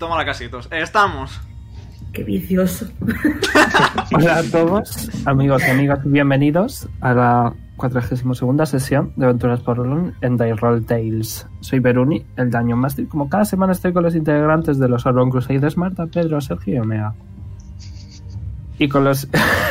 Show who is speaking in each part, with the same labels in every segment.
Speaker 1: Toma la casitos. Estamos.
Speaker 2: Qué vicioso.
Speaker 3: Hola a todos, amigos y amigas, bienvenidos a la 42ª sesión de Aventuras por Rol en Dice Roll Tales. Soy Beruni, el Dungeon Master. Como cada semana estoy con los integrantes de los Orlon Crusaders, Marta, Pedro, Sergio y Omega. Y con los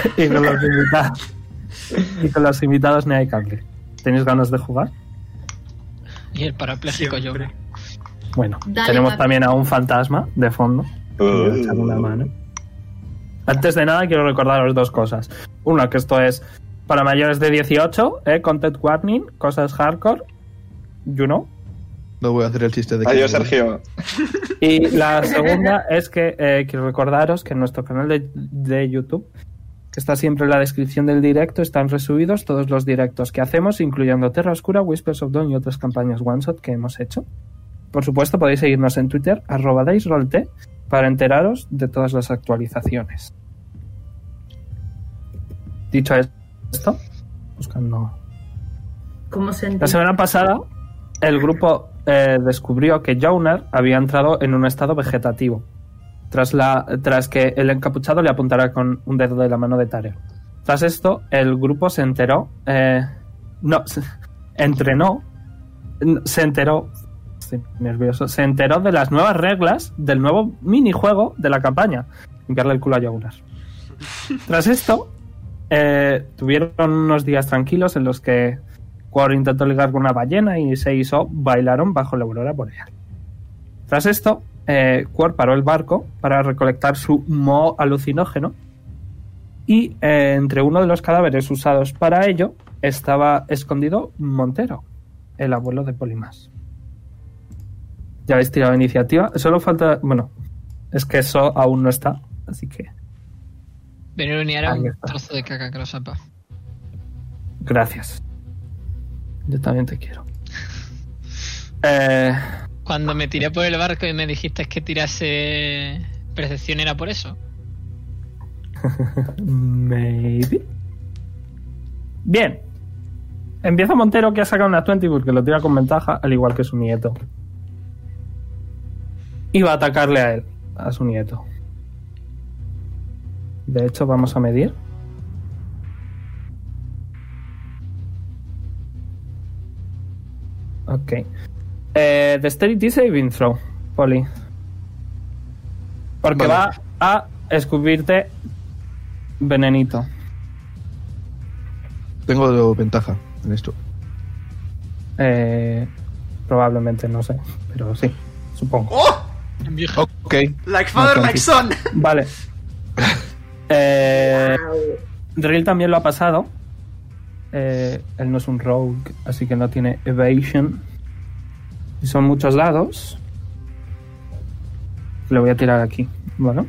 Speaker 3: invitados Nea y Cable. ¿Tenéis ganas de jugar?
Speaker 4: Y el parapléjico yo.
Speaker 3: Bueno,
Speaker 2: Dale,
Speaker 3: tenemos
Speaker 2: Cable.
Speaker 3: también a un fantasma de fondo. Quiero echar una mano. Antes de nada quiero recordaros dos cosas. Una, que esto es para mayores de 18, content warning, cosas hardcore, you know.
Speaker 5: No voy a hacer el chiste de que...
Speaker 6: Adiós, Sergio.
Speaker 3: Y la segunda es que quiero recordaros que en nuestro canal de YouTube, que está siempre en la descripción del directo, están resubidos todos los directos que hacemos, incluyendo Terra Oscura, Whispers of Dawn y otras campañas one shot que hemos hecho. Por supuesto, podéis seguirnos en Twitter, @DiceRollT, para enteraros de todas las actualizaciones. Dicho esto, buscando...
Speaker 2: ¿Cómo se
Speaker 3: La
Speaker 2: entiende?
Speaker 3: semana pasada, el grupo descubrió que Jonar había entrado en un estado vegetativo, tras que el encapuchado le apuntara con un dedo de la mano de Tarek. Tras esto, el grupo se enteró... Estoy nervioso. Se enteró de las nuevas reglas del nuevo minijuego de la campaña. Limpiarle el culo a Jonar. Tras esto, tuvieron unos días tranquilos en los que Quor intentó ligar con una ballena y se hizo bailaron bajo la aurora boreal. Tras esto, Quor paró el barco para recolectar su moho alucinógeno y entre uno de los cadáveres usados para ello estaba escondido Montero, el abuelo de Polimas. Ya habéis tirado iniciativa. Solo falta... Bueno, es que eso aún no está, así que...
Speaker 4: Venir era
Speaker 3: Ahí
Speaker 4: un
Speaker 3: está.
Speaker 4: trozo de caca, que lo sepa.
Speaker 3: Gracias. Yo también te quiero.
Speaker 4: Cuando me tiré por el barco y me dijiste que tirase percepción, ¿era por eso?
Speaker 3: Maybe. Bien. Empieza Montero, que ha sacado una 20 porque lo tira con ventaja, al igual que su nieto. Y va a atacarle a él, a su nieto. De hecho, vamos a medir. Ok. Dexterity saving throw, Poli. Porque
Speaker 5: Vale.
Speaker 3: va a escupirte venenito.
Speaker 5: Tengo ventaja en esto.
Speaker 3: Probablemente, no sé. Pero sí, supongo.
Speaker 1: ¡Oh!
Speaker 5: Ok.
Speaker 1: Like father, like son.
Speaker 3: Vale. Drill también lo ha pasado. Él no es un rogue, así que no tiene evasion. Y son muchos dados. Le voy a tirar aquí. Bueno.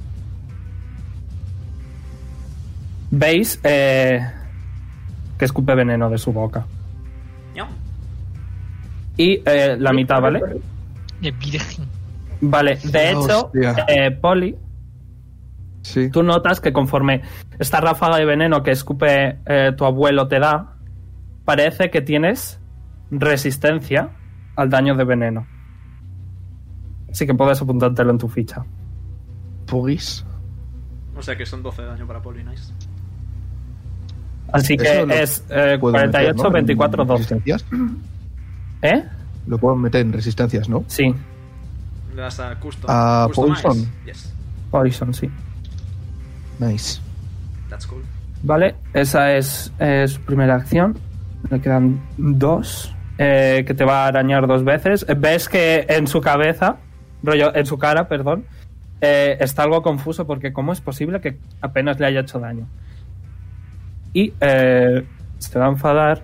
Speaker 3: Veis que escupe veneno de su boca.
Speaker 1: ¿No?
Speaker 3: Y la mitad, ¿vale?
Speaker 4: De virgen.
Speaker 3: Vale, de hecho,
Speaker 5: Hostia.
Speaker 3: Poli,
Speaker 5: Sí.
Speaker 3: tú notas que conforme esta ráfaga de veneno que escupe tu abuelo te da, parece que tienes resistencia al daño de veneno. Así que puedes apuntártelo en tu ficha.
Speaker 5: Pugis.
Speaker 1: O sea que son 12 de daño para Poli, nice.
Speaker 3: Así que
Speaker 5: Eso lo
Speaker 3: es
Speaker 5: puedo
Speaker 3: 48,
Speaker 5: meter, ¿no?
Speaker 3: 24,
Speaker 5: ¿En
Speaker 3: 12.
Speaker 5: resistencias?
Speaker 3: ¿Eh?
Speaker 5: Lo puedo meter en resistencias, ¿no?
Speaker 3: Sí,
Speaker 1: Le das a custom.
Speaker 5: ¿A
Speaker 1: Customize.
Speaker 5: Poison?
Speaker 1: Yes,
Speaker 3: Poison, sí.
Speaker 5: Nice.
Speaker 1: that's cool.
Speaker 3: Vale, esa es su primera acción. Le quedan 2. Que te va a arañar 2 veces. Ves que en su cabeza, en su cara, perdón, está algo confuso porque ¿cómo es posible que apenas le haya hecho daño? Y se va a enfadar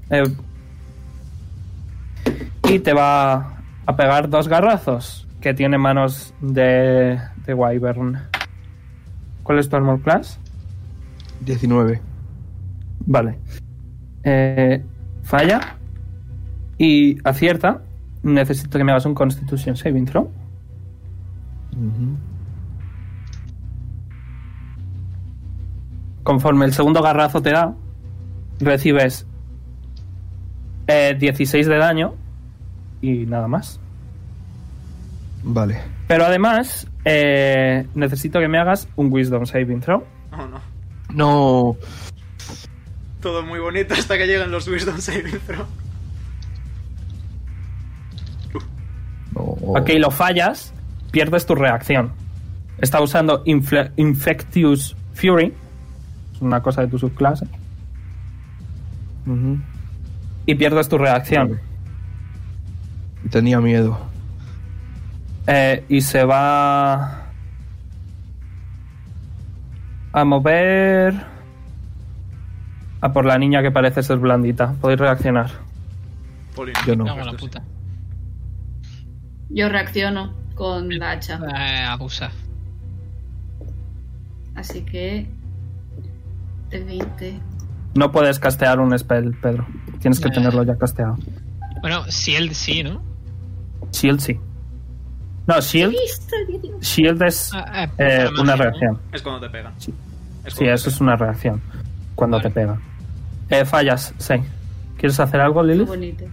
Speaker 3: y te va a pegar 2 garrazos que tiene manos de Wyvern. ¿Cuál es tu armor class?
Speaker 5: 19.
Speaker 3: Vale. Falla y acierta. Necesito que me hagas un Constitution Saving Throw.
Speaker 5: Ujú.
Speaker 3: Conforme el segundo garrazo te da, recibes 16 de daño y nada más.
Speaker 5: Vale.
Speaker 3: Pero además, necesito que me hagas un Wisdom Saving Throw.
Speaker 1: Oh, no.
Speaker 5: No.
Speaker 1: Todo muy bonito hasta que llegan los Wisdom Saving Throw.
Speaker 5: No.
Speaker 3: Ok, lo fallas, pierdes tu reacción. Está usando Infectious Fury. Es una cosa de tu subclase.
Speaker 5: Ujú.
Speaker 3: Y pierdes tu reacción.
Speaker 5: Tenía miedo.
Speaker 3: Y se va a mover a por la niña que parece ser blandita. Podéis reaccionar.
Speaker 1: Polly.
Speaker 5: Yo no.
Speaker 4: Me cago en la puta.
Speaker 6: Yo reacciono con la hacha.
Speaker 4: Abusa.
Speaker 6: Así que... De 20.
Speaker 3: No puedes castear un spell, Pedro. Tienes que
Speaker 4: Ya.
Speaker 3: tenerlo ya casteado.
Speaker 4: Bueno, si él sí, ¿no?
Speaker 3: Shield sí. No, Shield es una reacción.
Speaker 1: Es cuando te pegan.
Speaker 3: Sí.
Speaker 1: Es
Speaker 3: Sí,
Speaker 1: cuando
Speaker 3: eso
Speaker 1: te
Speaker 3: es una reacción. Cuando
Speaker 4: Vale.
Speaker 3: te pega. Fallas, sí. ¿Quieres hacer algo,
Speaker 6: Qué
Speaker 3: Lilith?
Speaker 6: bonito.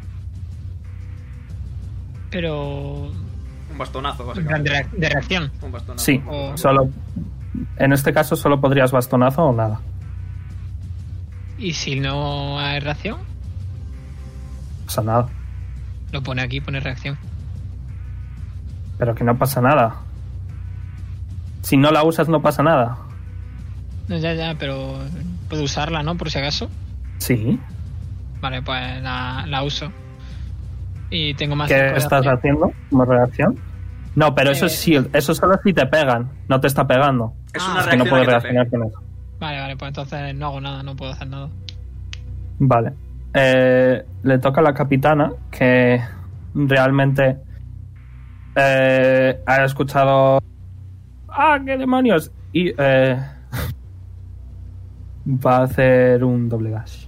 Speaker 4: Pero...
Speaker 1: pegan. Un bastonazo,
Speaker 4: en plan
Speaker 1: básicamente.
Speaker 4: de reacción.
Speaker 1: Un bastonazo.
Speaker 3: Sí,
Speaker 4: O-
Speaker 3: solo. En este caso solo podrías bastonazo o nada.
Speaker 4: Y si no hay reacción,
Speaker 3: No pasa nada.
Speaker 4: lo pone aquí, pone reacción.
Speaker 3: Pero que no pasa nada. Si no la usas, no pasa nada.
Speaker 4: No, ya, pero puedo usarla, ¿no? Por si acaso.
Speaker 3: Sí.
Speaker 4: Vale, pues la uso. Y tengo más...
Speaker 3: ¿Qué
Speaker 4: cinco de
Speaker 3: estás
Speaker 4: acción.
Speaker 3: haciendo como reacción? No, pero eso es shield. Eso solo si te pegan. No te está pegando.
Speaker 1: Es
Speaker 4: Ah,
Speaker 1: una
Speaker 3: Es que no
Speaker 1: reacción
Speaker 3: puedes
Speaker 1: a que te
Speaker 3: reaccionar
Speaker 1: peguen.
Speaker 3: con eso.
Speaker 4: Vale, pues entonces no hago nada, no puedo hacer nada.
Speaker 3: Vale. Le toca a la capitana que realmente ha escuchado... ¡Ah, qué demonios! Y va a hacer un doble dash.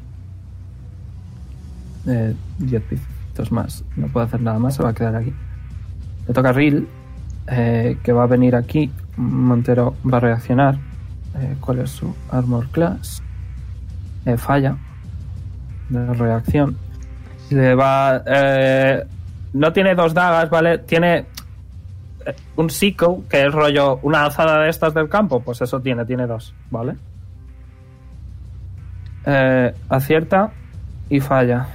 Speaker 3: 10 picitos más. No puede hacer nada más, se va a quedar aquí. Le toca a Ril, que va a venir aquí. Montero va a reaccionar. ¿Cuál es su armor class? Falla de reacción. Le va... no tiene 2 dagas, ¿vale? Tiene un sickle, que es rollo una azada de estas del campo. Pues eso tiene 2, ¿vale? Acierta y falla.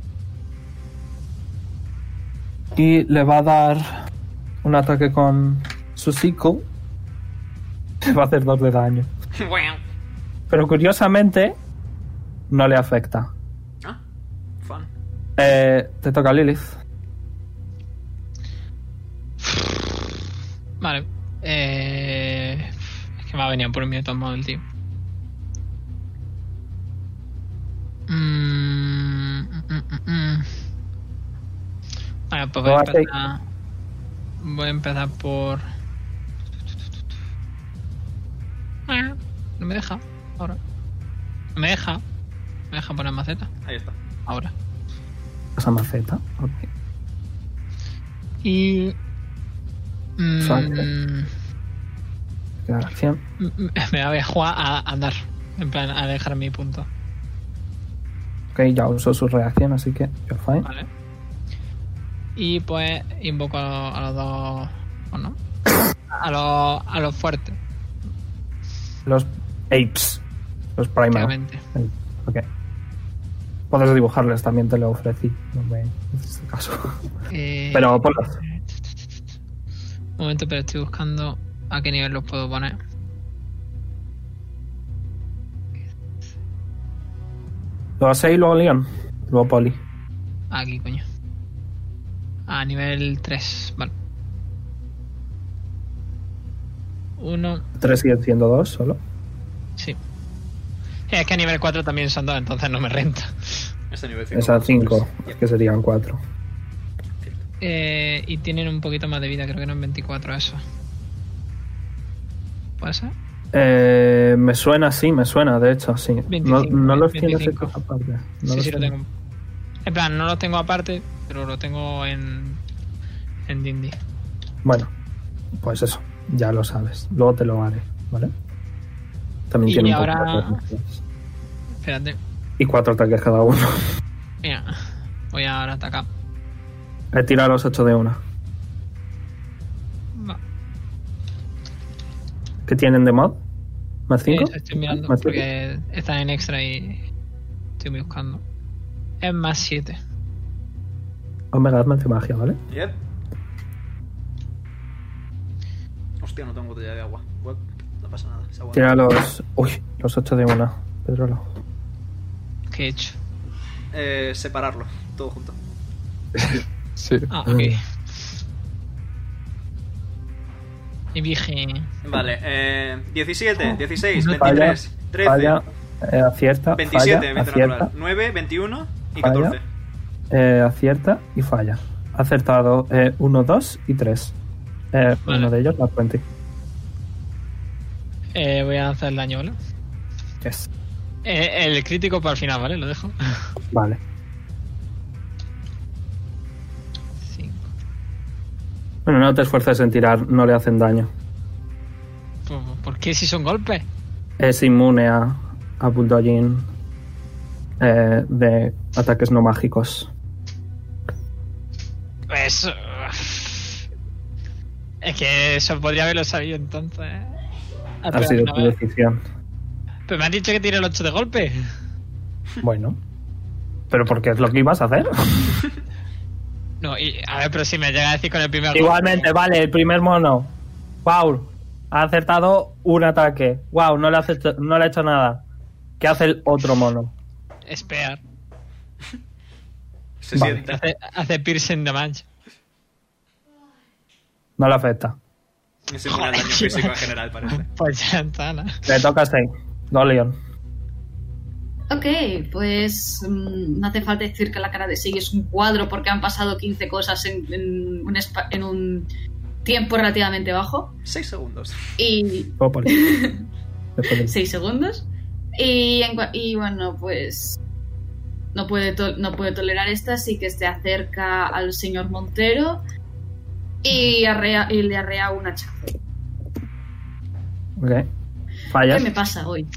Speaker 3: Y le va a dar un ataque con su sickle. Le va a hacer 2 de daño. Pero curiosamente no le afecta.
Speaker 1: Ah, fun.
Speaker 3: Te toca, Lilith.
Speaker 4: Vale. Es que me ha venido por mí de todos modos el tío. Vale, pues voy a empezar por... No me deja. Ahora. No me deja. Me deja poner maceta.
Speaker 1: Ahí está.
Speaker 4: Ahora.
Speaker 3: Esa maceta. Ok.
Speaker 4: Y...
Speaker 3: Suave. Queda la acción.
Speaker 4: me voy a jugar a andar. En plan, a dejar mi punto.
Speaker 3: Ok, ya usó su reacción, así que you're fine.
Speaker 4: Vale. Y pues invoco a los dos... ¿O no? A los fuertes.
Speaker 3: Los apes. Los primal.
Speaker 4: Prácticamente.
Speaker 3: Ok. Puedes dibujarles, también te lo ofrecí. No me hiciste caso. Pero ponlos.
Speaker 4: Un momento, pero estoy buscando a qué nivel los puedo poner.
Speaker 3: Luego 6, luego Leon. Luego Poli.
Speaker 4: Aquí, coño. A nivel 3, vale. 1,
Speaker 3: 3 siguen siendo 2 solo.
Speaker 4: sí. Es que a nivel 4 también son 2, entonces no me renta.
Speaker 1: Este nivel 5.
Speaker 3: Esa 5, que serían 4.
Speaker 4: Y tienen un poquito más de vida, creo que no en 24 eso. ¿Puede ser?
Speaker 3: Me suena, sí, me suena, de hecho, sí.
Speaker 4: 25,
Speaker 3: no los tienes
Speaker 4: 25.
Speaker 3: hechos aparte. No
Speaker 4: Sí,
Speaker 3: los
Speaker 4: sí lo
Speaker 3: tienes.
Speaker 4: tengo. En plan, no lo tengo aparte, pero lo tengo en D&D.
Speaker 3: Bueno, pues eso, ya lo sabes. Luego te lo haré, ¿vale? También
Speaker 4: Y
Speaker 3: tiene un
Speaker 4: ahora-
Speaker 3: poco de potencias.
Speaker 4: Espérate.
Speaker 3: Y 4 ataques cada uno.
Speaker 4: Mira, voy ahora a atacar.
Speaker 3: He tirado los 8 de una. ¿Qué tienen de mod? ¿Más 5?
Speaker 4: Estoy mirando
Speaker 3: ¿Más
Speaker 4: porque están en extra y estoy buscando. Es más 7.
Speaker 3: Omega, hazme de magia, ¿vale?
Speaker 1: Yep. Hostia, no tengo botella de agua. What? No pasa nada. Es agua.
Speaker 3: Tira los... Uy, los 8 de una. Pedrolo.
Speaker 4: ¿Qué he hecho?
Speaker 1: Separarlo. Todo junto.
Speaker 5: Sí.
Speaker 4: Ah, ok. Y dije...
Speaker 1: Vale, 17, 16,
Speaker 3: Falla,
Speaker 1: 23, 13,
Speaker 3: Falla, acierta,
Speaker 1: 27,
Speaker 3: falla,
Speaker 1: mente
Speaker 3: acierta,
Speaker 1: natural, 9, 21 y
Speaker 3: Falla.
Speaker 1: 14.
Speaker 3: Acierta y falla. Ha acertado 1, 2 y 3.
Speaker 4: Vale.
Speaker 3: Uno de ellos, la 20.
Speaker 4: voy a lanzar el daño, ¿vale?
Speaker 3: Yes.
Speaker 4: El crítico para el final, ¿vale? Lo dejo.
Speaker 3: Vale.
Speaker 4: 5.
Speaker 3: Bueno, no te esfuerces en tirar, no le hacen daño.
Speaker 4: ¿Por qué si son golpes?
Speaker 3: Es inmune a bulldogging de ataques no mágicos.
Speaker 4: Pues... Es que eso podría haberlo sabido entonces.
Speaker 3: Ha sido tu decisión.
Speaker 4: Pero me han dicho que tire el 8 de golpe.
Speaker 3: Bueno. ¿Pero porque es lo que ibas a hacer?
Speaker 4: No, y a ver, pero si me llega a decir con el primer
Speaker 3: Igualmente, vale, el primer mono. Wow, ha acertado un ataque. Wow, no le ha hecho nada. ¿Qué hace el otro mono?
Speaker 4: Spear.
Speaker 1: Se
Speaker 3: Vale.
Speaker 1: siente.
Speaker 4: Hace piercing damage.
Speaker 3: No le afecta.
Speaker 1: Es inmune al daño físico en general, parece.
Speaker 4: Pues ya está, ¿no?
Speaker 3: Le toca a Stein. Leon.
Speaker 6: Ok, pues no hace falta decir que la cara de Sig es un cuadro porque han pasado 15 cosas en un tiempo relativamente bajo.
Speaker 1: 6 segundos.
Speaker 6: Y
Speaker 3: Popoli. Después de-
Speaker 6: 6 segundos. Y bueno, pues no puede tolerar esta, así que se acerca al señor Montero y le arrea un hachazo.
Speaker 3: Ok. Fallas.
Speaker 6: ¿Qué me pasa hoy?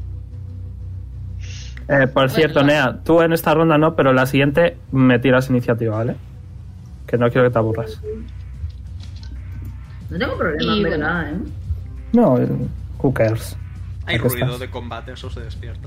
Speaker 3: Por cierto,
Speaker 6: Bueno,
Speaker 3: Nea, tú en esta ronda no, pero la siguiente me tiras iniciativa, ¿vale? Que no quiero que te aburras.
Speaker 2: No tengo problema,
Speaker 6: Y
Speaker 2: en
Speaker 6: bueno.
Speaker 2: verdad, ¿eh?
Speaker 3: No, who cares.
Speaker 1: Hay
Speaker 3: Aquí
Speaker 1: ruido
Speaker 3: estás.
Speaker 1: de combate, eso se despierta.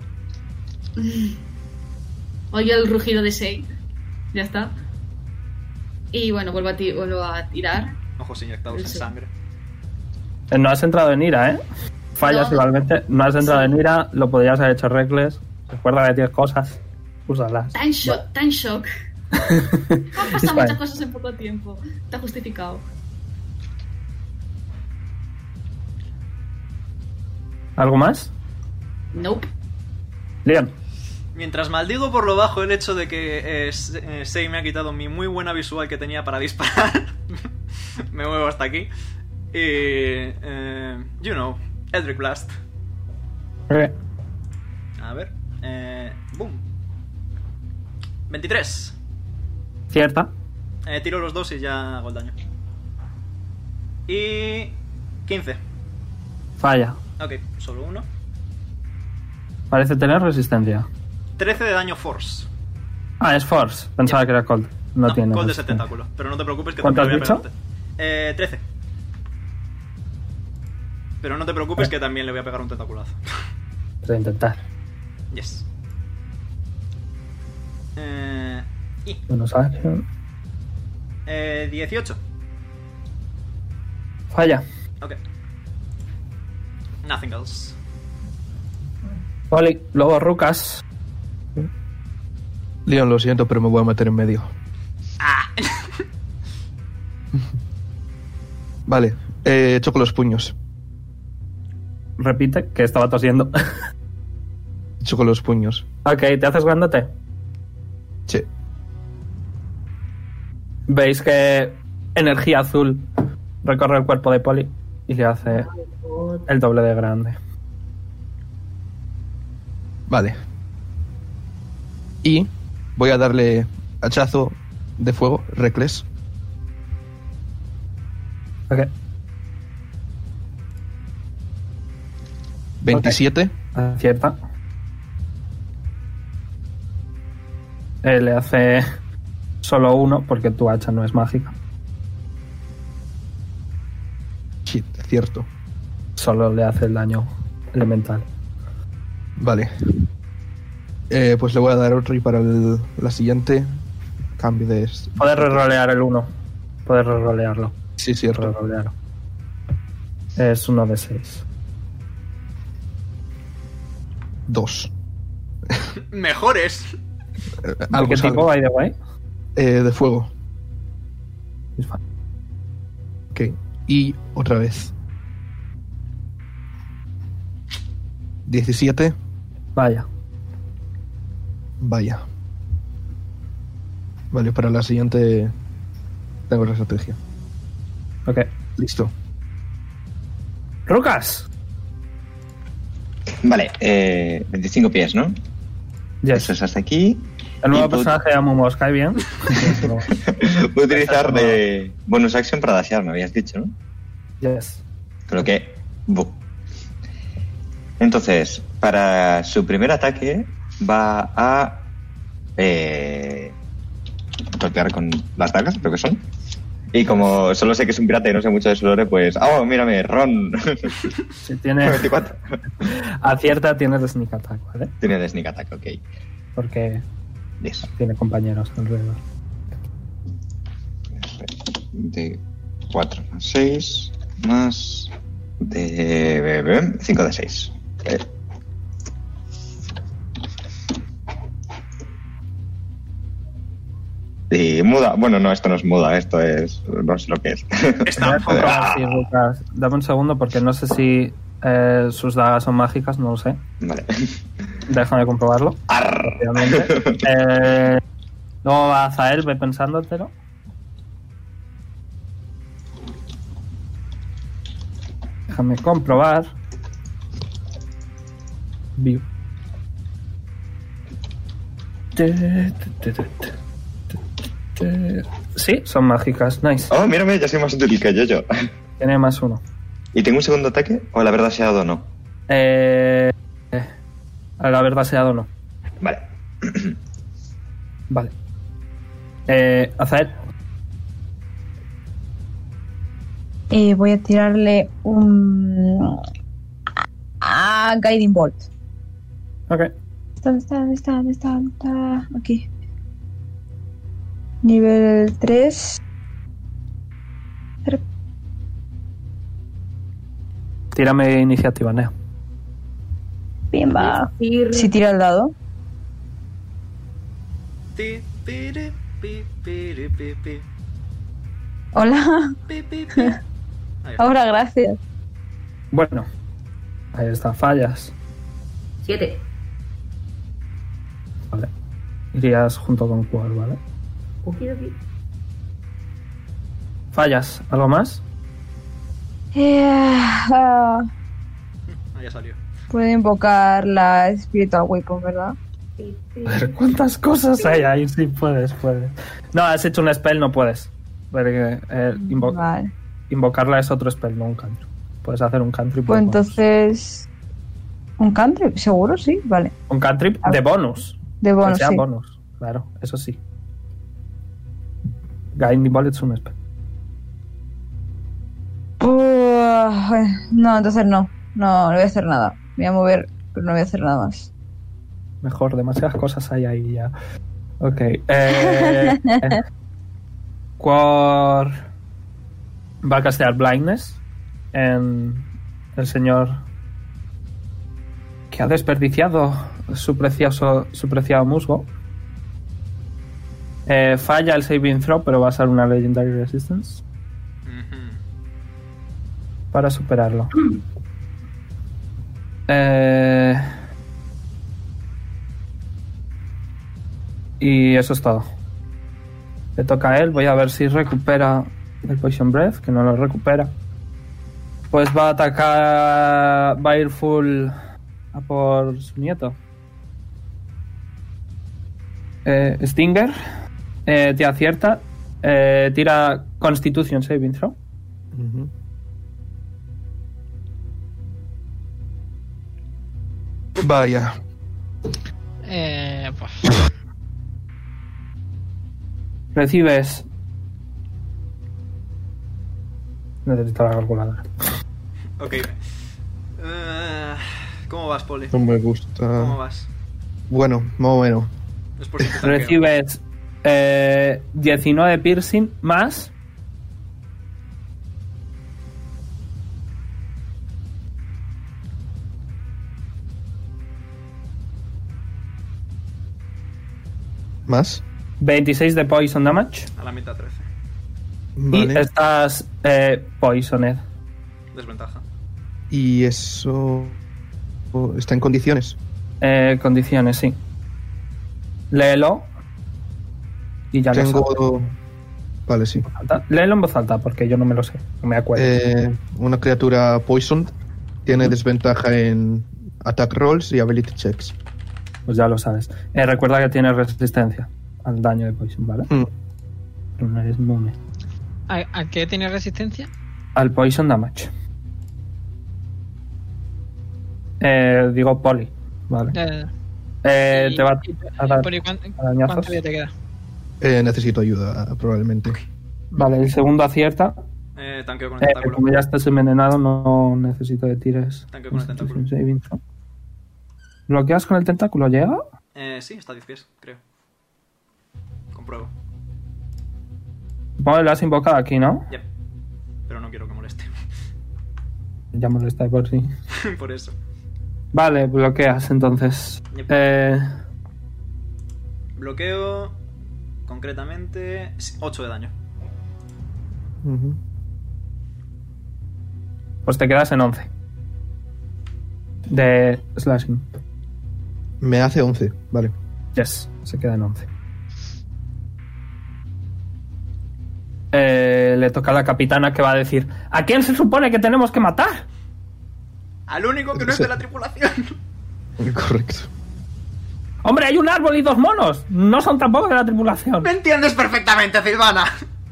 Speaker 6: Oye el rugido de Sei. Ya está. Y bueno, vuelvo a tirar.
Speaker 1: Ojos inyectados en
Speaker 6: Eso.
Speaker 1: sangre.
Speaker 3: No has entrado en ira, ¿eh? Fallas
Speaker 6: No.
Speaker 3: igualmente. No has entrado
Speaker 6: Sí.
Speaker 3: en ira, lo podrías haber hecho reckless. Recuerda que tienes cosas. Úsalas.
Speaker 6: Está en shock. Han
Speaker 3: It's
Speaker 6: pasado
Speaker 3: fine.
Speaker 6: muchas cosas en poco tiempo. Está justificado.
Speaker 3: ¿Algo más?
Speaker 6: Nope.
Speaker 3: Leon.
Speaker 1: Mientras maldigo por lo bajo el hecho de que Sei me ha quitado mi muy buena visual que tenía para disparar, me muevo hasta aquí. Y... Eldritch Blast.
Speaker 3: Ok.
Speaker 1: A ver. Boom. 23.
Speaker 3: Cierta.
Speaker 1: Tiro los dos y ya hago el daño. Y... 15.
Speaker 3: Falla.
Speaker 1: Ok, solo uno.
Speaker 3: Parece tener resistencia.
Speaker 1: 13 de daño force.
Speaker 3: Ah, es force. Pensaba que era cold. No tiene
Speaker 1: Cold de
Speaker 3: resistencia.
Speaker 1: tentáculo. Pero no te preocupes que
Speaker 3: ¿Cuánto
Speaker 1: también
Speaker 3: has
Speaker 1: le voy a pegar 13. Pero no te preocupes que también le voy a pegar un tentaculazo.
Speaker 3: Voy a intentar.
Speaker 1: Yes. Y
Speaker 3: Bonus action.
Speaker 1: 18.
Speaker 3: Falla.
Speaker 1: Ok. Nothing else.
Speaker 3: Poli. Luego Rucas.
Speaker 5: Leon, lo siento, pero me voy a meter en medio. Vale, choco los puños.
Speaker 3: Repite, que estaba tosiendo.
Speaker 5: Choco los puños.
Speaker 3: Ok, ¿te haces grandote?
Speaker 5: Sí.
Speaker 3: Veis que energía azul recorre el cuerpo de Poli y le hace el doble de grande.
Speaker 5: Vale. Y voy a darle hachazo de fuego, reckless.
Speaker 3: Ok.
Speaker 5: 27.
Speaker 3: Acierta. Le hace solo uno porque tu hacha no es mágica.
Speaker 5: Shit, cierto.
Speaker 3: solo le hace el daño elemental.
Speaker 5: Vale. Pues le voy a dar otro y para la siguiente cambio de...
Speaker 3: Puedes rerolear el 1. Puedes rerolearlo.
Speaker 5: Sí, cierto.
Speaker 3: Rerolearlo. Es 1 de 6.
Speaker 5: 2.
Speaker 1: Mejores.
Speaker 5: Algo
Speaker 3: ¿Qué
Speaker 5: sabe.
Speaker 3: tipo, by the way?
Speaker 5: De fuego.
Speaker 3: Es fine.
Speaker 5: Ok. Y otra vez. 17.
Speaker 3: Vaya.
Speaker 5: Vaya. Vale, para la siguiente tengo la estrategia.
Speaker 3: Ok.
Speaker 5: Listo.
Speaker 3: ¡Rucas!
Speaker 7: Vale, 25 pies, ¿no?
Speaker 3: Yes.
Speaker 7: Eso es hasta aquí.
Speaker 3: El nuevo
Speaker 7: Y
Speaker 3: personaje de Amumos cae bien.
Speaker 7: Voy a utilizar de bonus action para dashear, me habías dicho, ¿no?
Speaker 3: Yes.
Speaker 7: Con lo que... Entonces, para su primer ataque va a... golpear con las dagas, creo que son. Y como solo sé que es un pirata y no sé mucho de su lore, pues... ¡Oh, mírame! ¡Ron!
Speaker 3: Si tiene...
Speaker 7: 24.
Speaker 3: Acierta, tienes de sneak attack, ¿vale?
Speaker 7: Tiene de sneak attack, ok.
Speaker 3: Porque
Speaker 7: 10.
Speaker 3: tiene compañeros alrededor.
Speaker 7: De 4 más 6 más de 5 de 6. Y muda. Bueno, no, esto no es muda, esto es... No sé lo que es.
Speaker 1: Está
Speaker 3: Voy a comprobar si Rucas... Dame un segundo porque no sé si sus dagas son mágicas, no lo sé.
Speaker 7: Vale.
Speaker 3: Déjame comprobarlo.
Speaker 7: Arr.
Speaker 3: Rápidamente. Luego va Azael, ve pensándotelo. Déjame comprobar. View. Sí, son mágicas. Nice.
Speaker 7: Oh, mírame, ya soy más útil que yo.
Speaker 3: Tiene más 1.
Speaker 7: ¿Y tengo un segundo ataque? ¿O la verdad se ha dado no?
Speaker 3: Al haber baseado no.
Speaker 7: Vale.
Speaker 3: Vale. Azael.
Speaker 8: Voy a tirarle un... Guiding Bolt.
Speaker 3: Ok.
Speaker 8: ¿Dónde está? Aquí. Nivel 3.
Speaker 3: Tírame iniciativa, Nea.
Speaker 8: Pimba.
Speaker 2: Decir-
Speaker 8: Si tira el dado.
Speaker 1: Ti, piri, pi, piri, pi, pi,
Speaker 8: Hola.
Speaker 1: pi, pi, pi. Ahí está.
Speaker 8: Ahora, gracias.
Speaker 3: Bueno. Ahí está, fallas.
Speaker 2: 7.
Speaker 3: Vale. Irías junto con Qual, ¿vale?
Speaker 2: Okidoki.
Speaker 3: Fallas. ¿Algo más?
Speaker 1: Ah, ya salió.
Speaker 8: Puedo invocar la Spiritual Weapon, ¿verdad?
Speaker 3: A ver, ¿cuántas cosas hay ahí? Sí, puedes. No, has hecho un spell, no puedes. Porque,
Speaker 8: Vale.
Speaker 3: invocarla es otro spell, no un cantrip. Puedes hacer un cantrip
Speaker 8: Pues
Speaker 3: de bonus.
Speaker 8: entonces... ¿Un cantrip? ¿Seguro? Sí, vale.
Speaker 3: Un cantrip de bonus.
Speaker 8: De bonus,
Speaker 3: Que sea
Speaker 8: sí.
Speaker 3: bonus, claro, eso sí. Guiding Bolt es un spell.
Speaker 8: No, entonces no. No voy a hacer nada. Me voy a mover, pero no voy a hacer nada más.
Speaker 3: Mejor, demasiadas cosas hay ahí ya. Ok. Quor va a castear Blindness en el señor que ha desperdiciado su preciado musgo. Falla el saving throw, pero va a ser una Legendary Resistance
Speaker 1: Ujú.
Speaker 3: para superarlo. Y eso es todo. Le toca a él. Voy a ver si recupera el Poison Breath, que no lo recupera. Pues va a atacar. Va a ir full a por su nieto. Stinger. Te acierta. Tira Constitution Saving Throw.
Speaker 5: Ujú. Vaya.
Speaker 4: Pues,
Speaker 3: Recibes. Necesito la calculadora.
Speaker 1: Ok. ¿Cómo vas, Poli?
Speaker 5: No me gusta.
Speaker 1: ¿Cómo vas?
Speaker 5: Bueno, más o menos.
Speaker 1: Es por si te tanqueo.
Speaker 3: Recibes 19 piercing más.
Speaker 5: ¿Más?
Speaker 3: 26 de poison damage.
Speaker 1: A la mitad 13.
Speaker 5: Vale.
Speaker 3: Y estás poisoned.
Speaker 1: Desventaja.
Speaker 5: Y eso... ¿Está en condiciones?
Speaker 3: Condiciones, sí. Léelo. Y ya lo
Speaker 5: Tengo... Vale, sí.
Speaker 3: sabes. Léelo en voz alta porque yo no me lo sé. No me acuerdo.
Speaker 5: Una criatura poisoned tiene desventaja en attack rolls y ability checks.
Speaker 3: Pues ya lo sabes. Recuerda que tienes resistencia al daño de poison, ¿vale?
Speaker 5: Mm.
Speaker 3: Pero no eres inmune.
Speaker 4: ¿A qué tiene resistencia?
Speaker 3: Al poison damage. Digo poli, ¿vale? Te va a dar
Speaker 4: Poli,
Speaker 3: arañazos.
Speaker 4: ¿cuánto vida te queda?
Speaker 5: Necesito ayuda, probablemente.
Speaker 3: Vale, el segundo acierta.
Speaker 1: Tanqueo con el tentáculo.
Speaker 3: Como ya estás envenenado, no necesito de tires.
Speaker 1: Tanqueo con el tentáculo.
Speaker 3: Constitution saving throw. ¿Bloqueas con el tentáculo? ¿Llega?
Speaker 1: Sí, está a 10 pies, creo. Compruebo.
Speaker 3: Bueno, lo has invocado aquí, ¿no?
Speaker 1: Yep. Pero no quiero que moleste.
Speaker 3: Ya molesta de por sí.
Speaker 1: Por eso.
Speaker 3: Vale, bloqueas entonces.
Speaker 1: Yep. Bloqueo concretamente 8 de daño.
Speaker 5: Ujú.
Speaker 3: Pues te quedas en 11. De slashing.
Speaker 5: Me hace 11, vale.
Speaker 3: Yes, se queda en 11. Le toca a la capitana que va a decir: ¿a quién se supone que tenemos que matar?
Speaker 1: Al único que no es de la tripulación.
Speaker 5: Correcto.
Speaker 3: Hombre, hay un árbol y 2 monos. No son tampoco de la tripulación.
Speaker 1: Me entiendes perfectamente, Silvana.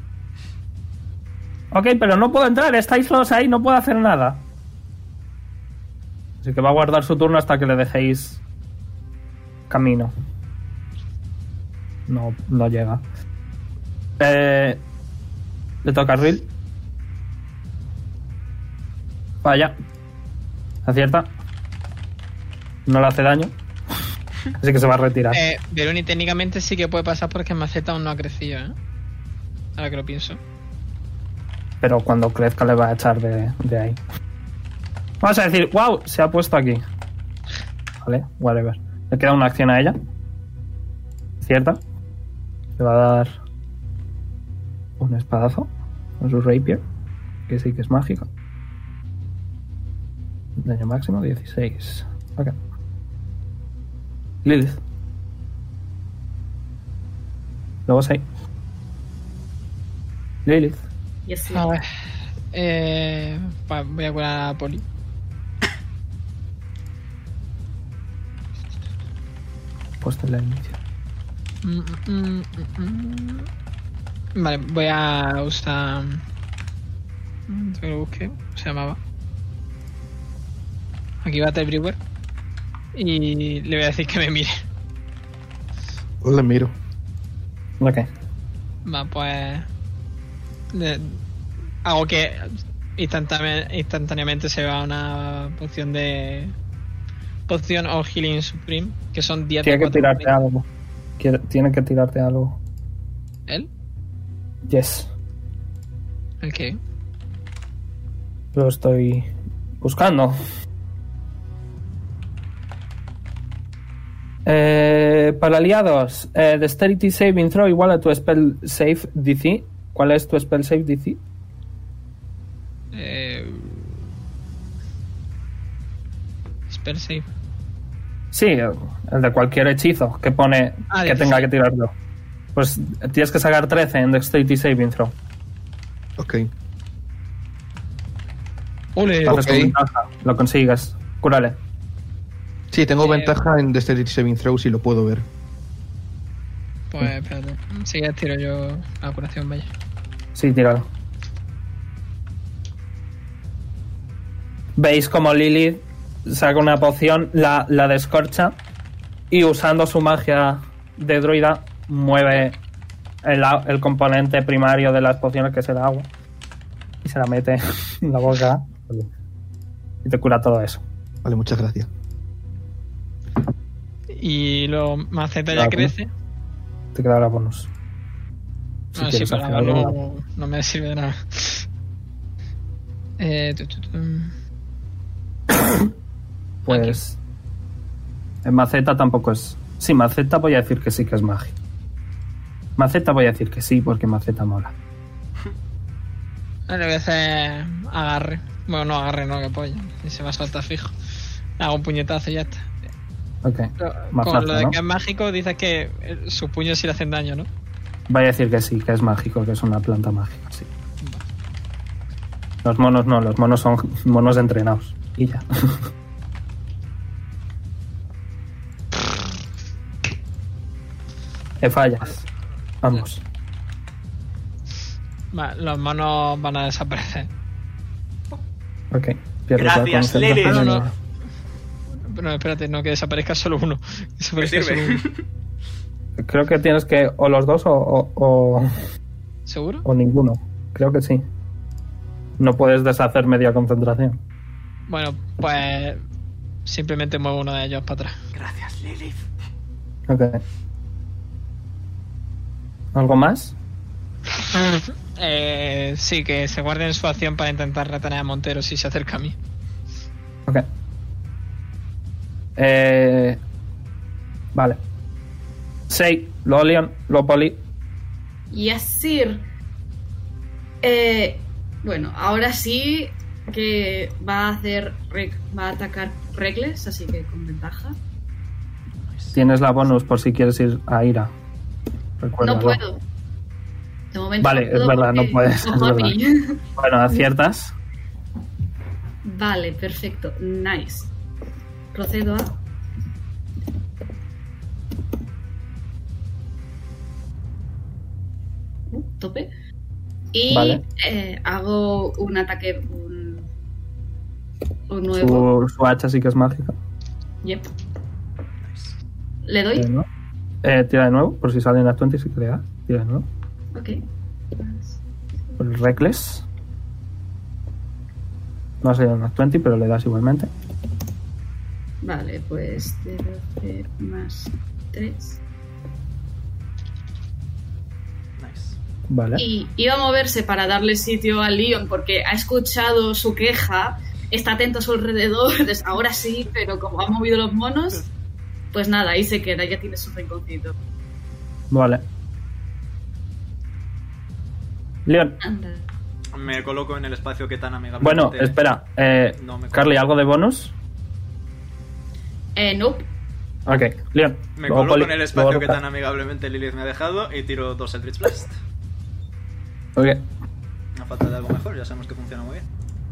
Speaker 3: Ok, pero no puedo entrar. Estáis solos ahí, no puedo hacer nada. Así que va a guardar su turno hasta que le dejéis camino. No llega. Le toca a Rill. Falla. Acierta. No le hace daño. Así que se va a retirar.
Speaker 4: Veroni técnicamente sí que puede pasar porque Maceta aún no ha crecido, ¿eh? Ahora que lo pienso.
Speaker 3: Pero cuando crezca le va a echar de ahí. Vamos a decir, wow, se ha puesto aquí. Vale, whatever. Le queda una acción a ella. ¿Cierta? Le va a dar un espadazo con su rapier, que sí que es mágico. Daño máximo 16. Ok. Lilith. Luego 6. Lilith.
Speaker 6: Yes, sí.
Speaker 4: A ver. Voy a curar a Poli.
Speaker 3: Puesto la inicio.
Speaker 4: Vale, voy a usar. Que lo busque. Se llamaba. Aquí va Everywhere. Y le voy a decir que me mire.
Speaker 5: Le miro.
Speaker 3: Ok.
Speaker 4: Va, pues. Hago que instantáneamente se va a una poción de. Poción o Healing Supreme, que son 10
Speaker 3: Tiene
Speaker 4: de
Speaker 3: que tirarte algo. Tiene que tirarte algo.
Speaker 4: ¿Él?
Speaker 3: Yes.
Speaker 4: Ok.
Speaker 3: Lo estoy buscando. Para aliados, Dexterity Saving Throw igual a tu Spell Save DC. ¿Cuál es tu Spell Save DC?
Speaker 4: Spell Save.
Speaker 3: Sí, el de cualquier hechizo que pone que tenga que tirarlo. Pues tienes que sacar 13 en Dexterity Saving Throw.
Speaker 5: Ok.
Speaker 4: Ole.
Speaker 3: Entonces,
Speaker 5: Ok.
Speaker 3: con ventaja lo consigues. Cúrale.
Speaker 5: Sí, tengo ventaja en Dexterity Saving Throw si lo puedo ver.
Speaker 4: Pues espérate. Si quieres tiro yo la curación, vaya.
Speaker 3: Sí, tíralo. Veis como Lilith saca una poción, la descorcha y usando su magia de druida mueve el componente primario de las pociones, que es el agua, y se la mete en la boca. Y te cura todo eso.
Speaker 5: Vale, muchas gracias.
Speaker 4: Y luego maceta ya
Speaker 3: Claro.
Speaker 4: crece.
Speaker 3: Te queda ahora bonus. Si
Speaker 4: Sí,
Speaker 3: quieres
Speaker 4: pero
Speaker 3: hacer algo.
Speaker 4: no me sirve de nada.
Speaker 3: Pues. En maceta tampoco es. Sí, maceta voy a decir que sí que es mágico. Maceta voy a decir que sí, porque maceta mola.
Speaker 4: Le voy a hacer agarre. Bueno, no agarre, no, que polla. Y se va a saltar fijo. Hago un puñetazo y ya está.
Speaker 3: Ok.
Speaker 4: Pero
Speaker 3: Mazazo,
Speaker 4: con lo de
Speaker 3: ¿no?
Speaker 4: que es mágico, dices que sus puños sí le hacen daño, ¿no?
Speaker 3: Voy a decir que sí, que es mágico, que es una planta mágica, sí. Los monos no, los monos son monos entrenados. Y ya. Fallas. Vamos.
Speaker 4: Los monos van a desaparecer.
Speaker 3: Ok. Pierdes la
Speaker 1: Gracias,
Speaker 3: concentración.
Speaker 1: Lily.
Speaker 4: No. Pero espérate, no, que desaparezca solo uno. Que
Speaker 1: Me
Speaker 4: desaparezca solo
Speaker 1: sirve.
Speaker 4: uno.
Speaker 3: Creo que tienes que o los dos o
Speaker 4: ¿Seguro?
Speaker 3: ninguno. Creo que sí. No puedes deshacer media concentración.
Speaker 4: Bueno, pues simplemente muevo uno de ellos para atrás.
Speaker 1: Gracias, Lilith.
Speaker 3: Ok. ¿Algo más?
Speaker 4: Sí, que se guarden su acción para intentar retener a Montero si se acerca a mí.
Speaker 3: Ok. Vale. 6, luego Leon, luego Poli.
Speaker 6: Yasir. Bueno, ahora sí que va a atacar Regles, así que con ventaja.
Speaker 3: Tienes la bonus por si quieres ir a Ira. Recuérdalo.
Speaker 6: No puedo. De momento
Speaker 3: Vale,
Speaker 6: no puedo
Speaker 3: es verdad,
Speaker 6: porque
Speaker 3: no puedes, es
Speaker 6: cojo a
Speaker 3: verdad.
Speaker 6: mí.
Speaker 3: Bueno, aciertas.
Speaker 6: Vale, perfecto. Nice. Procedo a... tope. Y
Speaker 3: Vale.
Speaker 6: hago un ataque, un nuevo.
Speaker 3: Su hacha sí que es mágica.
Speaker 6: Yep. ¿Le doy?
Speaker 3: ¿No? Tira de nuevo, por si sale en la 20 si crea. Tira de nuevo.
Speaker 6: Ok.
Speaker 3: Por el Reckless. No ha salido en la 20, pero le das igualmente.
Speaker 6: Vale, pues de 12 más 3.
Speaker 1: Nice.
Speaker 3: Vale.
Speaker 6: Y iba a moverse para darle sitio a Leon porque ha escuchado su queja, está atento a su alrededor, ahora sí, pero como ha movido los monos, pues nada, ahí se queda, ya tiene su rinconcito.
Speaker 3: Vale. Leon.
Speaker 6: Anda.
Speaker 1: Me coloco en el espacio que tan amigable.
Speaker 3: Bueno, espera.
Speaker 1: No me
Speaker 3: Carly, ¿algo de bonus?
Speaker 6: Nope.
Speaker 3: Ok, Leon.
Speaker 1: Me
Speaker 3: Luego
Speaker 1: coloco
Speaker 3: Poli,
Speaker 1: en el espacio
Speaker 3: luego
Speaker 1: que
Speaker 3: Roca.
Speaker 1: tan amigablemente Lilith me ha dejado y tiro 2 Eldritch Blast.
Speaker 3: Ok.
Speaker 1: A falta de algo mejor, ya sabemos que funciona muy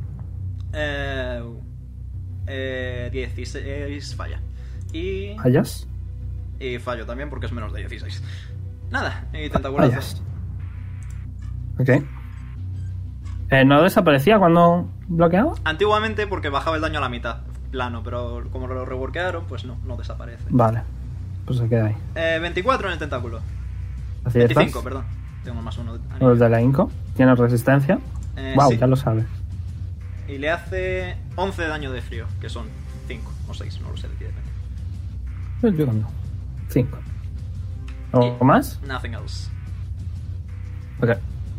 Speaker 1: bien. 16 falla. Y
Speaker 3: ¿Fallas?
Speaker 1: fallo también porque es menos de 16. Nada, y tentaculazo.
Speaker 3: Fallas. Ok. ¿No desaparecía cuando bloqueaba?
Speaker 1: Antiguamente porque bajaba el daño a la mitad, plano, pero como lo reworkearon, pues no desaparece.
Speaker 3: Vale. Pues se queda ahí.
Speaker 1: 24 en el tentáculo.
Speaker 3: ¿Aciertas?
Speaker 1: 25, perdón. Tengo más uno.
Speaker 3: Los de la Inco. ¿Tienes resistencia? Wow,
Speaker 1: Sí.
Speaker 3: ya lo sabes.
Speaker 1: Y le hace 11 de daño de frío, que son 5 o 6, no lo sé, depende.
Speaker 3: Pues yo no. 5. ¿Algo
Speaker 1: Y-
Speaker 3: más?
Speaker 1: Nothing else.
Speaker 3: Ok.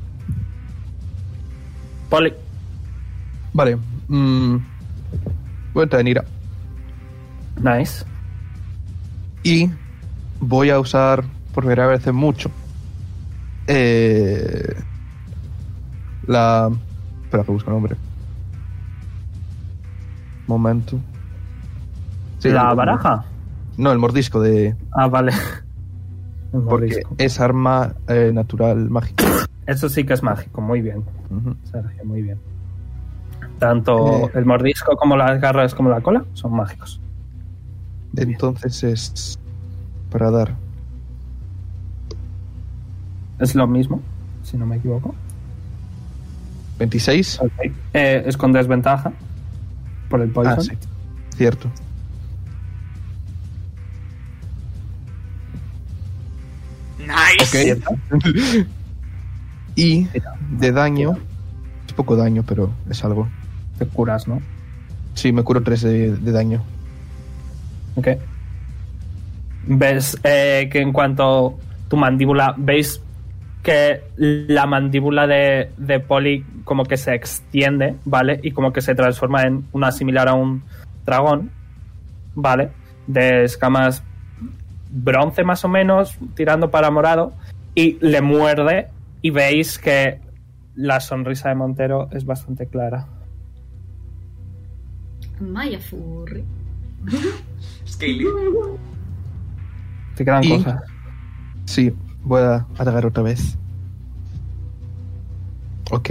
Speaker 3: Poli.
Speaker 5: Vale. Voy a entrar en ira.
Speaker 3: Nice.
Speaker 5: Y voy a usar por primera vez en mucho la... Espera que busco el nombre. Momento. Sí,
Speaker 3: ¿La
Speaker 5: el-
Speaker 3: baraja?
Speaker 5: No, el mordisco de...
Speaker 3: Ah, vale. El
Speaker 5: Porque
Speaker 3: mordisco.
Speaker 5: es arma natural mágica.
Speaker 3: Eso sí que es mágico. Muy bien,
Speaker 5: Ujú.
Speaker 3: Sergio, muy bien. Tanto el mordisco como las garras como la cola son mágicos. Muy bien.
Speaker 5: Entonces es para dar.
Speaker 3: Es lo mismo, si no me equivoco.
Speaker 5: 26.
Speaker 3: Ok. Es con desventaja por el poison.
Speaker 5: Ah, sí. Cierto.
Speaker 1: Nice.
Speaker 5: Ok. Y de daño. Es poco daño, pero es algo.
Speaker 3: Te curas, ¿no?
Speaker 5: Sí, me curo 3 de daño.
Speaker 3: Ok. Ves que en cuanto tu mandíbula... Veis que la mandíbula de Polly como que se extiende, ¿vale? Y como que se transforma en una similar a un dragón, ¿vale? De escamas bronce más o menos, tirando para morado, y le muerde y veis que la sonrisa de Montero es bastante clara.
Speaker 6: Maya Furry.
Speaker 1: Scaly.
Speaker 3: Te quedan
Speaker 5: Y-
Speaker 3: cosas.
Speaker 5: Sí, voy a atacar otra vez. Ok.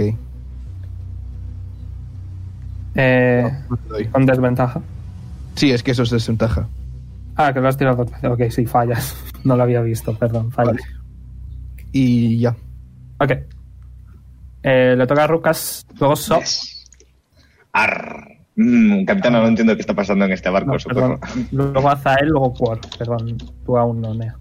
Speaker 5: No te doy.
Speaker 3: Con desventaja.
Speaker 5: Sí, es que eso es desventaja.
Speaker 3: Ah, que lo has tirado. Ok, sí, fallas. No lo había visto, perdón, fallas.
Speaker 5: Vale. Y ya.
Speaker 3: Ok. Le toca a Rukas, luego So.
Speaker 7: Yes. Arr. Capitán, no entiendo qué está pasando en este barco,
Speaker 3: No,
Speaker 7: socorro.
Speaker 3: perdón. Luego a Zael, luego Quor. Perdón, tú aún no, Nea.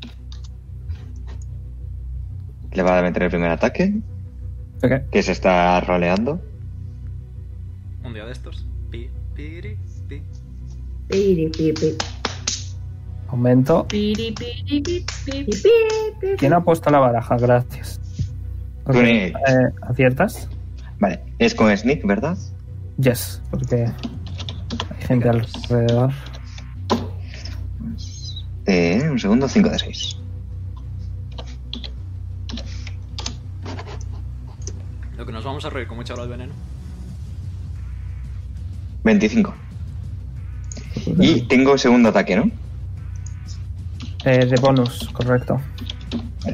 Speaker 7: Le va a meter el primer ataque,
Speaker 3: Ok.
Speaker 7: que se está roleando.
Speaker 1: Un día de estos. Pi, piri, pi.
Speaker 2: Piri, pi, pi.
Speaker 3: Aumento.
Speaker 6: Piri, piri, pi, pi,
Speaker 2: Pi,
Speaker 6: pi.
Speaker 2: pi, pi.
Speaker 3: ¿Quién ha puesto la baraja? Gracias. Ok,
Speaker 7: Tony.
Speaker 3: ¿aciertas?
Speaker 7: Vale, es con Sneak, ¿verdad?
Speaker 3: Yes, porque hay gente alrededor.
Speaker 7: Un segundo, 5 de 6.
Speaker 1: Lo que nos vamos a reír con mucha hora del veneno.
Speaker 7: 25. Y tengo segundo ataque, ¿no?
Speaker 3: De bonus, correcto.
Speaker 7: Vale.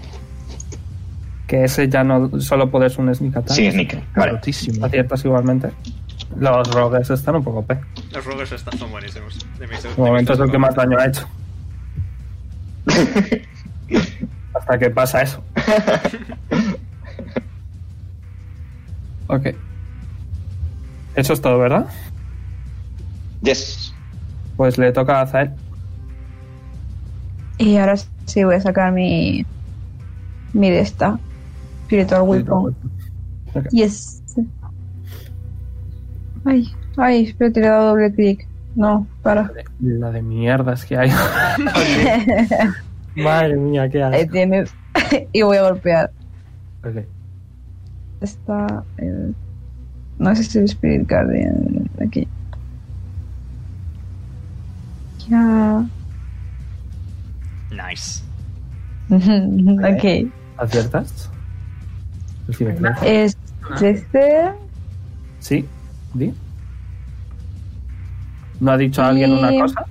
Speaker 3: Que ese ya no solo puedes un sneak attack.
Speaker 7: Sí, Sneak. Vale.
Speaker 5: Rotísimo.
Speaker 3: Aciertas igualmente. Los rogues están un poco P.
Speaker 1: Los rogues son buenísimos.
Speaker 3: De momento es el que más daño ha hecho. Hasta que pasa eso. Ok. Eso es todo, ¿verdad?
Speaker 7: Yes.
Speaker 3: Pues le toca a Zael.
Speaker 8: Y ahora sí voy a sacar mi de esta. Spiritual Weapon.
Speaker 3: Ok.
Speaker 8: Yes. Ay, espero que le he dado doble clic. No, para.
Speaker 3: La de mierdas que hay. Madre mía, qué
Speaker 8: Ahí
Speaker 3: asco.
Speaker 8: tiene. Y voy a golpear.
Speaker 3: Ok.
Speaker 8: Está el... No sé si es el Spirit Guardian. Aquí. Ya.
Speaker 1: Nice.
Speaker 8: Ok.
Speaker 3: ¿Aciertas? Recibe creo.
Speaker 8: Es 13.
Speaker 3: Sí, di. ¿No ha dicho alguien una
Speaker 8: Y-
Speaker 3: cosa?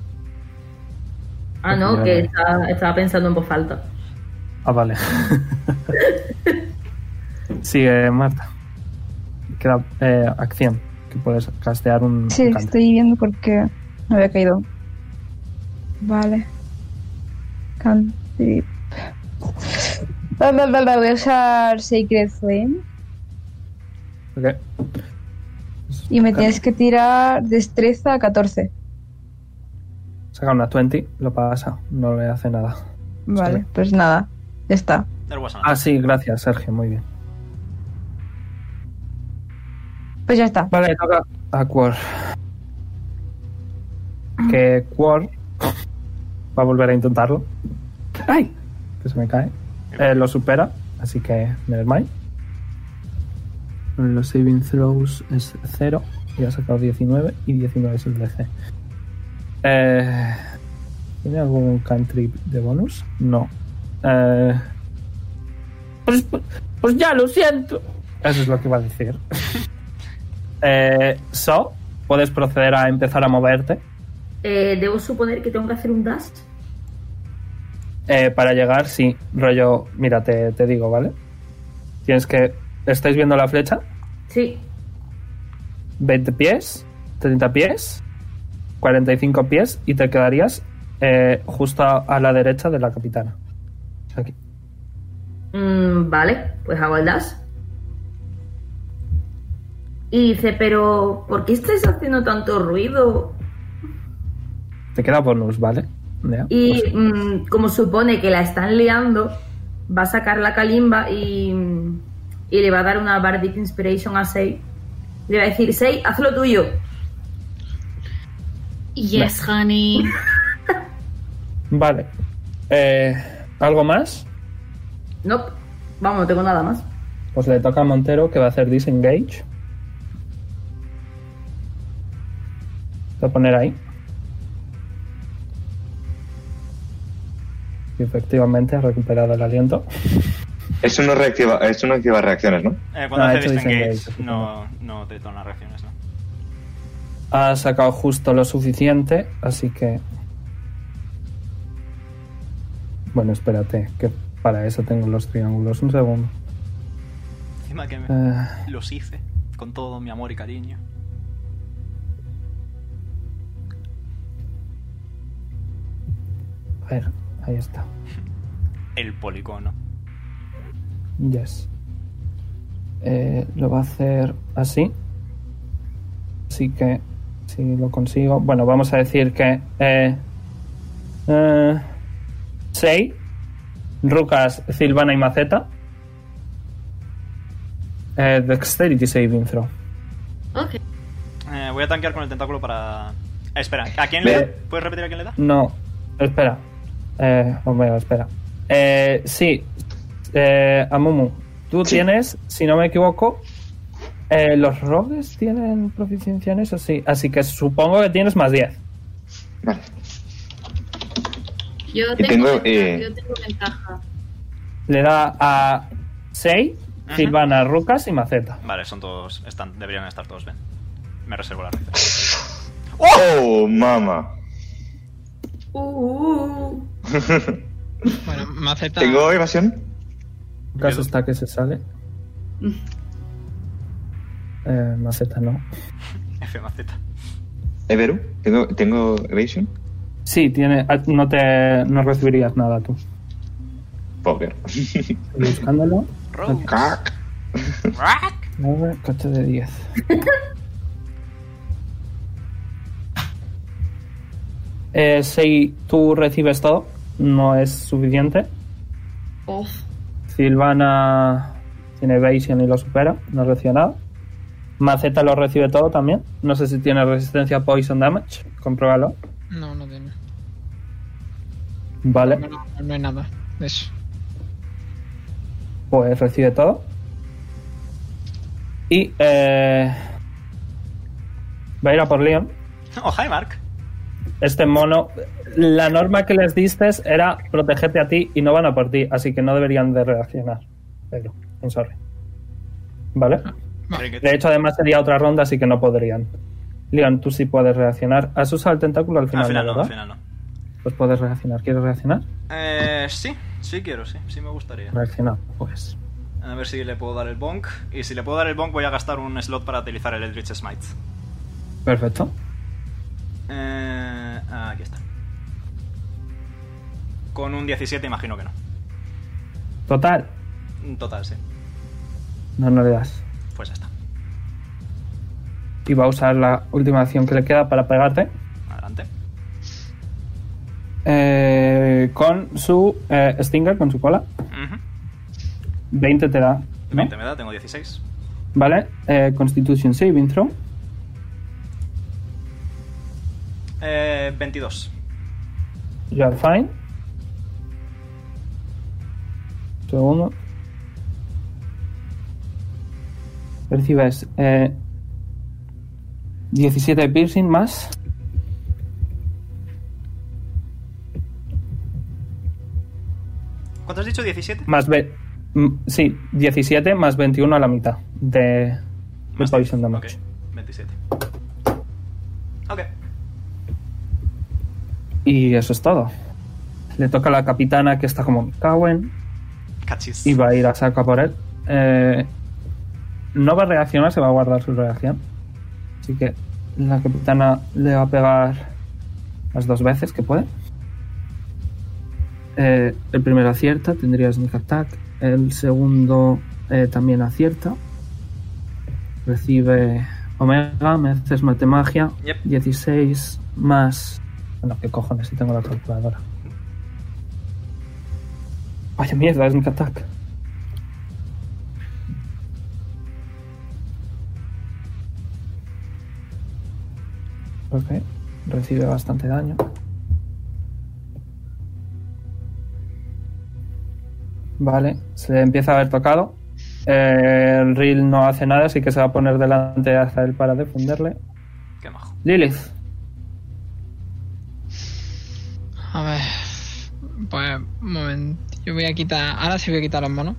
Speaker 2: Ah, no, que estaba pensando en voz alta.
Speaker 3: Ah, vale. Sigue, Marta. Queda acción. Que puedes castear un
Speaker 8: Sí,
Speaker 3: canto.
Speaker 8: estoy viendo porque me había caído. Vale. Cantrip. Voy a usar Sacred Flame.
Speaker 3: Ok.
Speaker 8: Y me tienes que tirar destreza 14.
Speaker 3: Saca una 20, lo pasa. No le hace nada.
Speaker 8: Vale,
Speaker 3: Sí.
Speaker 8: pues nada. Ya está.
Speaker 1: There was
Speaker 3: Ah, sí, gracias, Sergio. Muy bien.
Speaker 8: Pues ya está.
Speaker 3: Vale, toca a Quor. Que Quor va a volver a intentarlo. ¡Ay! Que se me cae. Lo supera, así que nevermind. Los saving throws es 0 y ha sacado 19 y 19 es el DC. ¿Tiene algún cantrip de bonus? No. Pues ya lo siento. Eso es lo que iba a decir. So, puedes proceder a empezar a moverte.
Speaker 2: Debo suponer que tengo que hacer un dash.
Speaker 3: Para llegar, sí, rollo, mira, te digo, ¿vale? Tienes que... ¿Estáis viendo la flecha?
Speaker 2: Sí.
Speaker 3: 20 pies, 30 pies, 45 pies y te quedarías justo a la derecha de la capitana. Aquí.
Speaker 2: Vale, pues hago el dash. Y dice, pero ¿por qué estáis haciendo tanto ruido?
Speaker 3: Te queda bonus, ¿vale? Ya,
Speaker 2: Y
Speaker 3: pues,
Speaker 2: como supone que la están liando, va a sacar la calimba y le va a dar una Bardic Inspiration a Sei. Le va a decir, Sei, haz lo tuyo.
Speaker 6: Yes, honey.
Speaker 3: Vale. ¿Algo más?
Speaker 2: Nope. Vamos, no tengo nada más.
Speaker 3: Pues le toca a Montero, que va a hacer disengage. Voy a poner ahí. Y efectivamente ha recuperado el aliento.
Speaker 7: Eso no activa reacciones, ¿no?
Speaker 1: Cuando
Speaker 3: ha
Speaker 1: hace
Speaker 3: hecho
Speaker 1: disengage,
Speaker 3: disengage,
Speaker 1: no detona reacciones, ¿no?
Speaker 3: Ha sacado justo lo suficiente, así que... Bueno, espérate, que para eso tengo los triángulos. Un segundo.
Speaker 1: Encima que los hice con todo mi amor y cariño.
Speaker 3: A ver, ahí está.
Speaker 1: El poligono.
Speaker 3: Yes. Lo va a hacer así. Así que, si lo consigo... Bueno, vamos a decir que... Sei, Rukas, Silvana y Maceta. Dexterity saving throw.
Speaker 6: Ok.
Speaker 1: Voy a tanquear con el tentáculo para... espera, ¿a quién le da? ¿Puedes repetir a quién le da?
Speaker 3: No, espera. Omega, espera. Sí, Amumu, tú tienes, si no me equivoco, los rogues tienen proficiencia en eso, sí. Así que supongo que tienes más 10.
Speaker 7: Vale.
Speaker 6: Yo
Speaker 7: Y
Speaker 6: tengo
Speaker 7: tengo,
Speaker 6: ventaja.
Speaker 3: Le da a Sei,
Speaker 1: Ajá.
Speaker 3: Silvana, Rukas y Maceta.
Speaker 1: Vale, son todos... deberían estar todos bien. Me reservo la reacción.
Speaker 7: ¡Oh, mama!
Speaker 4: Bueno, Maceta.
Speaker 7: ¿Tengo evasión?
Speaker 3: Rukas está que se sale. Maceta no.
Speaker 1: F maceta.
Speaker 7: ¿Everu? ¿Tengo evasion?
Speaker 3: Sí, tiene, no recibirías nada tú.
Speaker 7: Poker.
Speaker 3: Estoy buscándolo.
Speaker 1: Rogue.
Speaker 7: Cac.
Speaker 3: 9, coche de 10. Si tú recibes todo, no es suficiente.
Speaker 6: Off.
Speaker 3: Silvana tiene evasion y lo supera, no recibe nada. Maceta lo recibe todo también. No sé si tiene resistencia a poison damage. Compruébalo.
Speaker 4: No, no tiene.
Speaker 3: Vale,
Speaker 4: No hay nada de eso.
Speaker 3: pues recibe todo. Y va a ir a por Leon.
Speaker 1: Oh, hi, Mark.
Speaker 3: Este mono, la norma que les diste era protegerte a ti y no van a por ti, así que no deberían de reaccionar. Pero, I'm sorry. ¿Vale?
Speaker 1: Very good.
Speaker 3: De hecho, además sería otra ronda, así que no podrían. Leon, tú sí puedes reaccionar. ¿Has usado el tentáculo al final?
Speaker 1: Al final no,
Speaker 3: ¿verdad?
Speaker 1: al final no.
Speaker 3: Pues puedes reaccionar. ¿Quieres reaccionar?
Speaker 1: Sí quiero, sí me gustaría.
Speaker 3: Reaccionar, pues.
Speaker 1: A ver si le puedo dar el bonk. Y si le puedo dar el bonk, voy a gastar un slot para utilizar el Eldritch Smite.
Speaker 3: Perfecto.
Speaker 1: Aquí está. Con un 17, imagino que no.
Speaker 3: Total.
Speaker 1: Total, sí.
Speaker 3: No le das.
Speaker 1: Pues ya está.
Speaker 3: Y va a usar la última acción que le queda para pegarte.
Speaker 1: Adelante.
Speaker 3: Con su Stinger, con su cola.
Speaker 1: Ujú.
Speaker 3: 20 te da, ¿no?
Speaker 1: 20 me da, tengo 16.
Speaker 3: Vale. Constitution Saving Throw.
Speaker 1: 22.
Speaker 3: You are fine. Segundo. Recibes 17 de piercing más.
Speaker 1: ¿Cuánto has dicho? ¿17?
Speaker 3: Más sí, 17 más 21 a la mitad de
Speaker 1: Más
Speaker 3: poison
Speaker 1: 10.
Speaker 3: damage.
Speaker 1: Ok, 27. Ok.
Speaker 3: Y eso es todo. Le toca a la capitana, que está como Cowen,
Speaker 1: Cachis.
Speaker 3: y va a ir a saco a por él. No va a reaccionar, se va a guardar su reacción. Así que la capitana le va a pegar las 2 veces que puede. El primero acierta, tendría sneak attack. El segundo también acierta. Recibe Omega, me haces matemagia.
Speaker 1: Yep.
Speaker 3: 16 más... Bueno, qué cojones, si tengo la calculadora. Vaya mierda, sneak attack. Ok. recibe bastante daño. Vale, se empieza a haber tocado. El Ril no hace nada, así que se va a poner delante de Azael para defenderle.
Speaker 1: Qué majo.
Speaker 3: Lilith.
Speaker 4: A ver. Pues, un momento. Yo voy a quitar. Ahora sí voy a quitar los monos.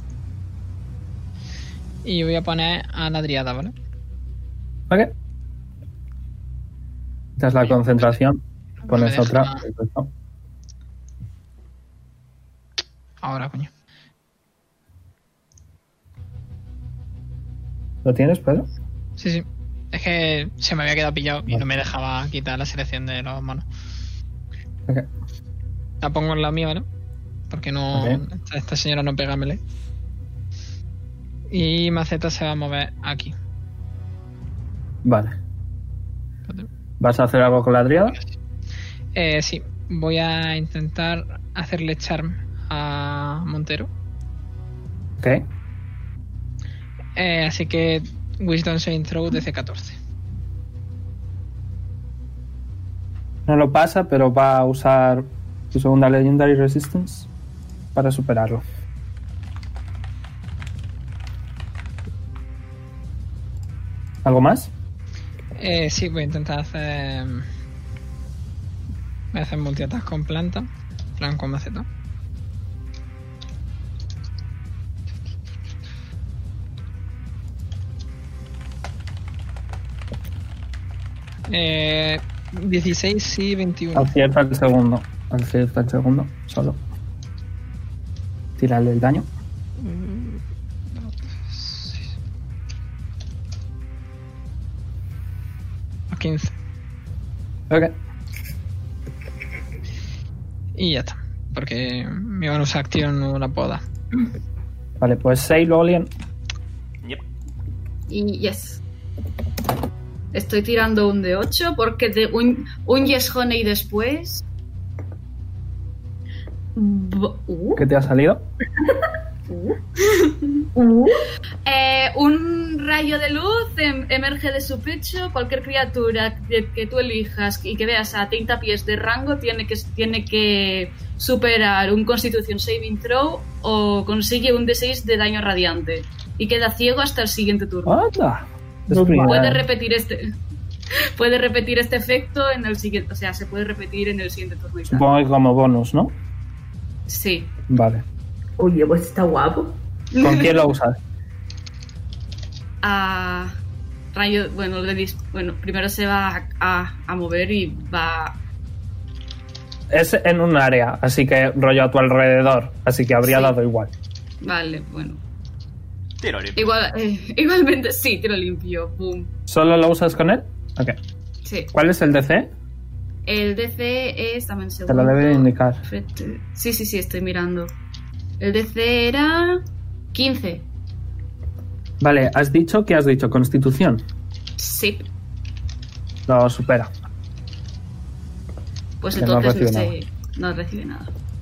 Speaker 4: Y voy a poner a la Driada, ¿vale?
Speaker 3: Ok. Esta es la concentración. Pones
Speaker 4: Me deja-
Speaker 3: otra.
Speaker 4: Ahora, coño.
Speaker 3: ¿Lo tienes, Pedro?
Speaker 4: Sí, sí. Es que se me había quedado pillado y
Speaker 3: Vale.
Speaker 4: no me dejaba quitar la selección de los monos.
Speaker 3: Ok.
Speaker 4: La pongo en la mía, ¿vale? Porque no.
Speaker 3: Ok.
Speaker 4: Esta señora no pega melee. Y Maceta se va a mover aquí.
Speaker 3: Vale. ¿Vas a hacer algo con la Driada?
Speaker 4: Sí, voy a intentar hacerle charm a Montero.
Speaker 3: Ok.
Speaker 4: Así que Wisdom Saving Throw DC 14.
Speaker 3: No lo pasa, pero va a usar su segunda Legendary Resistance para superarlo. ¿Algo más?
Speaker 4: Sí, voy a intentar hacer. Voy a hacer multi-attack con planta. Plan con maceta. Eh, 16 y 21.
Speaker 3: Acierta el segundo. Acierta el segundo, solo. Tírale el daño.
Speaker 4: 15.
Speaker 3: Ok.
Speaker 4: Y ya está. Porque mi bonus acción no la puedo dar.
Speaker 3: Vale, pues 6 Lolian.
Speaker 1: Yep.
Speaker 6: Y yes. Estoy tirando un de 8 porque de un Yes Honey después.
Speaker 3: ¿Qué te ha salido?
Speaker 6: Un rayo de luz emerge de su pecho. Cualquier criatura que tú elijas y que veas a 30 pies de rango tiene que superar un Constitution Saving Throw o consigue un D6 de daño radiante. Y queda ciego hasta el siguiente turno.
Speaker 3: ¡Anda!
Speaker 6: Puede repetir este efecto en el siguiente. O sea, se puede repetir en el siguiente turno. Y tal.
Speaker 3: Supongo que como bonus, ¿no?
Speaker 6: Sí.
Speaker 3: Vale.
Speaker 2: Oye, pues está guapo.
Speaker 3: ¿Con quién lo usas?
Speaker 6: Rayo, bueno, primero se va a mover y va.
Speaker 3: Es en un área, así que rollo a tu alrededor. Así que habría
Speaker 6: Sí.
Speaker 3: dado igual.
Speaker 6: Vale, bueno.
Speaker 1: Tiro limpio.
Speaker 6: Igualmente, sí, tiro limpio. Boom.
Speaker 3: ¿Solo lo usas con él? Ok.
Speaker 6: Sí.
Speaker 3: ¿Cuál es el DC?
Speaker 6: El DC es. Dame un
Speaker 3: Te
Speaker 6: segundo.
Speaker 3: lo debe indicar.
Speaker 6: Sí, estoy mirando. El DC era. 15.
Speaker 3: Vale, has dicho que has dicho Constitución.
Speaker 6: Sí.
Speaker 3: Lo supera.
Speaker 6: Pues
Speaker 3: Que no
Speaker 6: entonces
Speaker 3: recibe
Speaker 6: no recibe nada.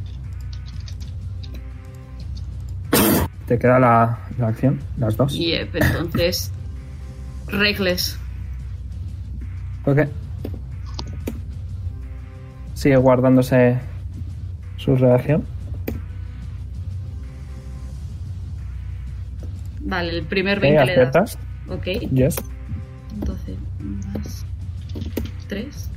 Speaker 3: Te queda la acción, las dos.
Speaker 6: Yep, entonces. Reckless.
Speaker 3: Ok. Sigue guardándose su reacción.
Speaker 6: Vale, el primer
Speaker 3: Ok,
Speaker 6: 20 le das.
Speaker 3: aciertas.
Speaker 6: Ok.
Speaker 3: Yes.
Speaker 6: 12 más 3.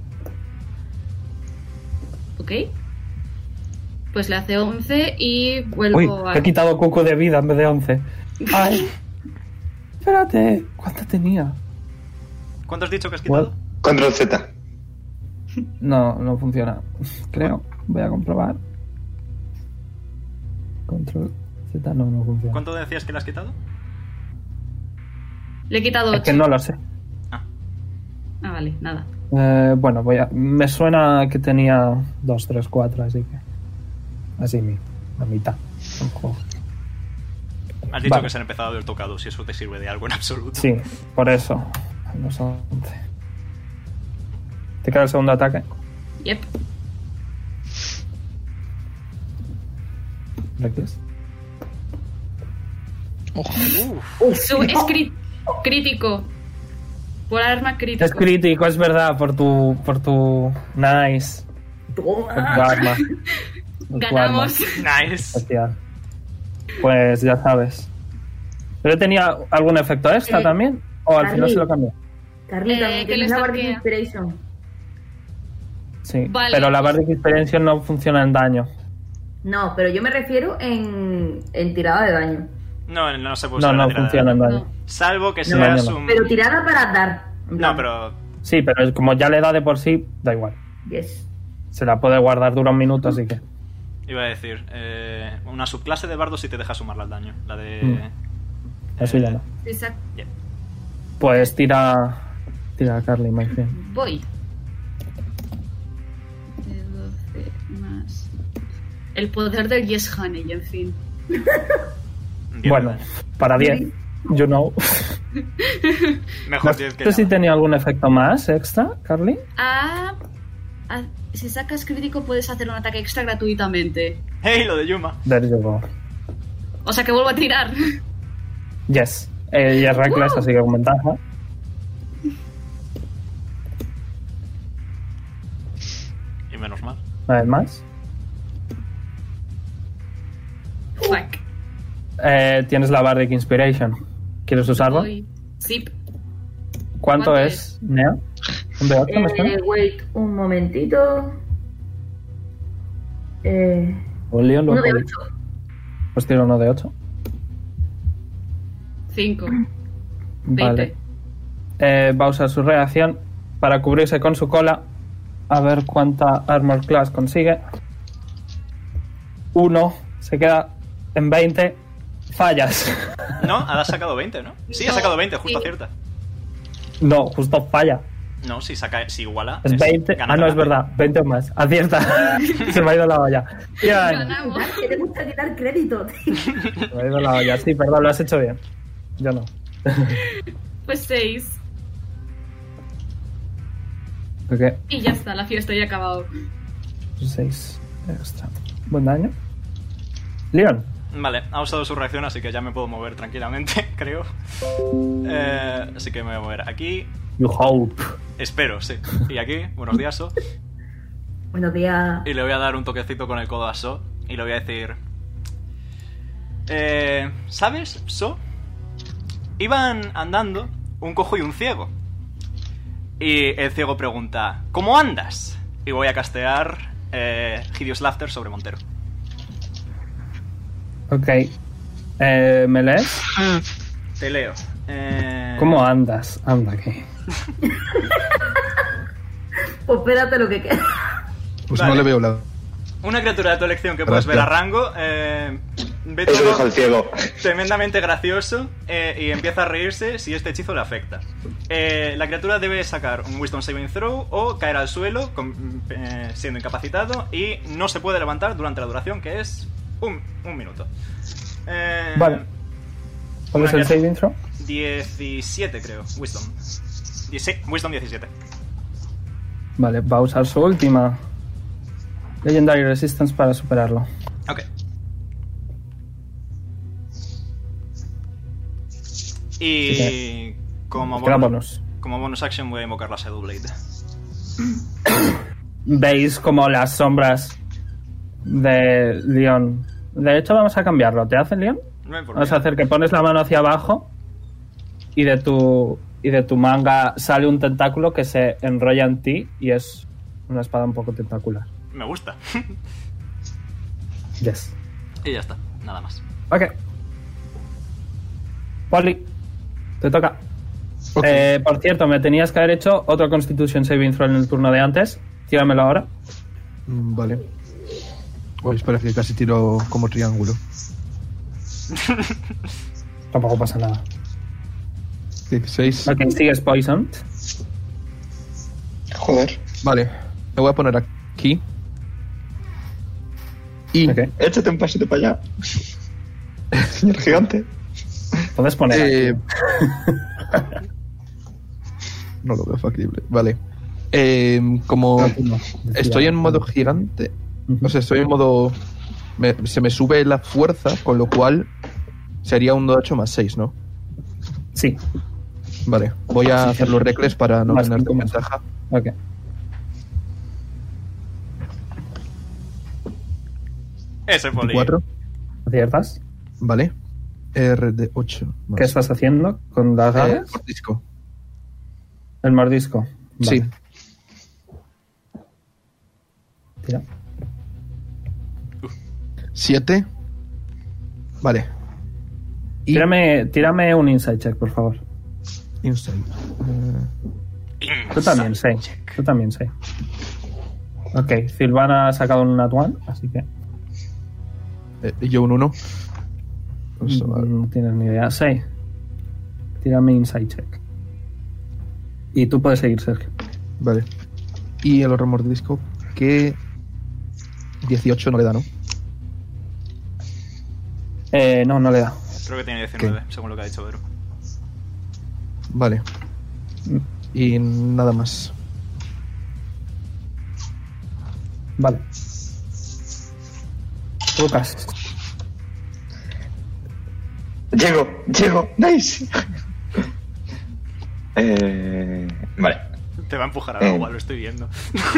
Speaker 6: Ok. Pues le hace 11 y vuelvo
Speaker 3: Uy,
Speaker 6: a.
Speaker 3: te he quitado cuco de vida en vez de 11. ¡Ay! Espérate, ¿cuánto tenía?
Speaker 1: ¿Cuánto has dicho que has quitado?
Speaker 7: Control Z.
Speaker 3: No funciona. Creo. Voy a comprobar. Control Z no funciona.
Speaker 1: ¿Cuánto decías que le has quitado?
Speaker 6: Le he quitado 8.
Speaker 3: Es que no lo sé.
Speaker 6: Ah, vale, nada.
Speaker 3: Bueno, me suena que tenía 2, 3, 4, así que. Así la mitad. Ojo.
Speaker 1: Has dicho
Speaker 3: Vale.
Speaker 1: que se han empezado a ver tocados si eso te sirve de algo en absoluto.
Speaker 3: Sí, por eso. Los 11. ¿Te queda el segundo ataque?
Speaker 6: Yep.
Speaker 3: Reckless.
Speaker 4: Ojo.
Speaker 6: Es crítico. Por arma crítica.
Speaker 3: Es crítico, es verdad, por tu nice. Por tu arma. Por tu
Speaker 6: Ganamos.
Speaker 3: arma
Speaker 1: Nice.
Speaker 3: especial. Pues ya sabes. ¿Pero tenía algún efecto extra también? ¿O al final
Speaker 2: Carly.
Speaker 3: se lo cambió?
Speaker 2: Carly, también
Speaker 6: que
Speaker 2: tienes
Speaker 6: le
Speaker 2: la Bardic
Speaker 6: saquea.
Speaker 2: Inspiration.
Speaker 3: Sí,
Speaker 6: Vale.
Speaker 3: pero la Bardic Inspiration no funciona en daño.
Speaker 2: No, pero yo me refiero en tirada de daño.
Speaker 1: No se puede
Speaker 3: No,
Speaker 1: usar la
Speaker 3: no
Speaker 1: tirada.
Speaker 3: funciona en daño.
Speaker 6: No.
Speaker 1: Salvo que
Speaker 3: No,
Speaker 1: seas
Speaker 3: no, no.
Speaker 1: un...
Speaker 2: Pero tirada para dar. en plan,
Speaker 1: No, pero...
Speaker 3: Sí, pero como ya le da de por sí, da igual.
Speaker 2: Yes.
Speaker 3: Se la puede guardar, dura un minuto, así que...
Speaker 1: Iba a decir, una subclase de bardo sí te deja sumarla al daño. La de...
Speaker 3: Eso ya no.
Speaker 6: Exacto.
Speaker 3: Pues tira Carly, my friend.
Speaker 6: Voy. De 12 más. El poder del Yes Honey, en fin.
Speaker 3: Bueno, para 10, you know.
Speaker 1: Mejor
Speaker 3: No
Speaker 1: 10 que
Speaker 3: sé si
Speaker 1: nada.
Speaker 3: tenía algún efecto más extra, Carly.
Speaker 6: Si sacas crítico puedes hacer un ataque extra gratuitamente.
Speaker 1: ¡Hey, lo de Yuma!
Speaker 3: There you go.
Speaker 6: O sea que vuelvo a tirar.
Speaker 3: Yes. Y es reckless, así que con ventaja.
Speaker 1: Y menos mal.
Speaker 3: Una vez más.
Speaker 6: Fuck.
Speaker 3: Tienes la Bardic Inspiration. ¿Quieres usarlo?
Speaker 6: Voy. Zip.
Speaker 3: ¿Cuánto
Speaker 6: ¿Cuánto
Speaker 3: es, Nea? ¿Un D8 me suena?
Speaker 2: Wait, un momentito.
Speaker 3: Un Leon,
Speaker 2: Uno de
Speaker 3: luego.
Speaker 2: 8.
Speaker 3: Pues tiro uno de 8.
Speaker 6: 5.
Speaker 3: Vale. Va a usar su reacción para cubrirse con su cola. A ver cuánta Armor Class consigue. 1. Se queda en 20. Fallas.
Speaker 1: No, ha sacado 20, ¿no? Sí, ha sacado 20, justo
Speaker 6: Sí.
Speaker 1: acierta.
Speaker 3: No, justo falla.
Speaker 1: No, si iguala...
Speaker 3: Es 20.
Speaker 1: gana,
Speaker 3: No, es
Speaker 1: gana.
Speaker 3: verdad. 20 o más. Acierta. Se me ha ido la olla. Bien.
Speaker 6: Ganamos.
Speaker 2: Que te gusta quitar crédito, tío.
Speaker 3: Se me ha ido la olla. Sí, perdón, lo has hecho bien. Yo no.
Speaker 6: Pues 6.
Speaker 3: Ok.
Speaker 6: Y ya está, la fiesta ya ha acabado.
Speaker 3: 6 extra. Buen daño. Leon.
Speaker 1: Vale, ha usado su reacción, así que ya me puedo mover tranquilamente, creo. Así que me voy a mover aquí.
Speaker 3: You hope.
Speaker 1: Espero, sí. Y aquí, buenos días, So.
Speaker 2: Buenos días.
Speaker 1: Y le voy a dar un toquecito con el codo a So. Y le voy a decir... ¿Sabes, So? Iban andando un cojo y un ciego. Y el ciego pregunta, ¿cómo andas? Y voy a castear Hideous Laughter sobre Montero.
Speaker 3: Ok. ¿Me lees?
Speaker 1: Te leo.
Speaker 3: ¿Cómo andas? Anda aquí.
Speaker 2: Pues espérate lo que queda.
Speaker 5: Pues
Speaker 1: Vale.
Speaker 5: no le veo la...
Speaker 1: Una criatura de tu elección que puedes ver a rango. Ve
Speaker 7: Eso dijo
Speaker 1: todo
Speaker 7: el ciego.
Speaker 1: tremendamente gracioso y empieza a reírse si este hechizo le afecta. La criatura debe sacar un Wisdom Saving Throw o caer al suelo siendo incapacitado y no se puede levantar durante la duración, que es un minuto.
Speaker 3: Vale. ¿Cuál es el
Speaker 1: Una
Speaker 3: saving throw?
Speaker 1: 17, creo. Wisdom. Wisdom 17.
Speaker 3: Vale, va a usar su última Legendary Resistance para superarlo.
Speaker 1: Ok. Y como
Speaker 3: Queda
Speaker 1: bonus,
Speaker 3: bonus.
Speaker 1: como bonus action voy a invocar la Shadow Blade.
Speaker 3: Veis como las sombras de Leon. De hecho, vamos a cambiarlo. ¿Te hace Leon?
Speaker 1: No hay por
Speaker 3: Vamos
Speaker 1: qué.
Speaker 3: a hacer que pones la mano hacia abajo y de tu manga sale un tentáculo que se enrolla en ti y es una espada un poco tentacular.
Speaker 1: Me gusta.
Speaker 3: Yes.
Speaker 1: Y ya está, nada más.
Speaker 3: Ok. Polly, te toca.
Speaker 5: Ok.
Speaker 3: Por cierto, me tenías que haber hecho otro Constitution Saving Throw en el turno de antes. Tíramelo ahora.
Speaker 5: Vale. Uy, espera, que casi tiro como triángulo.
Speaker 3: Tampoco pasa nada.
Speaker 5: 16.
Speaker 3: Ok, sigues poisoned.
Speaker 7: Joder.
Speaker 5: Vale. Me voy a poner aquí. Y...
Speaker 3: Ok.
Speaker 7: Échate un pasito para allá. Señor gigante.
Speaker 3: Puedes poner aquí.
Speaker 5: No lo veo factible. Vale. Como
Speaker 3: No,
Speaker 5: estoy en modo gigante,
Speaker 3: Ujú.
Speaker 5: o sea, estoy en modo... se me sube la fuerza, con lo cual sería un 8 más 6, ¿no?
Speaker 3: Sí.
Speaker 5: Vale, voy a hacerlo reckless para no
Speaker 3: Más
Speaker 5: tener
Speaker 3: cinco más.
Speaker 5: ventaja.
Speaker 3: Ok.
Speaker 1: Ese poli.
Speaker 5: 4,
Speaker 3: ¿Aciertas?
Speaker 5: vale. R de 8.
Speaker 3: ¿Qué estás haciendo con las garras?
Speaker 5: Mordisco.
Speaker 3: El mordisco. Vale.
Speaker 5: Sí.
Speaker 3: Tira.
Speaker 5: 7. Vale. Y
Speaker 3: Tírame un insight check, por favor.
Speaker 5: Insight.
Speaker 3: Tú también, 6. Tú también, 6. Ok, Silvana ha sacado un nat one, así que
Speaker 5: Yo un 1. Pues, vale.
Speaker 3: no tienes ni idea. 6. Tírame insight check. Y tú puedes seguir, Sergio.
Speaker 5: Vale. Y el otro mordisco que 18 no le da, ¿no?
Speaker 3: No le da.
Speaker 1: Creo que tiene 19, según lo que ha dicho Vero.
Speaker 5: Vale. Y nada más.
Speaker 3: Vale. Lucas.
Speaker 7: Llego, nice. Vale.
Speaker 1: Te va a empujar al agua, lo estoy viendo.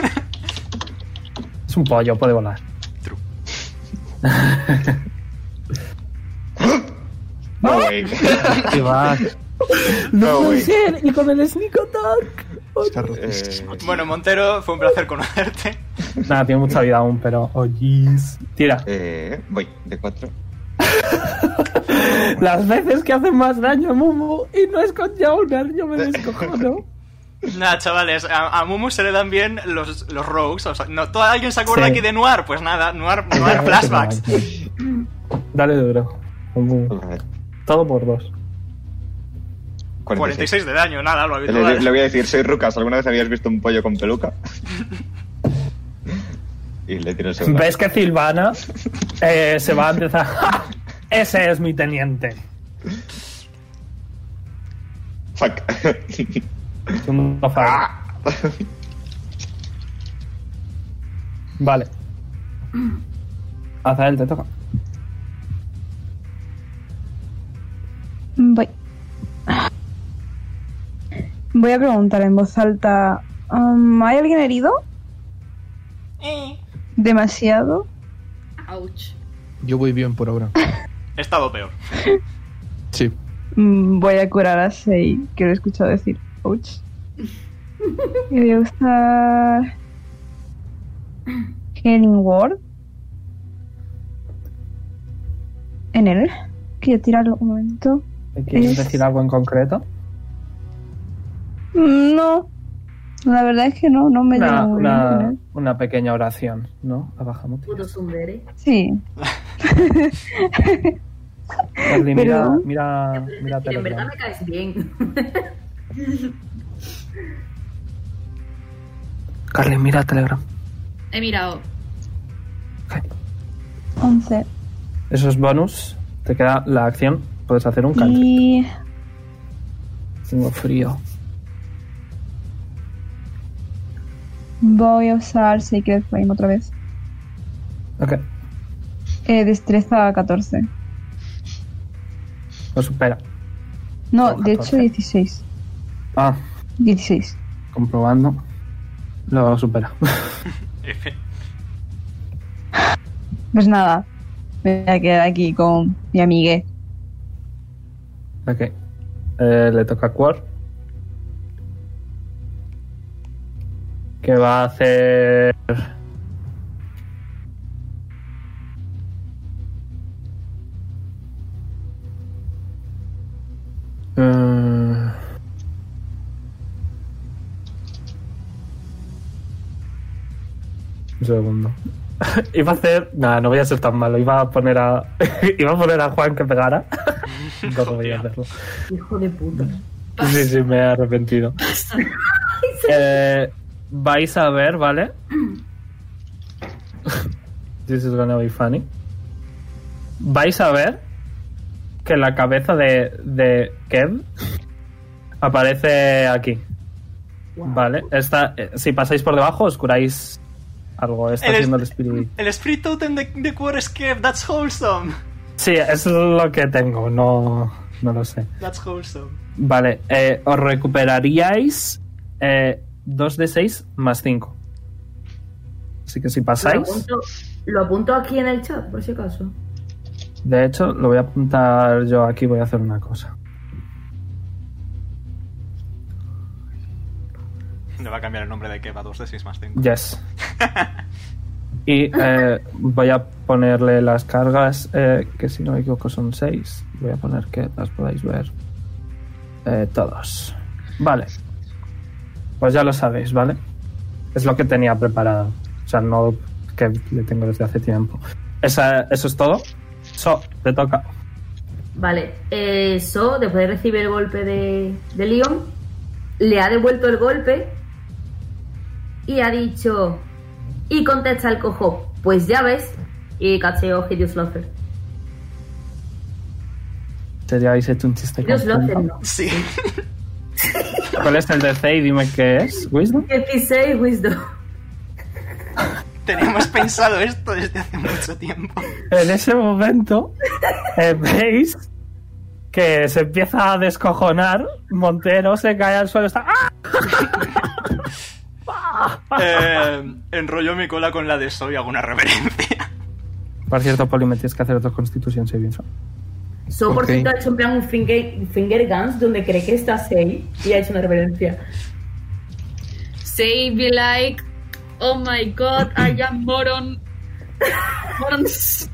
Speaker 3: Es un pollo, puede volar.
Speaker 1: True.
Speaker 7: No, güey.
Speaker 3: ¿Qué va?
Speaker 7: No, güey.
Speaker 3: Y con el sneak attack.
Speaker 5: Está rotísimo.
Speaker 1: Bueno, Montero, fue un placer conocerte.
Speaker 3: Nada, tiene mucha vida aún, pero... Oh, jeez. Tira.
Speaker 7: Voy, de 4.
Speaker 3: Las veces que hacen más daño a Mumu y no es con Jonar, yo me descojono.
Speaker 1: Nada, chavales, a Mumu se le dan bien los rogues. O sea, no, ¿alguien se acuerda
Speaker 3: Sí.
Speaker 1: aquí de Noir? Pues nada, Noir flashbacks.
Speaker 3: Dale duro. Mumu. Todo por 2.
Speaker 1: 46 de daño, nada, lo habitual.
Speaker 7: Le voy a decir, soy Rucas, ¿alguna vez habías visto un pollo con peluca? Y le tiro el segundo.
Speaker 3: ¿Ves que Silvana se va a empezar? ¡Ja! Ese es mi teniente.
Speaker 7: Fuck.
Speaker 3: Segundo fallo. Vale. Azael, te toca.
Speaker 8: Voy a preguntar en voz alta. ¿Hay alguien herido? ¿Demasiado?
Speaker 6: Ouch.
Speaker 5: Yo voy bien por ahora.
Speaker 1: He estado peor.
Speaker 5: Sí.
Speaker 8: Voy a curar a Sei, que lo he escuchado decir. Ouch. Y voy a usar... Healing Word. En él. Quiero tirarlo un momento.
Speaker 3: ¿Quieres
Speaker 8: Es-
Speaker 3: decir algo en concreto?
Speaker 8: No. La verdad es que no me llevo muy bien con él.
Speaker 3: Una pequeña oración, ¿no? La bajamos.
Speaker 2: Puto Sundere.
Speaker 8: Sí.
Speaker 3: Carly,
Speaker 8: Pero-
Speaker 3: mira
Speaker 2: En verdad
Speaker 3: Telegram.
Speaker 2: me caes bien.
Speaker 3: Carly, mira Telegram.
Speaker 6: He mirado.
Speaker 8: 11.
Speaker 3: Eso es bonus. Te queda la acción. Puedes hacer un cantrip.
Speaker 8: Y...
Speaker 3: Tengo frío.
Speaker 8: voy a usar Sacred Flame otra vez.
Speaker 3: Ok.
Speaker 8: Destreza 14.
Speaker 3: Lo supera.
Speaker 8: No,
Speaker 3: Con
Speaker 8: de hecho
Speaker 3: 14.
Speaker 8: 16.
Speaker 3: Ah,
Speaker 8: 16.
Speaker 3: comprobando. Lo supera.
Speaker 1: F.
Speaker 8: Pues nada. Me voy a quedar aquí con mi amigue.
Speaker 3: Ok. Le toca a Quor. Que va a hacer... Un segundo. Iba a hacer... Nada, no voy a ser tan malo. Iba a poner a... Iba a poner a Juan que pegara. No voy a hacerlo.
Speaker 2: Hijo de puta.
Speaker 3: Sí, me he arrepentido. Vais a ver, ¿vale? This is gonna be funny. Vais a ver que la cabeza de Kev aparece aquí. Vale, si pasáis por debajo os curáis algo. Está haciendo el espíritu.
Speaker 1: El Spirit Totem de Quor es que that's wholesome.
Speaker 3: Sí, es lo que tengo, no lo sé.
Speaker 1: That's wholesome.
Speaker 3: Vale, os recuperaríais 2 de 6 más 5. Así que si pasáis...
Speaker 2: Lo apunto aquí en el chat, por si acaso.
Speaker 3: De hecho, lo voy a apuntar yo aquí. Voy a hacer una cosa.
Speaker 1: Le va a cambiar el nombre de Keva 2 de 6 más 5.
Speaker 3: Yes. Y voy a ponerle las cargas, que si no me equivoco son 6. Voy a poner que las podáis ver todos. Vale. Pues ya lo sabéis, ¿vale? Es lo que tenía preparado. O sea, no que le tengo desde hace tiempo. Eso es todo. So, te toca.
Speaker 2: Vale, So, después de recibir el golpe de Leon, le ha devuelto el golpe y ha dicho... Y contesta el cojo, pues ya ves, y cacheo Hideous Loafer.
Speaker 3: ¿Te habéis hecho un chiste con
Speaker 2: Hideous Loafer,
Speaker 3: punta?
Speaker 2: no.
Speaker 1: Sí.
Speaker 3: ¿Cuál es el DC? Y dime qué es. ¿Wisdom?
Speaker 2: 16 Wisdom.
Speaker 1: Teníamos pensado esto desde hace mucho tiempo.
Speaker 3: En ese momento veis que se empieza a descojonar. Montero se cae al suelo. Está...
Speaker 1: Enrollo mi cola con la de So y hago una reverencia.
Speaker 3: Por cierto, Poli, me tienes que hacer otra Constitution saving throw.
Speaker 2: So, por
Speaker 5: Ok.
Speaker 2: cierto, ha hecho en plan un finger guns donde cree que está Sei y ha hecho una reverencia.
Speaker 6: Say be like, oh my god, I am moron. Morons.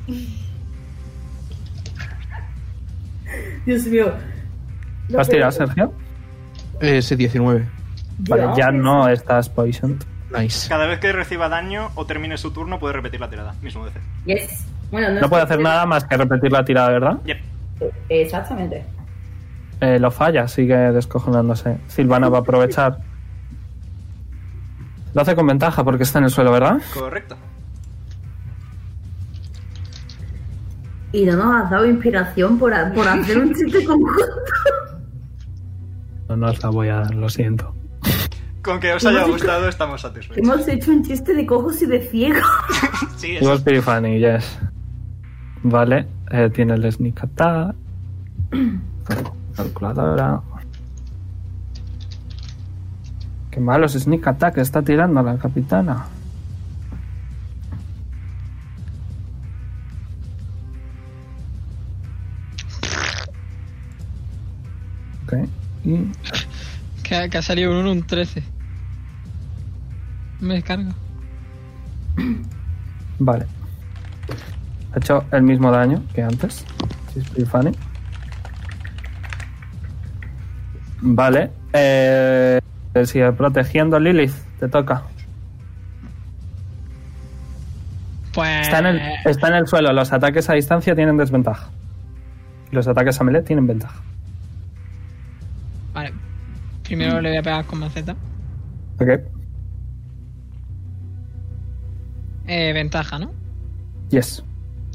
Speaker 2: Dios mío. No
Speaker 3: ¿Has
Speaker 2: puedo.
Speaker 3: tirado, Sergio?
Speaker 5: Ese 19.
Speaker 3: Vale, ya no estás poisoned.
Speaker 5: Nice.
Speaker 1: Cada vez que reciba daño o termine su turno puede repetir la tirada. Mismo DC.
Speaker 2: Yes. Bueno,
Speaker 3: No puede hacer nada más que repetir la tirada, ¿verdad?
Speaker 1: Yep.
Speaker 2: Exactamente.
Speaker 3: Lo falla, sigue descojonándose. Silvana va a aprovechar. Lo hace con ventaja porque está en el suelo, ¿verdad?
Speaker 1: Correcto.
Speaker 2: Y no nos has dado inspiración por hacer un chiste conjunto.
Speaker 3: No os la voy a dar, lo siento.
Speaker 1: Con que os haya gustado estamos satisfechos.
Speaker 2: Hemos hecho un chiste de cojos y de ciegos.
Speaker 1: Sí,
Speaker 3: It
Speaker 1: eso
Speaker 3: was pretty funny, yes. Vale, tiene el sneak attack. Calculadora. Qué malos sneak attack está tirando la capitana. Ok, y
Speaker 4: Que ha salido un 1, un 13. Me descargo.
Speaker 3: vale. Ha hecho el mismo daño que antes. It's pretty funny. Vale. Sigue protegiendo. Lilith, te toca.
Speaker 4: Pues.
Speaker 3: Está en el suelo. Los ataques a distancia tienen desventaja. Y los ataques a melee tienen ventaja.
Speaker 4: Vale. Primero le voy a pegar con maceta.
Speaker 3: Ok.
Speaker 4: Ventaja, ¿no?
Speaker 3: Yes.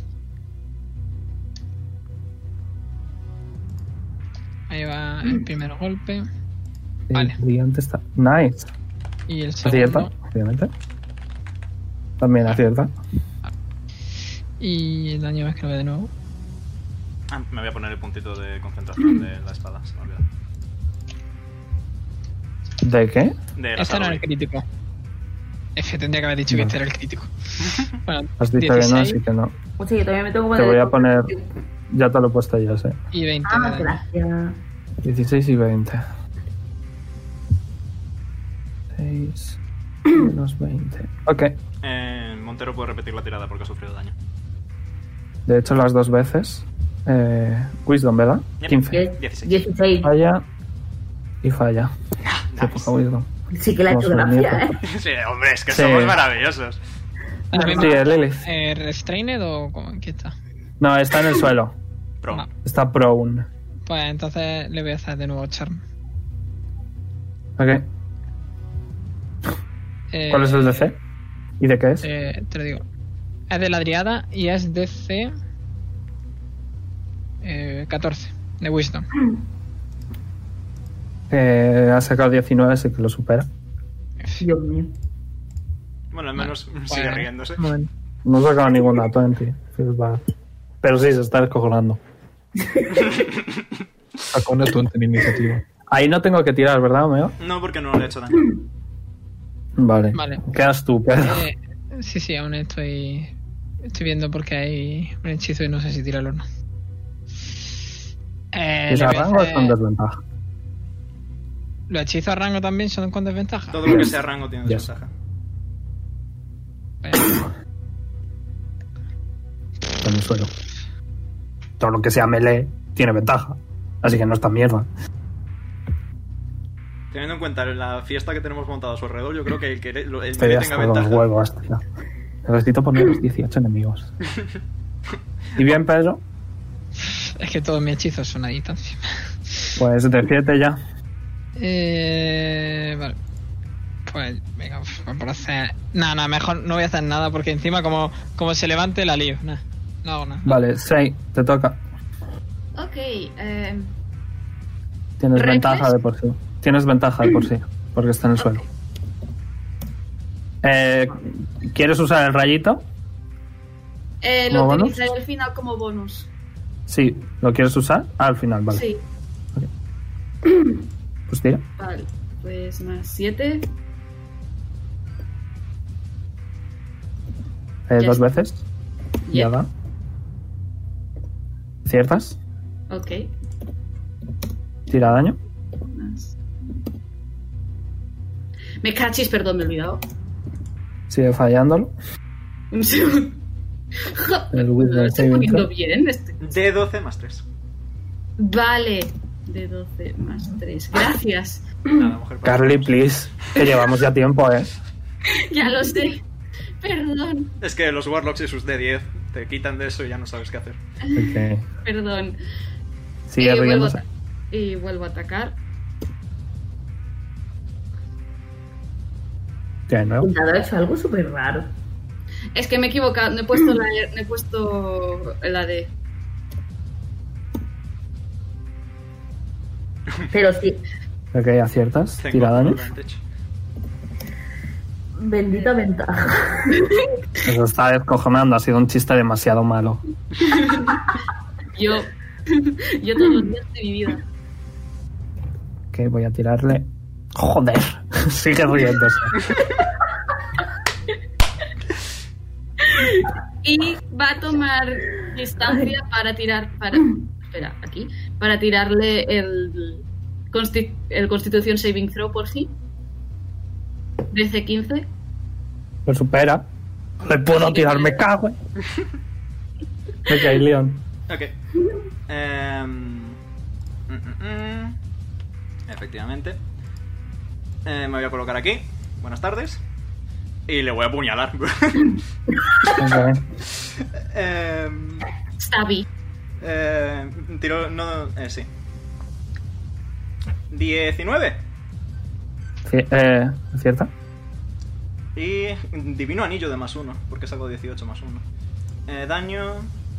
Speaker 4: Ahí va el primer golpe. Vale.
Speaker 3: El brillante está. Nice.
Speaker 4: Y el
Speaker 3: Acierta,
Speaker 4: segundo.
Speaker 3: obviamente. También acierta.
Speaker 4: Y el daño es que lo ve de nuevo.
Speaker 1: Ah, me voy a poner el puntito de concentración de la espada, se me olvidó.
Speaker 3: ¿De qué?
Speaker 1: De la
Speaker 4: Este no era el
Speaker 1: Satori.
Speaker 4: crítico. Es que tendría que haber dicho que este era el crítico. Bueno,
Speaker 3: Has dicho
Speaker 4: 16
Speaker 3: que no, así que no.
Speaker 2: O sea, yo también me tengo que
Speaker 3: Te
Speaker 2: poner
Speaker 3: voy a
Speaker 2: el
Speaker 3: poner.
Speaker 2: cojo.
Speaker 3: Ya te lo he puesto yo, sé.
Speaker 4: y 20 de
Speaker 2: Ah,
Speaker 4: daño.
Speaker 2: gracias.
Speaker 3: 16 y 20. 6 menos 20. Ok.
Speaker 1: Montero puede repetir la tirada porque ha sufrido daño.
Speaker 3: De hecho, las dos veces. Wisdom, ¿verdad?
Speaker 1: Yep.
Speaker 3: 15.
Speaker 2: 16.
Speaker 3: Falla. Y falla. Qué
Speaker 1: Nice.
Speaker 3: poca Wisdom.
Speaker 2: Sí que le ha hecho
Speaker 3: Vamos,
Speaker 2: gracia,
Speaker 3: nieto.
Speaker 1: Sí, hombre, es que
Speaker 3: Sí.
Speaker 1: somos maravillosos.
Speaker 4: La misma-
Speaker 3: Sí, Lilith.
Speaker 4: ¿Restrained o cómo? ¿Qué está?
Speaker 3: No, está en el suelo.
Speaker 1: Pro.
Speaker 4: No.
Speaker 3: Está prone.
Speaker 4: Pues entonces le voy a hacer de nuevo Charm.
Speaker 3: Ok. ¿Cuál es el DC? ¿Y de qué es?
Speaker 4: Te lo digo. Es de la Driada y es DC 14 de Wisdom.
Speaker 3: Ha sacado 19, así que lo supera.
Speaker 2: Dios mío.
Speaker 1: Bueno, al menos sigue
Speaker 4: Bueno,
Speaker 1: riéndose.
Speaker 4: un momento.
Speaker 3: No ha sacado ningún dato en ti. Feels bad. Pero sí, se está descojonando.
Speaker 5: Sacó una tonta en iniciativa.
Speaker 3: Ahí no tengo que tirar, ¿verdad, Omega?
Speaker 1: No, porque no le he hecho daño.
Speaker 3: Vale.
Speaker 4: Vale.
Speaker 3: Quedas tú, Pedro.
Speaker 4: Sí, aún estoy viendo porque hay un hechizo y no sé si tirarlo o no.
Speaker 3: ¿Es
Speaker 4: le
Speaker 3: a
Speaker 4: voy a
Speaker 3: rango o
Speaker 4: hacer-
Speaker 3: con desventaja?
Speaker 4: ¿Los hechizos a rango también son con desventaja?
Speaker 1: Todo lo que sea rango tiene
Speaker 3: Yes.
Speaker 1: desventaja.
Speaker 3: En el suelo. Todo lo que sea melee tiene ventaja. Así que no es tan mierda.
Speaker 1: Teniendo en cuenta la fiesta que tenemos montada a su alrededor, yo creo que el
Speaker 3: Estoy
Speaker 1: melee tenga
Speaker 3: hasta los
Speaker 1: ventaja.
Speaker 3: huevos, tío. Necesito poner los 18 enemigos. ¿Y bien, Pedro?
Speaker 4: Es que todos mis hechizos son a distancia.
Speaker 3: Pues defiende ya.
Speaker 4: Vale. Pues venga, pues por hacer... Nada, mejor no voy a hacer nada porque encima como se levante la lío. Nah, no hago nada.
Speaker 3: Vale, 6, te toca.
Speaker 6: Ok,
Speaker 3: Tienes
Speaker 6: ¿Reckless?
Speaker 3: ventaja de por sí. Tienes ventaja de por sí, porque está en el suelo. ¿Quieres usar el rayito?
Speaker 6: lo
Speaker 3: ¿Como bonus?
Speaker 6: utilizaré al final como bonus.
Speaker 3: Sí, ¿lo quieres usar? Al final, vale.
Speaker 6: Sí,
Speaker 3: Pues tira.
Speaker 6: vale. Pues más 7. Ya
Speaker 3: 2
Speaker 6: está.
Speaker 3: veces. Ya
Speaker 6: Yep.
Speaker 3: da. ¿Ciertas?
Speaker 6: Ok.
Speaker 3: Tira daño.
Speaker 6: Más. Me cachis, perdón, me he olvidado.
Speaker 3: Sigue fallándolo.
Speaker 6: Un segundo.
Speaker 3: El Wisdom
Speaker 6: Lo estoy
Speaker 3: saving
Speaker 6: poniendo
Speaker 3: throw.
Speaker 6: bien.
Speaker 1: De 12 más 3.
Speaker 6: Vale. De 12 más 3. Gracias.
Speaker 1: Nada, mujer.
Speaker 3: Carly, please. Que llevamos ya tiempo,
Speaker 6: Ya lo sé. Perdón,
Speaker 1: Es que los Warlocks y sus D10 te quitan de eso y ya no sabes qué hacer.
Speaker 3: Ok.
Speaker 6: perdón.
Speaker 3: Sigue
Speaker 6: vuelvo,
Speaker 3: riéndose.
Speaker 6: y vuelvo a atacar.
Speaker 3: De nuevo.
Speaker 2: El dado ha hecho algo súper raro.
Speaker 6: Es que me he equivocado. No he puesto la D.
Speaker 2: Pero sí,
Speaker 3: Ok, aciertas.
Speaker 1: Tengo
Speaker 3: Tira daño.
Speaker 1: advantage.
Speaker 2: bendita ventaja.
Speaker 3: Eso está descojonando. Ha sido un chiste demasiado malo.
Speaker 6: Yo todos los días de mi vida.
Speaker 3: Ok, voy a tirarle. Joder. Sigue riéndose.
Speaker 6: Y va a tomar distancia para tirar. Espera, aquí. Para tirarle el Constitución Saving Throw por fin. DC 15.
Speaker 3: Lo supera. Le puedo tirar, me cago. Ok, Leon.
Speaker 1: Ok. Efectivamente. Me voy a colocar aquí. Buenas tardes. Y le voy a apuñalar.
Speaker 3: Ok.
Speaker 6: Stabby.
Speaker 1: Tiro. No. Sí. 19.
Speaker 3: ¿Cierta?
Speaker 1: Y divino anillo de +1, porque saco 18 +1. Daño.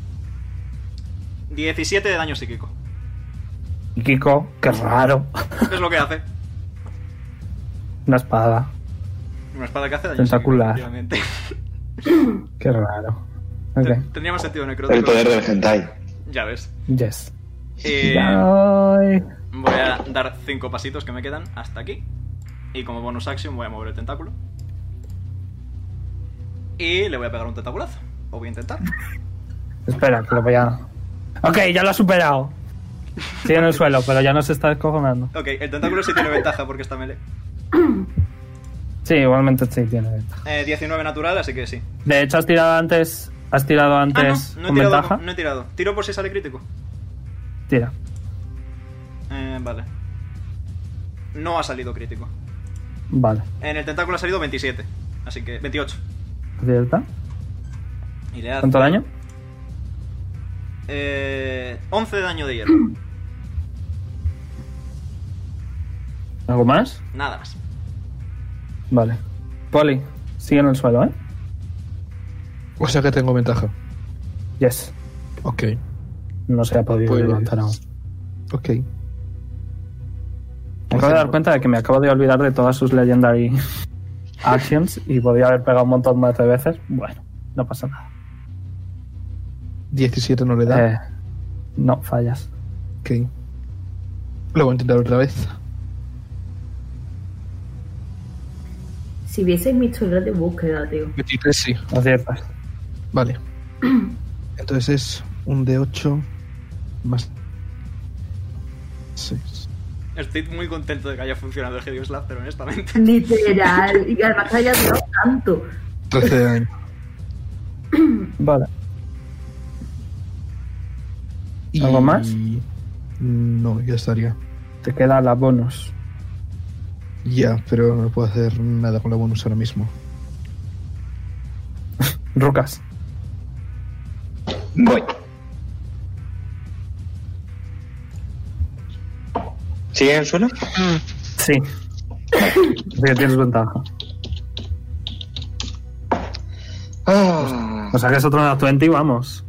Speaker 1: 17 de daño psíquico.
Speaker 3: Y Kiko, qué raro.
Speaker 1: Es lo que hace.
Speaker 3: Una espada.
Speaker 1: Una espada que hace daño
Speaker 3: Tentacular.
Speaker 1: psíquico, efectivamente.
Speaker 3: Qué raro. Ok.
Speaker 1: Tendría más sentido necrótico.
Speaker 7: El poder del hentai.
Speaker 1: Ya ves.
Speaker 3: Yes.
Speaker 1: Y
Speaker 3: Ay.
Speaker 1: voy a dar 5 pasitos que me quedan hasta aquí. Y como bonus action voy a mover el tentáculo. Y le voy a pegar un tentaculazo. O voy a intentar.
Speaker 3: Espera, que lo voy a... Ok, ya lo ha superado. Sigue en el suelo, pero ya no se está descojonando.
Speaker 1: Ok, el tentáculo sí tiene ventaja porque está melee.
Speaker 3: Sí, igualmente sí tiene ventaja.
Speaker 1: 19 natural, así que sí.
Speaker 3: De hecho, has tirado antes
Speaker 1: Ah, no, no he
Speaker 3: con
Speaker 1: tirado.
Speaker 3: ventaja.
Speaker 1: No he tirado. Tiro por si sale crítico.
Speaker 3: Tira.
Speaker 1: Vale. No ha salido crítico.
Speaker 3: Vale.
Speaker 1: En el tentáculo ha salido 27. Así que 28.
Speaker 3: ¿Cierta?
Speaker 1: Y le hace
Speaker 3: ¿Cuánto daño?
Speaker 1: 11 de daño de hielo.
Speaker 3: ¿Algo más?
Speaker 1: Nada más.
Speaker 3: Vale. Poli, sigue en el suelo, ¿eh?
Speaker 5: O sea que tengo ventaja.
Speaker 3: Yes.
Speaker 5: Ok.
Speaker 3: No se ha podido
Speaker 5: Pues-
Speaker 3: levantar aún.
Speaker 5: Ok.
Speaker 3: Me acabo de dar cuenta de que me acabo de olvidar de todas sus legendary actions y podía haber pegado un montón más de veces. Bueno, no pasa nada.
Speaker 5: 17 no le da.
Speaker 3: No, fallas.
Speaker 5: Ok. Lo voy a intentar otra vez.
Speaker 2: Si vieseis mi historial de búsqueda, tío.
Speaker 5: 23, sí.
Speaker 3: Aciertas.
Speaker 5: Vale. Entonces es un D8 más 6.
Speaker 1: Estoy muy contento de que haya funcionado el Helios Lab, pero honestamente.
Speaker 2: Literal. Y que además haya durado tanto.
Speaker 5: 13 de daño.
Speaker 3: Vale.
Speaker 5: Y-
Speaker 3: ¿Algo más?
Speaker 5: No, ya estaría.
Speaker 3: Te queda la bonus.
Speaker 5: Ya, pero no puedo hacer nada con la bonus ahora mismo.
Speaker 3: Rucas.
Speaker 7: Voy. ¿Sigue en el suelo?
Speaker 3: Sí. Así que tienes ventaja.
Speaker 7: Ah.
Speaker 3: O sea que es otro nat 20 y vamos.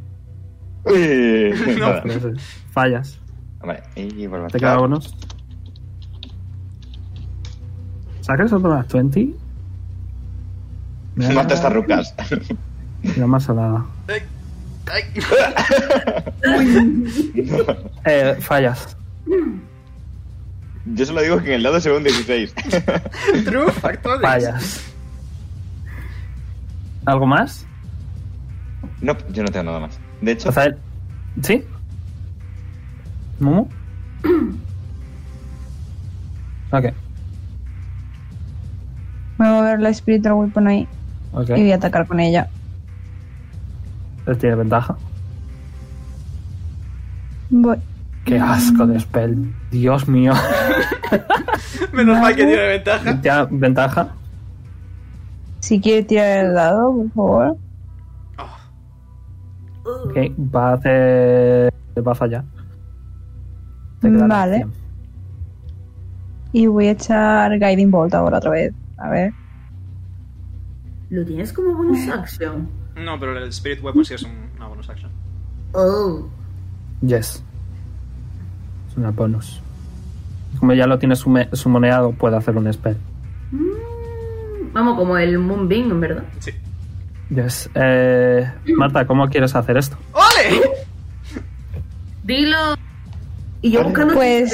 Speaker 7: Nada.
Speaker 3: Fallas.
Speaker 7: Vale, y vuelvo a
Speaker 3: Te queda
Speaker 7: tirar.
Speaker 3: bonus. ¿Sacas otro nat 20?
Speaker 7: Mata a estas rucas.
Speaker 3: Mira más a la...
Speaker 1: Ay, ay.
Speaker 3: Fallas.
Speaker 7: Yo solo digo que en el lado se ve un 16.
Speaker 1: True factories.
Speaker 3: Fallas. ¿Algo más?
Speaker 7: No, yo no tengo nada más. De hecho,
Speaker 3: Rafael. ¿Sí? ¿Momo? Ok.
Speaker 8: Me voy a ver la Spiritual Weapon ahí
Speaker 3: Ok.
Speaker 8: y voy a atacar con ella.
Speaker 3: Él tiene ventaja.
Speaker 8: Voy.
Speaker 3: Qué asco de spell. Dios mío.
Speaker 1: Menos mal que tiene ventaja.
Speaker 3: Ya, ventaja.
Speaker 8: Si quiere tirar el dado, por favor.
Speaker 1: Oh,
Speaker 3: Ok, va a hacer... Va a fallar. Te queda la
Speaker 8: Vale.
Speaker 3: acción.
Speaker 8: Y voy a echar Guiding Bolt ahora otra vez. A ver.
Speaker 2: ¿Lo tienes como bonus action?
Speaker 1: no, pero el Spirit Weapon sí es una bonus action.
Speaker 2: Oh.
Speaker 3: Yes. Es una bonus. Como ya lo tiene sumoneado, puede hacer un spell.
Speaker 2: Vamos, como el Moonbeam, en verdad.
Speaker 1: Sí.
Speaker 3: Yes. Marta, ¿cómo quieres hacer esto?
Speaker 1: ¡Ole!
Speaker 6: Dilo.
Speaker 2: Y yo buscando...
Speaker 8: Pues-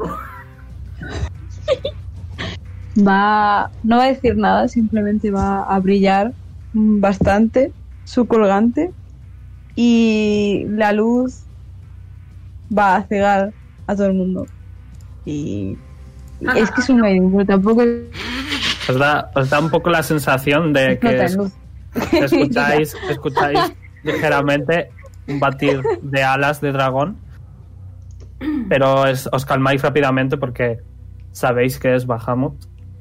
Speaker 8: No va a decir nada, simplemente va a brillar bastante su colgante y la luz va a cegar a todo el mundo. Y es que es un Guiding Bolt, tampoco es
Speaker 3: Os da un poco la sensación de que
Speaker 8: nota en luz.
Speaker 3: escucháis ligeramente un batir de alas de dragón, pero os calmáis rápidamente porque sabéis que es Bahamut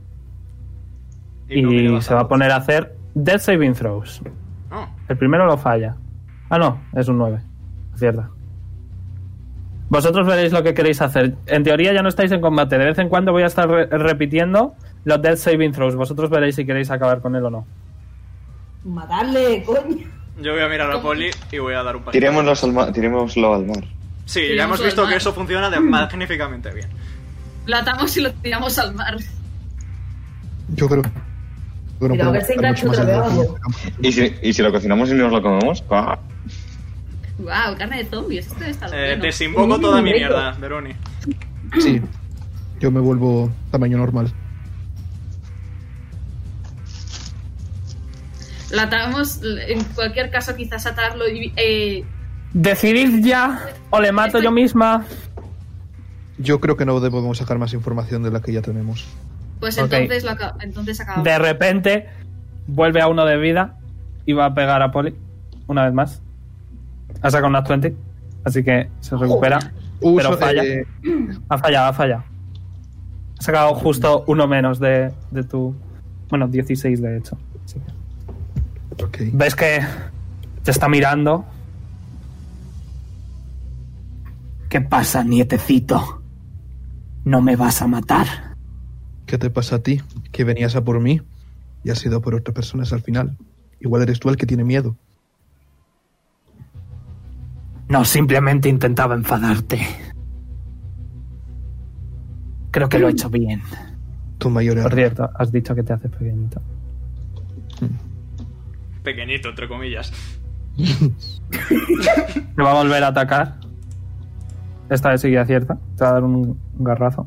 Speaker 1: no viene
Speaker 3: y se va a
Speaker 1: Bahamut.
Speaker 3: poner a hacer Death Saving Throws.
Speaker 1: Oh,
Speaker 3: El primero lo falla. Ah, no, es un 9. Acierta. Vosotros veréis lo que queréis hacer. En teoría ya no estáis en combate. De vez en cuando voy a estar repitiendo los Death Saving Throws. Vosotros veréis si queréis acabar con él o no.
Speaker 2: Matarle, coño.
Speaker 1: yo voy a mirar a Poli y voy a dar un pasito.
Speaker 7: Tirémoslo al mar.
Speaker 1: Sí, ya
Speaker 6: Tiremos
Speaker 1: hemos
Speaker 6: al
Speaker 1: visto
Speaker 6: mar.
Speaker 1: que eso funciona magníficamente bien.
Speaker 6: Lo atamos y lo tiramos al mar.
Speaker 5: Yo creo que no
Speaker 2: Pero a ver
Speaker 5: podemos
Speaker 2: si
Speaker 5: hacer
Speaker 2: engancho
Speaker 5: mucho más
Speaker 2: otra vez
Speaker 5: de
Speaker 2: algo.
Speaker 7: ¿Y si lo cocinamos y nos lo comemos? ¡Ah!
Speaker 6: Wow, carne de zombies. Esto debe estar bueno.
Speaker 1: Desinvoco toda mi mierda, Veroni.
Speaker 5: Sí, yo me vuelvo tamaño normal.
Speaker 6: Lo atamos, en cualquier caso, quizás atarlo y.
Speaker 3: Decidid ya o le mato yo misma.
Speaker 5: Yo creo que no debemos sacar más información de la que ya tenemos.
Speaker 6: Pues
Speaker 3: Ok.
Speaker 6: entonces acabamos.
Speaker 3: De repente vuelve a uno de vida y va a pegar a Poli una vez más. Ha sacado un nat 20, así que se recupera. Pero falla. Ha fallado. Ha sacado justo uno menos de tu... Bueno, 16 de hecho. Así que
Speaker 5: Ok.
Speaker 3: ves que te está mirando. ¿Qué pasa, nietecito? ¿No me vas a matar?
Speaker 5: ¿Qué te pasa a ti? Que venías a por mí y has ido por otras personas al final. Igual eres tú el que tiene miedo.
Speaker 3: No, simplemente intentaba enfadarte. Creo que lo he hecho bien.
Speaker 5: Tu mayor
Speaker 3: Por
Speaker 5: error.
Speaker 3: cierto, has dicho que te haces pequeñito.
Speaker 1: Pequeñito, entre comillas.
Speaker 3: ¿Te va a volver a atacar? Esta vez sí que acierta. Te va a dar un garrazo.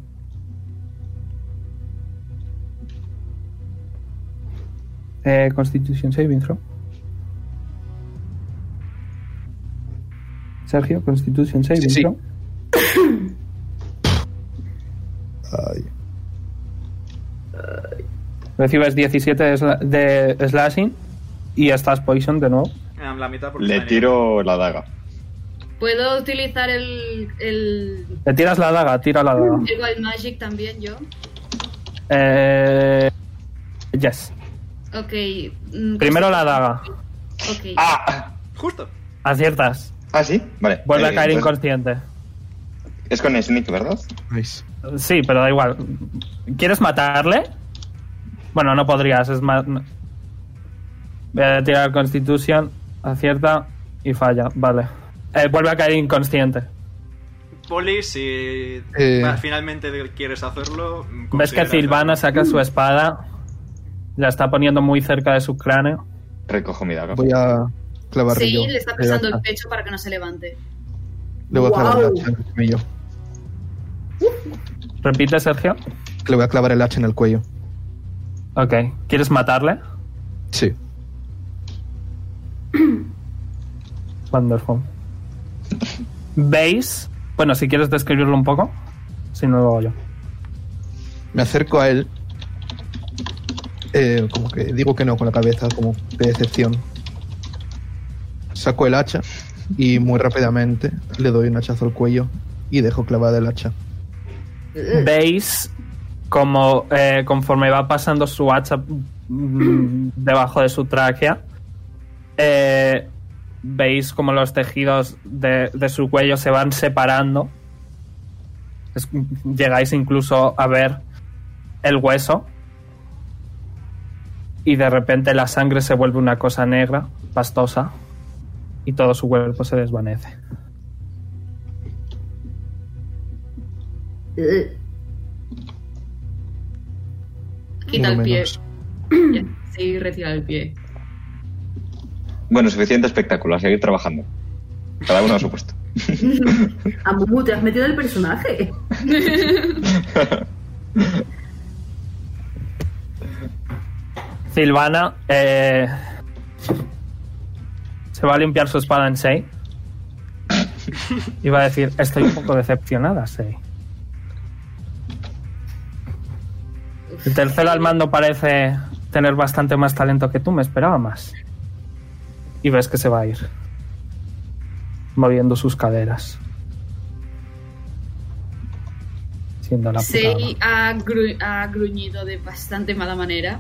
Speaker 3: Constitution Saving Throw. Sergio, Constitution Saving
Speaker 5: Sí.
Speaker 3: Throw.
Speaker 5: Ay.
Speaker 3: Recibes 17 de slashing y estás poison de nuevo.
Speaker 1: La mitad porque
Speaker 7: Le
Speaker 1: está
Speaker 7: tiro la daga.
Speaker 6: ¿Puedo utilizar el
Speaker 3: Le tiras la daga, tira la daga.
Speaker 6: Wild Magic también yo?
Speaker 3: Yes.
Speaker 6: Ok.
Speaker 3: Primero la daga.
Speaker 6: Ok.
Speaker 7: ¡Ah!
Speaker 1: Justo.
Speaker 3: Aciertas.
Speaker 7: ¿Ah, sí? Vale.
Speaker 3: Vuelve a caer
Speaker 7: entonces-
Speaker 3: inconsciente.
Speaker 7: Es con Sneak, ¿verdad?
Speaker 5: Nice.
Speaker 3: Sí, pero da igual. ¿Quieres matarle? Bueno, no podrías, es más... no. Voy a tirar Constitution, acierta y falla, vale. Vuelve a caer inconsciente.
Speaker 1: Poli, si finalmente quieres hacerlo...
Speaker 3: Ves que
Speaker 1: considera
Speaker 3: Silvana
Speaker 1: hacerlo.
Speaker 3: saca su espada, la está poniendo muy cerca de su cráneo.
Speaker 7: Recojo mi daga.
Speaker 5: Voy a clavarle yo.
Speaker 6: Sí, le está pisando el pecho para que no se levante.
Speaker 5: Le voy a clavar
Speaker 2: Guau.
Speaker 5: el hacha en el cuello.
Speaker 3: Repite, Sergio.
Speaker 5: Le voy a clavar el hacha en el cuello.
Speaker 3: Ok. ¿Quieres matarle?
Speaker 5: Sí.
Speaker 3: Wonderful. ¿Veis? Bueno, si quieres describirlo un poco. Si no, lo hago yo.
Speaker 5: Me acerco a él. Como que digo que no con la cabeza, como de decepción. Saco el hacha y muy rápidamente le doy un hachazo al cuello y dejo clavada el hacha.
Speaker 3: Veis como conforme va pasando su hacha debajo de su tráquea, veis como los tejidos de su cuello se van separando. Llegáis incluso a ver el hueso y de repente la sangre se vuelve una cosa negra, pastosa, y todo su cuerpo se desvanece.
Speaker 6: Quita el
Speaker 5: Uno
Speaker 6: pie.
Speaker 5: menos.
Speaker 6: Ya, sí, retira el pie.
Speaker 7: Bueno, suficiente espectáculo, a seguir trabajando. Cada uno a su puesto.
Speaker 2: Amumu, te has metido en el personaje.
Speaker 3: Silvana se va a limpiar su espada en Sei y va a decir: estoy un poco decepcionada, Sei. El tercero al mando parece tener bastante más talento que tú, me esperaba más. Y ves que se va a ir, moviendo sus caderas, siendo la puta ama.
Speaker 6: Sei ha gruñido de bastante mala manera.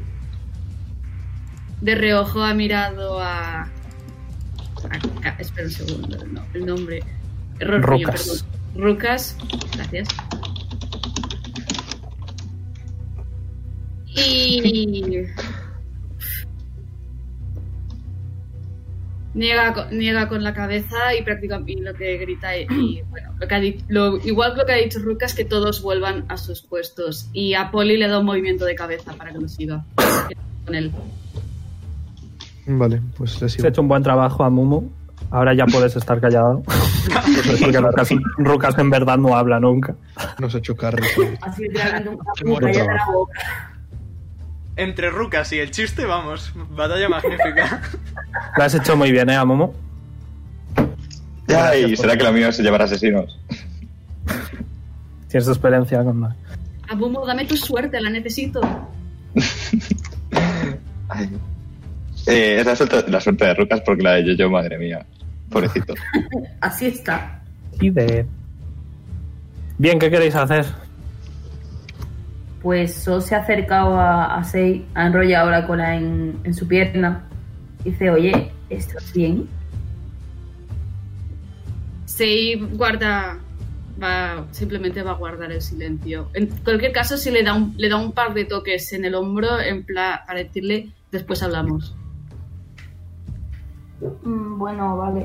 Speaker 6: De reojo ha mirado a espera un segundo, no, el nombre. Error mío,
Speaker 3: Rucas.
Speaker 6: perdón. Rucas, gracias. Y niega con la cabeza y prácticamente lo que grita y bueno, igual lo que ha dicho Rucas, que todos vuelvan a sus puestos, y a Poli le da un movimiento de cabeza para que lo siga con él.
Speaker 5: Vale, pues le
Speaker 3: Has
Speaker 5: sigo.
Speaker 3: hecho un buen trabajo, Amumu. Ahora ya puedes estar callado. Porque Rucas en verdad no habla nunca.
Speaker 5: Nos ha hecho carry.
Speaker 2: Así literalmente un
Speaker 4: Muy
Speaker 2: cállate la
Speaker 5: trabajo.
Speaker 2: boca.
Speaker 1: Entre Rucas y el chiste, vamos. Batalla magnífica.
Speaker 3: Lo has hecho muy bien, Amumu.
Speaker 7: Ay, ¿será que lo mío es llevar asesinos?
Speaker 3: Tienes experiencia con...
Speaker 6: Abumo, dame tu suerte, la necesito.
Speaker 7: Ay. Es la suerte de Rucas porque la de yo, madre mía. Pobrecito.
Speaker 2: Así está.
Speaker 3: Y de... Bien, ¿qué queréis hacer?
Speaker 2: Pues So se ha acercado a Sei, ha enrollado la cola en su pierna. Y dice: oye, ¿estás bien?
Speaker 6: Sei simplemente va a guardar el silencio. En cualquier caso, si le da un par de toques en el hombro, en plan, para decirle, después hablamos.
Speaker 2: Bueno, vale.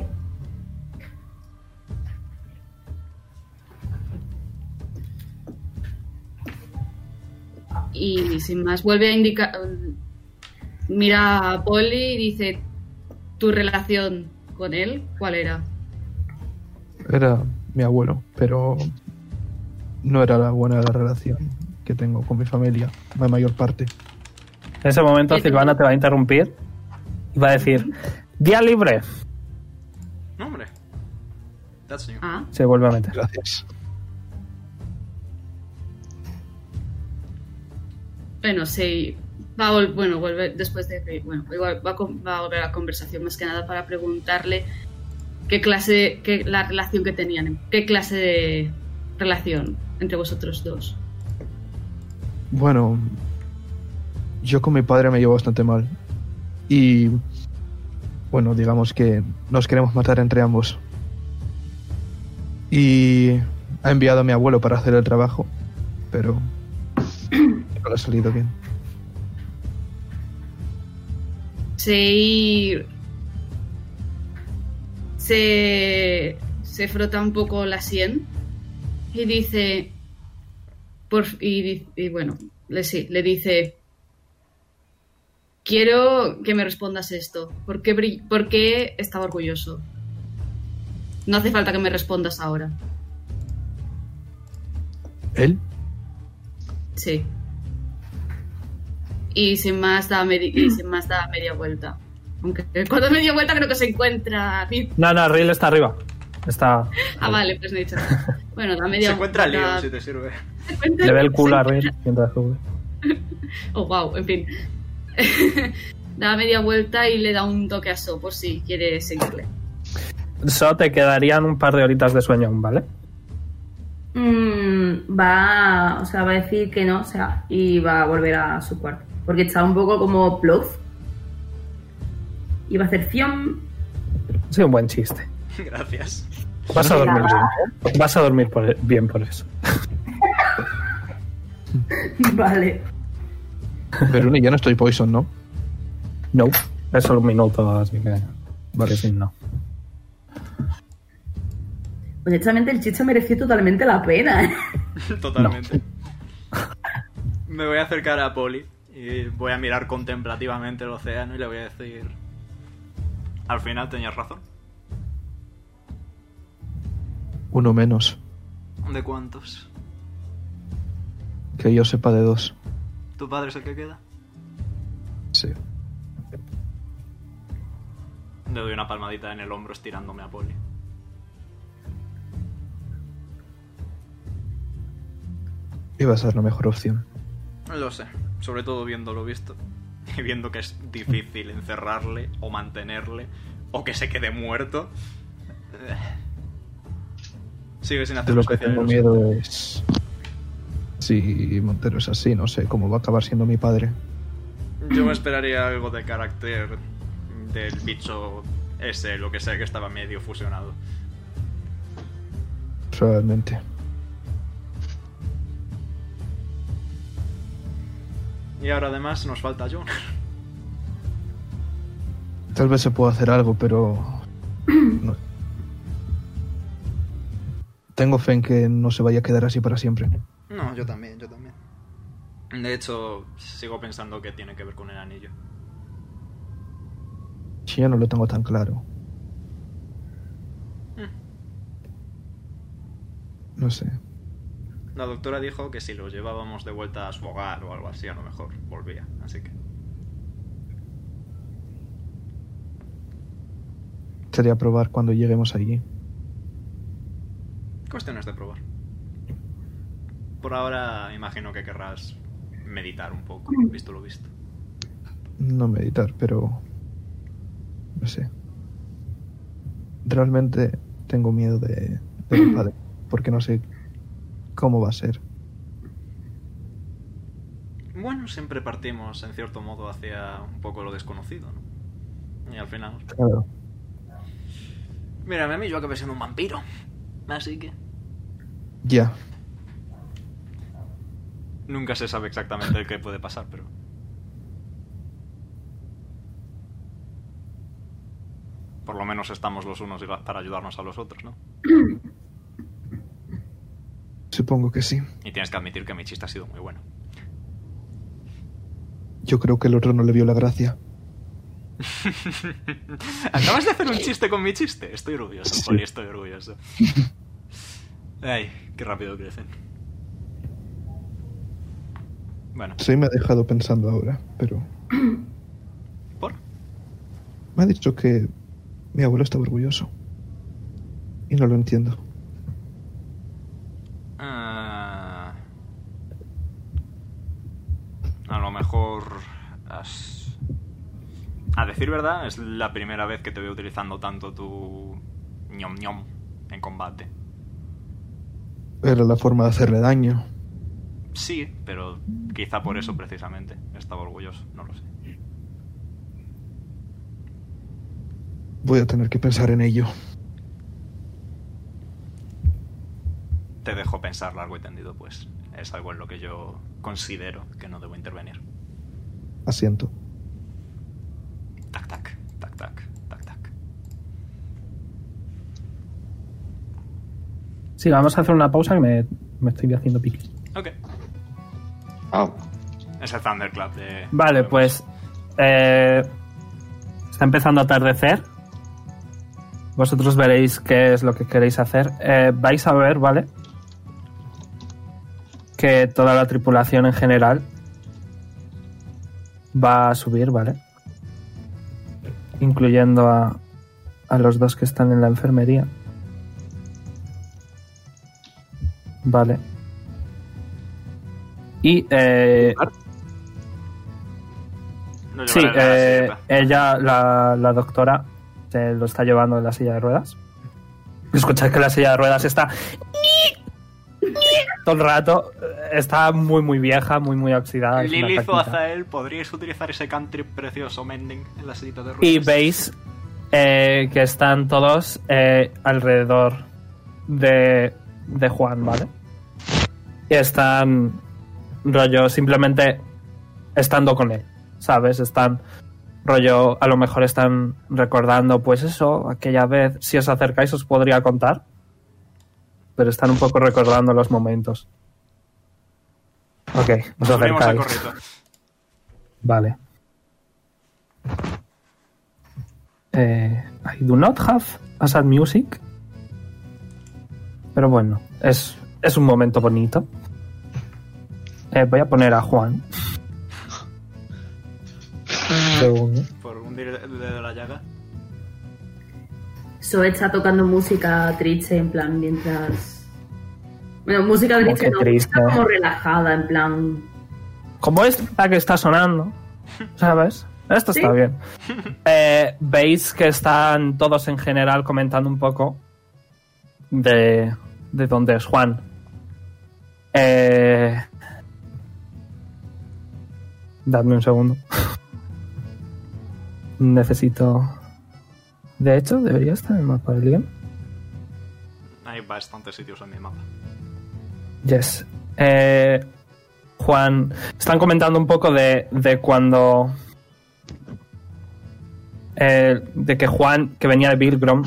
Speaker 6: Y sin más, vuelve a indicar. Mira a Polly y dice: ¿tu relación con él cuál era?
Speaker 5: Era mi abuelo, pero no era la buena la relación que tengo con mi familia, la mayor parte.
Speaker 3: En ese momento Silvana te va a interrumpir y va a decir: ¡Día libre!
Speaker 1: No, hombre. That's new.
Speaker 6: Ah,
Speaker 3: Se vuelve a meter.
Speaker 5: Gracias.
Speaker 6: bueno, sí. Vuelve después de... Bueno, igual va a volver a la conversación más que nada para preguntarle la relación que tenían. ¿Qué clase de relación entre vosotros dos?
Speaker 5: Bueno, yo con mi padre me llevo bastante mal. Y bueno, digamos que nos queremos matar entre ambos. Y ha enviado a mi abuelo para hacer el trabajo, pero no le ha salido bien.
Speaker 6: Se frota un poco la sien y dice... le dice: quiero que me respondas esto. ¿Por qué estaba orgulloso? No hace falta que me respondas ahora.
Speaker 5: ¿Él?
Speaker 6: Sí. Y sin más da media vuelta. Aunque cuando media vuelta creo que se encuentra...
Speaker 3: No, Riel está arriba. Está...
Speaker 6: Ah, vale, pues no he dicho nada. Bueno, da media
Speaker 1: Se encuentra
Speaker 6: vuelta.
Speaker 1: Leon, si te sirve.
Speaker 3: Le ve el culo a Riel mientras sube.
Speaker 6: Oh, wow, en fin. Da media vuelta y le da un toque a So por si quiere seguirle.
Speaker 3: So, te quedarían un par de horitas de sueño aún, ¿vale?
Speaker 2: Va a decir que no, y va a volver a su cuarto. Porque está un poco como plof. Y va a hacer fiam.
Speaker 3: Sí, un buen chiste.
Speaker 1: Gracias.
Speaker 3: Vas a dormir bien. Vas a dormir bien por eso.
Speaker 2: Vale.
Speaker 5: Veruni, ya no estoy poison, ¿no?
Speaker 3: No, es solo un minuto, así que... Vale, sí, no.
Speaker 2: Honestamente, el chiste mereció totalmente la pena.
Speaker 1: Totalmente. Me voy a acercar a Polly y voy a mirar contemplativamente el océano y le voy a decir: al final tenías razón.
Speaker 5: Uno menos.
Speaker 1: ¿De cuántos?
Speaker 5: Que yo sepa de 2.
Speaker 1: ¿Tu padre es el que queda?
Speaker 5: Sí.
Speaker 1: Le doy una palmadita en el hombro estirándome a Polly.
Speaker 5: Iba a ser la mejor opción.
Speaker 1: Lo sé, sobre todo viendo lo visto. Y viendo que es difícil encerrarle o mantenerle o que se quede muerto. Sigue sin hacer
Speaker 5: De lo que
Speaker 1: especial
Speaker 5: tengo
Speaker 1: ilusión.
Speaker 5: miedo es... Si Montero es así, no sé cómo va a acabar siendo mi padre.
Speaker 1: Yo me esperaría algo de carácter del bicho ese, lo que sea, que estaba medio fusionado.
Speaker 5: Realmente.
Speaker 1: Y ahora además nos falta John.
Speaker 5: Tal vez se pueda hacer algo, pero... no. Tengo fe en que no se vaya a quedar así para siempre.
Speaker 1: No, yo también. De hecho, sigo pensando que tiene que ver con el anillo.
Speaker 5: Si yo no lo tengo tan claro. No sé.
Speaker 1: La doctora dijo que si lo llevábamos de vuelta a su hogar o algo así, a lo mejor volvía. Así que...
Speaker 5: Sería probar cuando lleguemos allí.
Speaker 1: Cuestiones de probar. Por ahora imagino que querrás meditar un poco, visto lo visto.
Speaker 5: No meditar, pero... no sé. Realmente tengo miedo de mi padre, porque no sé cómo va a ser.
Speaker 1: Bueno, siempre partimos en cierto modo hacia un poco lo desconocido, ¿no? Y al final...
Speaker 5: Claro.
Speaker 1: Mírame a mí, yo acabé siendo un vampiro. Así que...
Speaker 5: Ya.
Speaker 1: Nunca se sabe exactamente qué puede pasar, pero... Por lo menos estamos los unos para ayudarnos a los otros, ¿no?
Speaker 5: Supongo que sí.
Speaker 1: Y tienes que admitir que mi chiste ha sido muy bueno.
Speaker 5: Yo creo que el otro no le vio la gracia.
Speaker 1: ¿Acabas de hacer un chiste con mi chiste? Estoy orgulloso,
Speaker 5: Sí.
Speaker 1: Poli, estoy orgulloso. Ay, qué rápido crecen. Bueno,
Speaker 5: Sí, me ha dejado pensando ahora, pero
Speaker 1: ¿por?
Speaker 5: me ha dicho que mi abuelo estaba orgulloso. Y no lo entiendo.
Speaker 1: A lo mejor... A decir verdad, es la primera vez que te veo utilizando tanto tu ñom ñom en combate.
Speaker 5: Era la forma de hacerle daño.
Speaker 1: Sí, pero quizá por eso precisamente estaba orgulloso, no lo sé.
Speaker 5: Voy a tener que pensar en ello.
Speaker 1: Te dejo pensar largo y tendido, pues es algo en lo que yo considero que no debo intervenir.
Speaker 5: Asiento.
Speaker 1: Tac, tac, tac, tac, tac, tac.
Speaker 3: Sí, vamos a hacer una pausa que me estoy haciendo pipí.
Speaker 1: Ok.
Speaker 7: Ah,
Speaker 1: Es el Thunderclap de...
Speaker 3: Vale, pues está empezando a atardecer. Vosotros veréis qué es lo que queréis hacer. Vais a ver, ¿vale? Que toda la tripulación en general va a subir, ¿vale? Incluyendo a los dos que están en la enfermería. Vale. Y
Speaker 1: Lo
Speaker 3: sí,
Speaker 1: llevaré en la silleta.
Speaker 3: ella, la doctora, se lo está llevando en la silla de ruedas. Escuchad que la silla de ruedas está todo el rato. Está muy, muy vieja, muy, muy oxidada. es una
Speaker 1: Lilith o
Speaker 3: caquita.
Speaker 1: Azael, ¿podríais utilizar ese cantrip precioso Mending en la sillita de ruedas?
Speaker 3: Y veis que están todos alrededor de Juan, ¿vale? Y están, rollo, simplemente estando con él, ¿sabes? Están, rollo, a lo mejor están recordando, pues eso, aquella vez, si os acercáis os podría contar, pero están un poco recordando los momentos. Ok, os
Speaker 1: Subimos a
Speaker 3: acercáis.
Speaker 1: corrito.
Speaker 3: Vale. I do not have a sad music. Pero bueno, es un momento bonito. Voy a poner a Juan. Segundo.
Speaker 1: Por un dedo de la llaga.
Speaker 2: Zoe está tocando música triste, en plan, mientras... Bueno, música
Speaker 3: ¿Cómo
Speaker 2: triste
Speaker 3: que
Speaker 2: no,
Speaker 3: triste?
Speaker 2: música como relajada, en plan...
Speaker 3: Como esta que está sonando, ¿sabes? Esto está
Speaker 2: Sí.
Speaker 3: bien. Veis que están todos en general comentando un poco de dónde es Juan. Dadme un segundo. Necesito... De hecho, debería estar en el mapa del guión.
Speaker 1: Hay bastantes sitios en mi mapa.
Speaker 3: Yes. Juan, están comentando un poco de cuando... de que Juan, que venía de Bilgrom,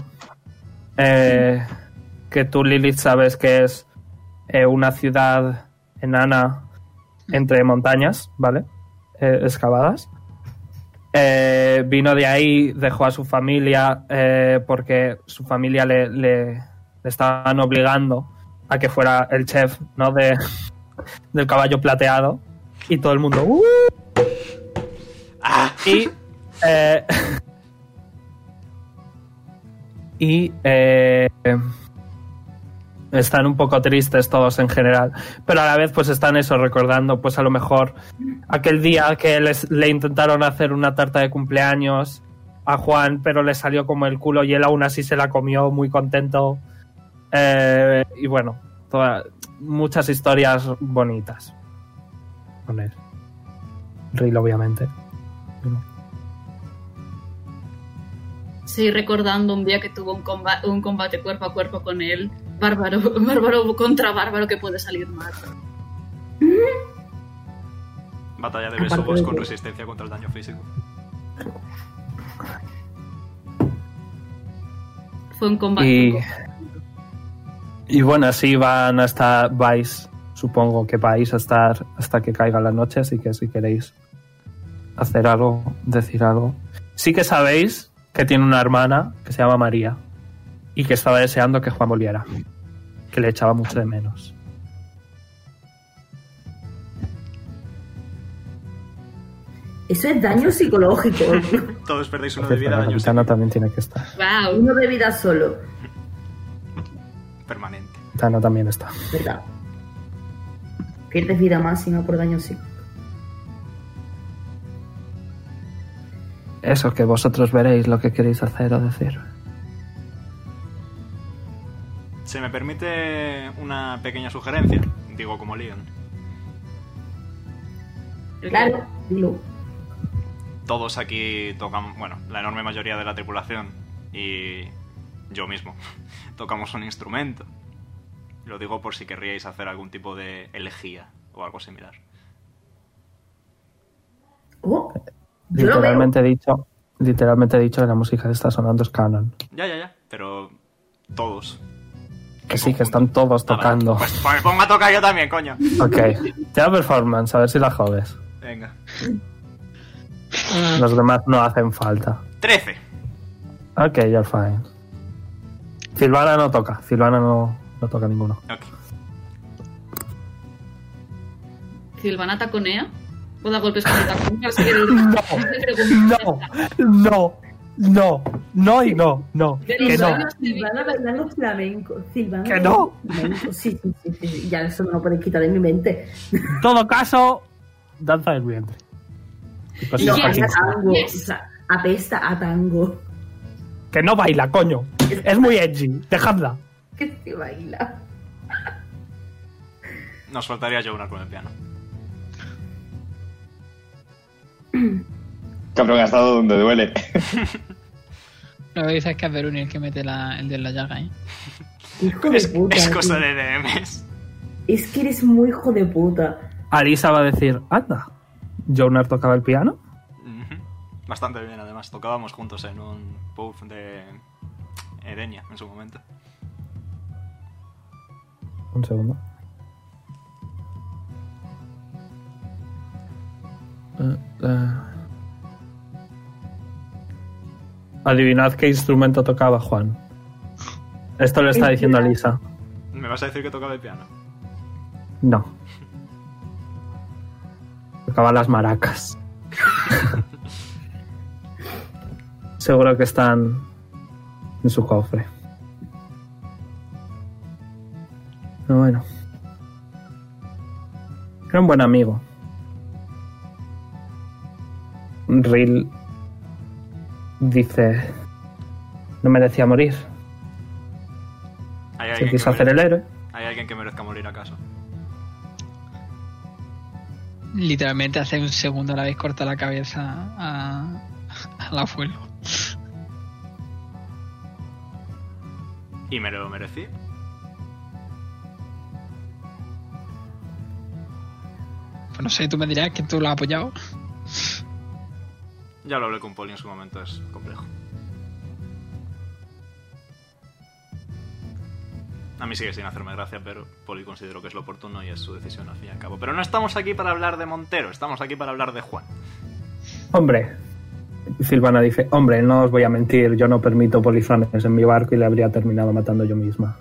Speaker 3: que tú, Lilith, sabes que es una ciudad enana entre montañas, ¿vale? Excavadas. Vino de ahí, dejó a su familia porque su familia le estaban obligando a que fuera el chef, ¿no? Del caballo plateado. Y todo el mundo... Y están un poco tristes todos en general, pero a la vez pues están eso, recordando pues a lo mejor aquel día que le intentaron hacer una tarta de cumpleaños a Juan, pero le salió como el culo y él aún así se la comió muy contento. Y bueno, muchas historias bonitas con él. Ril, obviamente.
Speaker 6: Sí, recordando un día que tuvo un combate cuerpo a cuerpo con él. Bárbaro contra bárbaro, que puede salir mal.
Speaker 1: Batalla de
Speaker 2: Aparte
Speaker 1: besugos
Speaker 2: de
Speaker 1: con
Speaker 2: que-
Speaker 1: resistencia contra el daño físico.
Speaker 6: Fue un combate.
Speaker 3: Y bueno, así vais, supongo que vais a estar hasta que caiga la noche, así que si queréis hacer algo, decir algo. Sí que sabéis que tiene una hermana que se llama María y que estaba deseando que Juan volviera. que le echaba mucho de menos.
Speaker 2: Eso es daño psicológico.
Speaker 1: Todos perdéis uno
Speaker 3: Por
Speaker 1: de
Speaker 3: cierto,
Speaker 1: vida,
Speaker 3: la
Speaker 1: daño
Speaker 3: capitana también tiene que estar.
Speaker 6: Wow.
Speaker 2: Uno de vida solo.
Speaker 1: permanente.
Speaker 3: La capitana también está.
Speaker 2: ¿Verdad? Pierdes vida máxima por daño psíquico.
Speaker 3: Eso, que vosotros veréis lo que queréis hacer o decir.
Speaker 1: ¿Se me permite una pequeña sugerencia? Digo, como Leon.
Speaker 2: Claro, dilo.
Speaker 1: Todos aquí tocan, bueno, la enorme mayoría de la tripulación y yo mismo tocamos un instrumento. Lo digo por si querríais hacer algún tipo de elegía o algo similar.
Speaker 2: Oh, yo lo veo.
Speaker 3: Literalmente he dicho que la música que está sonando es canon.
Speaker 1: Ya, pero todos.
Speaker 3: Que sí, que están todos tocando.
Speaker 1: Pues me pongo a tocar yo también, coño.
Speaker 3: Ok, te da performance, a ver si la jodes.
Speaker 1: Venga.
Speaker 3: Los demás no hacen falta.
Speaker 1: 13.
Speaker 3: Ok, you're fine. Silvana no toca. Silvana no toca ninguno.
Speaker 1: Ok.
Speaker 6: Silvana taconea. O da golpes con el tacón. Así que
Speaker 3: No y no. Que no.
Speaker 2: Silvana bailando flamenco. Silvana
Speaker 3: Que no.
Speaker 2: flamenco. Sí. Ya eso no lo puedes quitar de mi mente.
Speaker 3: En todo caso, danza del vientre. Pues
Speaker 2: No,
Speaker 3: sí,
Speaker 2: baila tango.
Speaker 6: Yes.
Speaker 2: O sea, apesta a tango.
Speaker 3: que no baila, coño. Es muy edgy. Dejadla.
Speaker 2: Que se baila.
Speaker 1: Nos faltaría yo una con el piano.
Speaker 7: Cabrón, ha estado donde duele.
Speaker 4: Lo que dices es que es Veruni el que mete el de la llaga, ¿eh?
Speaker 2: Hijo de puta.
Speaker 1: Es cosa
Speaker 2: tío.
Speaker 1: de DMs.
Speaker 2: Es que eres muy hijo de puta.
Speaker 3: Arisa va a decir, anda, ¿Jonar tocaba el piano?
Speaker 1: Ujú. Bastante bien, además. Tocábamos juntos en un pub de Edenia en su momento.
Speaker 3: Un segundo. Adivinad qué instrumento tocaba Juan. Esto le está diciendo a Lisa.
Speaker 1: ¿Me vas a decir que tocaba el piano?
Speaker 3: No. Tocaba las maracas. Seguro que están en su cofre. Pero bueno. Era un buen amigo. Ril dice, no merecía morir.
Speaker 1: ¿Hay
Speaker 3: Se
Speaker 1: alguien,
Speaker 3: quiso
Speaker 1: que
Speaker 3: hacer el héroe.
Speaker 1: ¿Hay alguien que merezca morir acaso?
Speaker 4: Literalmente hace un segundo le habéis cortado la cabeza al abuelo.
Speaker 1: ¿Y me lo merecí?
Speaker 4: Pues no sé, tú me dirás que tú lo has apoyado.
Speaker 1: Ya lo hablé con Poli en su momento, es complejo. A mí sigue sin hacerme gracia, pero Poli considero que es lo oportuno y es su decisión al fin y al cabo. Pero no estamos aquí para hablar de Montero, estamos aquí para hablar de Juan.
Speaker 3: Hombre, Silvana dice, hombre, no os voy a mentir, yo no permito polizones en mi barco y le habría terminado matando yo misma.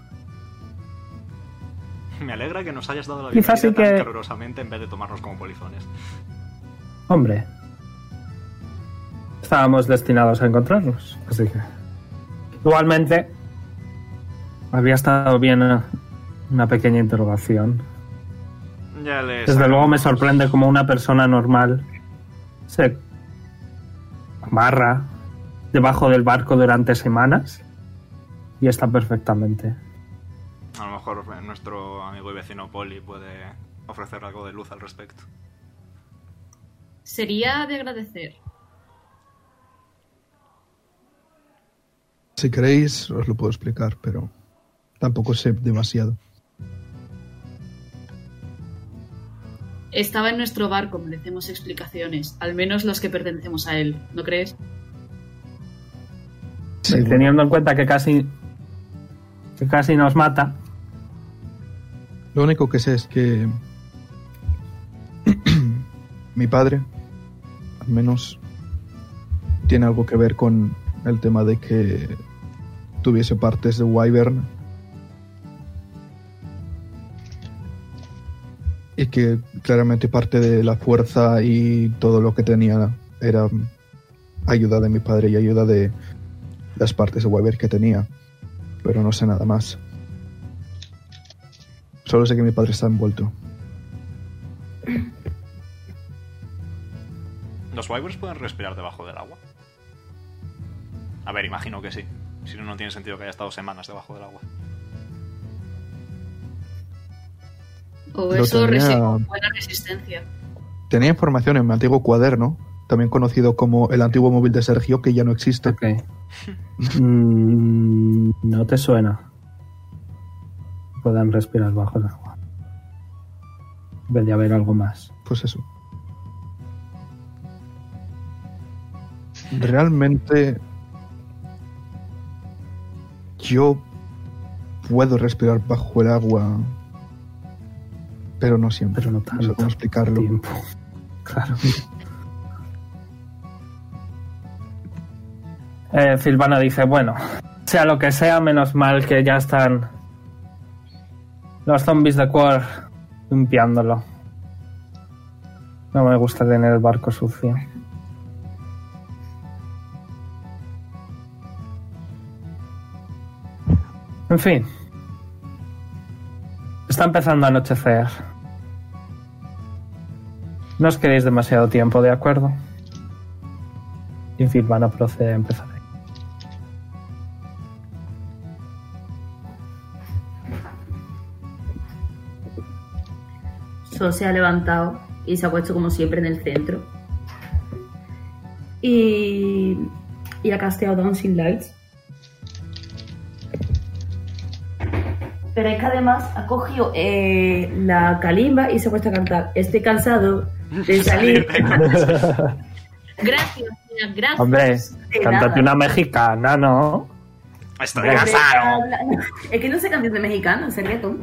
Speaker 1: Me alegra que nos hayas dado la
Speaker 3: Quizás
Speaker 1: bienvenida
Speaker 3: sí
Speaker 1: tan
Speaker 3: que-
Speaker 1: calurosamente en vez de tomarnos como polizones.
Speaker 3: Hombre, estábamos destinados a encontrarnos, así que... Igualmente, habría estado bien una pequeña interrogación.
Speaker 1: Ya les
Speaker 3: Desde luego me
Speaker 1: sacamos-
Speaker 3: sorprende como una persona normal se amarra debajo del barco durante semanas y está perfectamente.
Speaker 1: A lo mejor nuestro amigo y vecino Poli puede ofrecer algo de luz al respecto.
Speaker 6: sería de agradecer.
Speaker 5: Si queréis, os lo puedo explicar, pero tampoco sé demasiado.
Speaker 6: Estaba en nuestro barco, merecemos explicaciones. Al menos los que pertenecemos a él, ¿no crees?
Speaker 5: Sí,
Speaker 3: Y teniendo en cuenta que casi nos mata,
Speaker 5: lo único que sé es que mi padre, al menos, tiene algo que ver con el tema de que tuviese partes de Wyvern que claramente parte de la fuerza y todo lo que tenía era ayuda de mi padre y ayuda de las partes de Weber que tenía. Pero no sé nada más. Solo sé que mi padre está envuelto.
Speaker 1: ¿Los Wyverns pueden respirar debajo del agua? A ver, imagino que sí. Si no, no tiene sentido que haya estado semanas debajo del agua.
Speaker 6: O
Speaker 5: Lo
Speaker 6: eso
Speaker 5: tenía-
Speaker 6: buena resistencia.
Speaker 5: Tenía información en mi antiguo cuaderno, también conocido como el antiguo móvil de Sergio, que ya no existe.
Speaker 3: Ok. No te suena. Puedan respirar bajo el agua. Debe haber algo más.
Speaker 5: Pues eso. Realmente yo puedo respirar bajo el agua, pero no siempre.
Speaker 3: Pero no
Speaker 5: sé
Speaker 3: tanto
Speaker 5: cómo explicarlo.
Speaker 3: tiempo. Claro. Silvana dice, bueno, sea lo que sea, menos mal que ya están los zombies de Quor limpiándolo. No me gusta tener el barco sucio. En fin. Está empezando a anochecer. No os quedéis demasiado tiempo, ¿de acuerdo? Y Silvana procede a empezar.
Speaker 2: So se ha levantado y se ha puesto como siempre en el centro. Y ha casteado Dancing Lights. Pero es que además ha cogido la calimba y se ha puesto a cantar. Estoy cansado de salir.
Speaker 6: Gracias, tía, gracias.
Speaker 3: Hombre,
Speaker 2: De
Speaker 3: cántate
Speaker 2: nada.
Speaker 3: una mexicana, ¿no?
Speaker 1: Estoy cansado.
Speaker 2: Es que no sé canción de mexicano, ese reggaetón.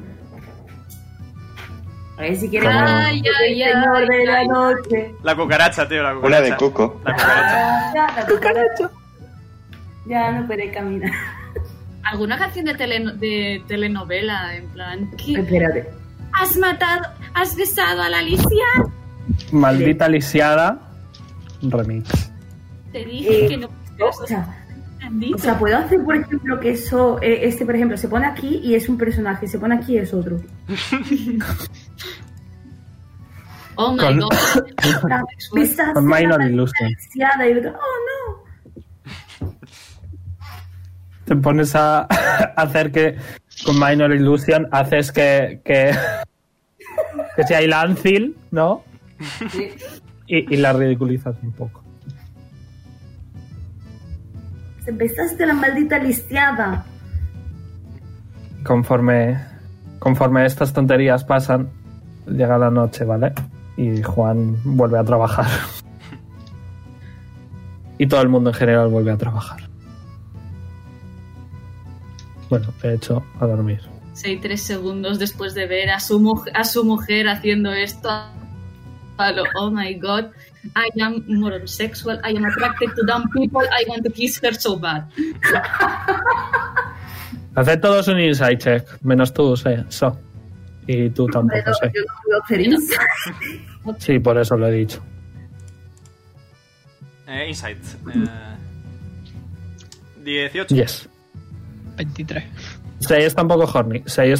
Speaker 2: A ver si quieres.
Speaker 6: Ay, ay, ay,
Speaker 2: Señor de la
Speaker 6: ay.
Speaker 2: noche.
Speaker 1: La cucaracha, tío, la
Speaker 7: Una
Speaker 1: cucaracha.
Speaker 7: de Coco.
Speaker 1: La cucaracha.
Speaker 2: Ya, la cucaracha. Ya no puede caminar.
Speaker 6: ¿Alguna canción de telenovela? En plan, ¿qué?
Speaker 2: Espérate.
Speaker 6: ¿Has matado? ¿Has besado a la Alicia?
Speaker 3: Maldita lisiada. Remix.
Speaker 6: Te dije
Speaker 2: Eh,
Speaker 6: que no.
Speaker 2: O sea, puedo hacer, por ejemplo, que eso, por ejemplo, se pone aquí y es un personaje, se pone aquí y es otro.
Speaker 6: Oh my
Speaker 3: Con-
Speaker 6: god.
Speaker 2: Pisas
Speaker 3: Con Minor
Speaker 2: la
Speaker 3: Illusion.
Speaker 2: lisiada y el otro, oh no.
Speaker 3: Te pones a hacer que con Minor Illusion haces que sea Ilancil, ¿no? Y la ridiculizas un poco.
Speaker 2: Besaste la maldita lisiada.
Speaker 3: Conforme estas tonterías pasan, llega la noche, ¿vale? Y Juan vuelve a trabajar. Y todo el mundo en general vuelve a trabajar. Bueno, de hecho, a dormir.
Speaker 6: 3 segundos después de ver a su mujer haciendo esto. Oh my god. I am moral sexual. I am attracted to dumb people. I want to kiss her so bad.
Speaker 3: Haced todos un insight check, menos tú, So. Y tú tampoco,
Speaker 2: Pero
Speaker 3: sé.
Speaker 2: yo no puedo hacer eso.
Speaker 3: Sí, por eso lo he dicho.
Speaker 1: Insight. 18.
Speaker 3: Yes.
Speaker 4: 23.
Speaker 3: Sei está un poco horny.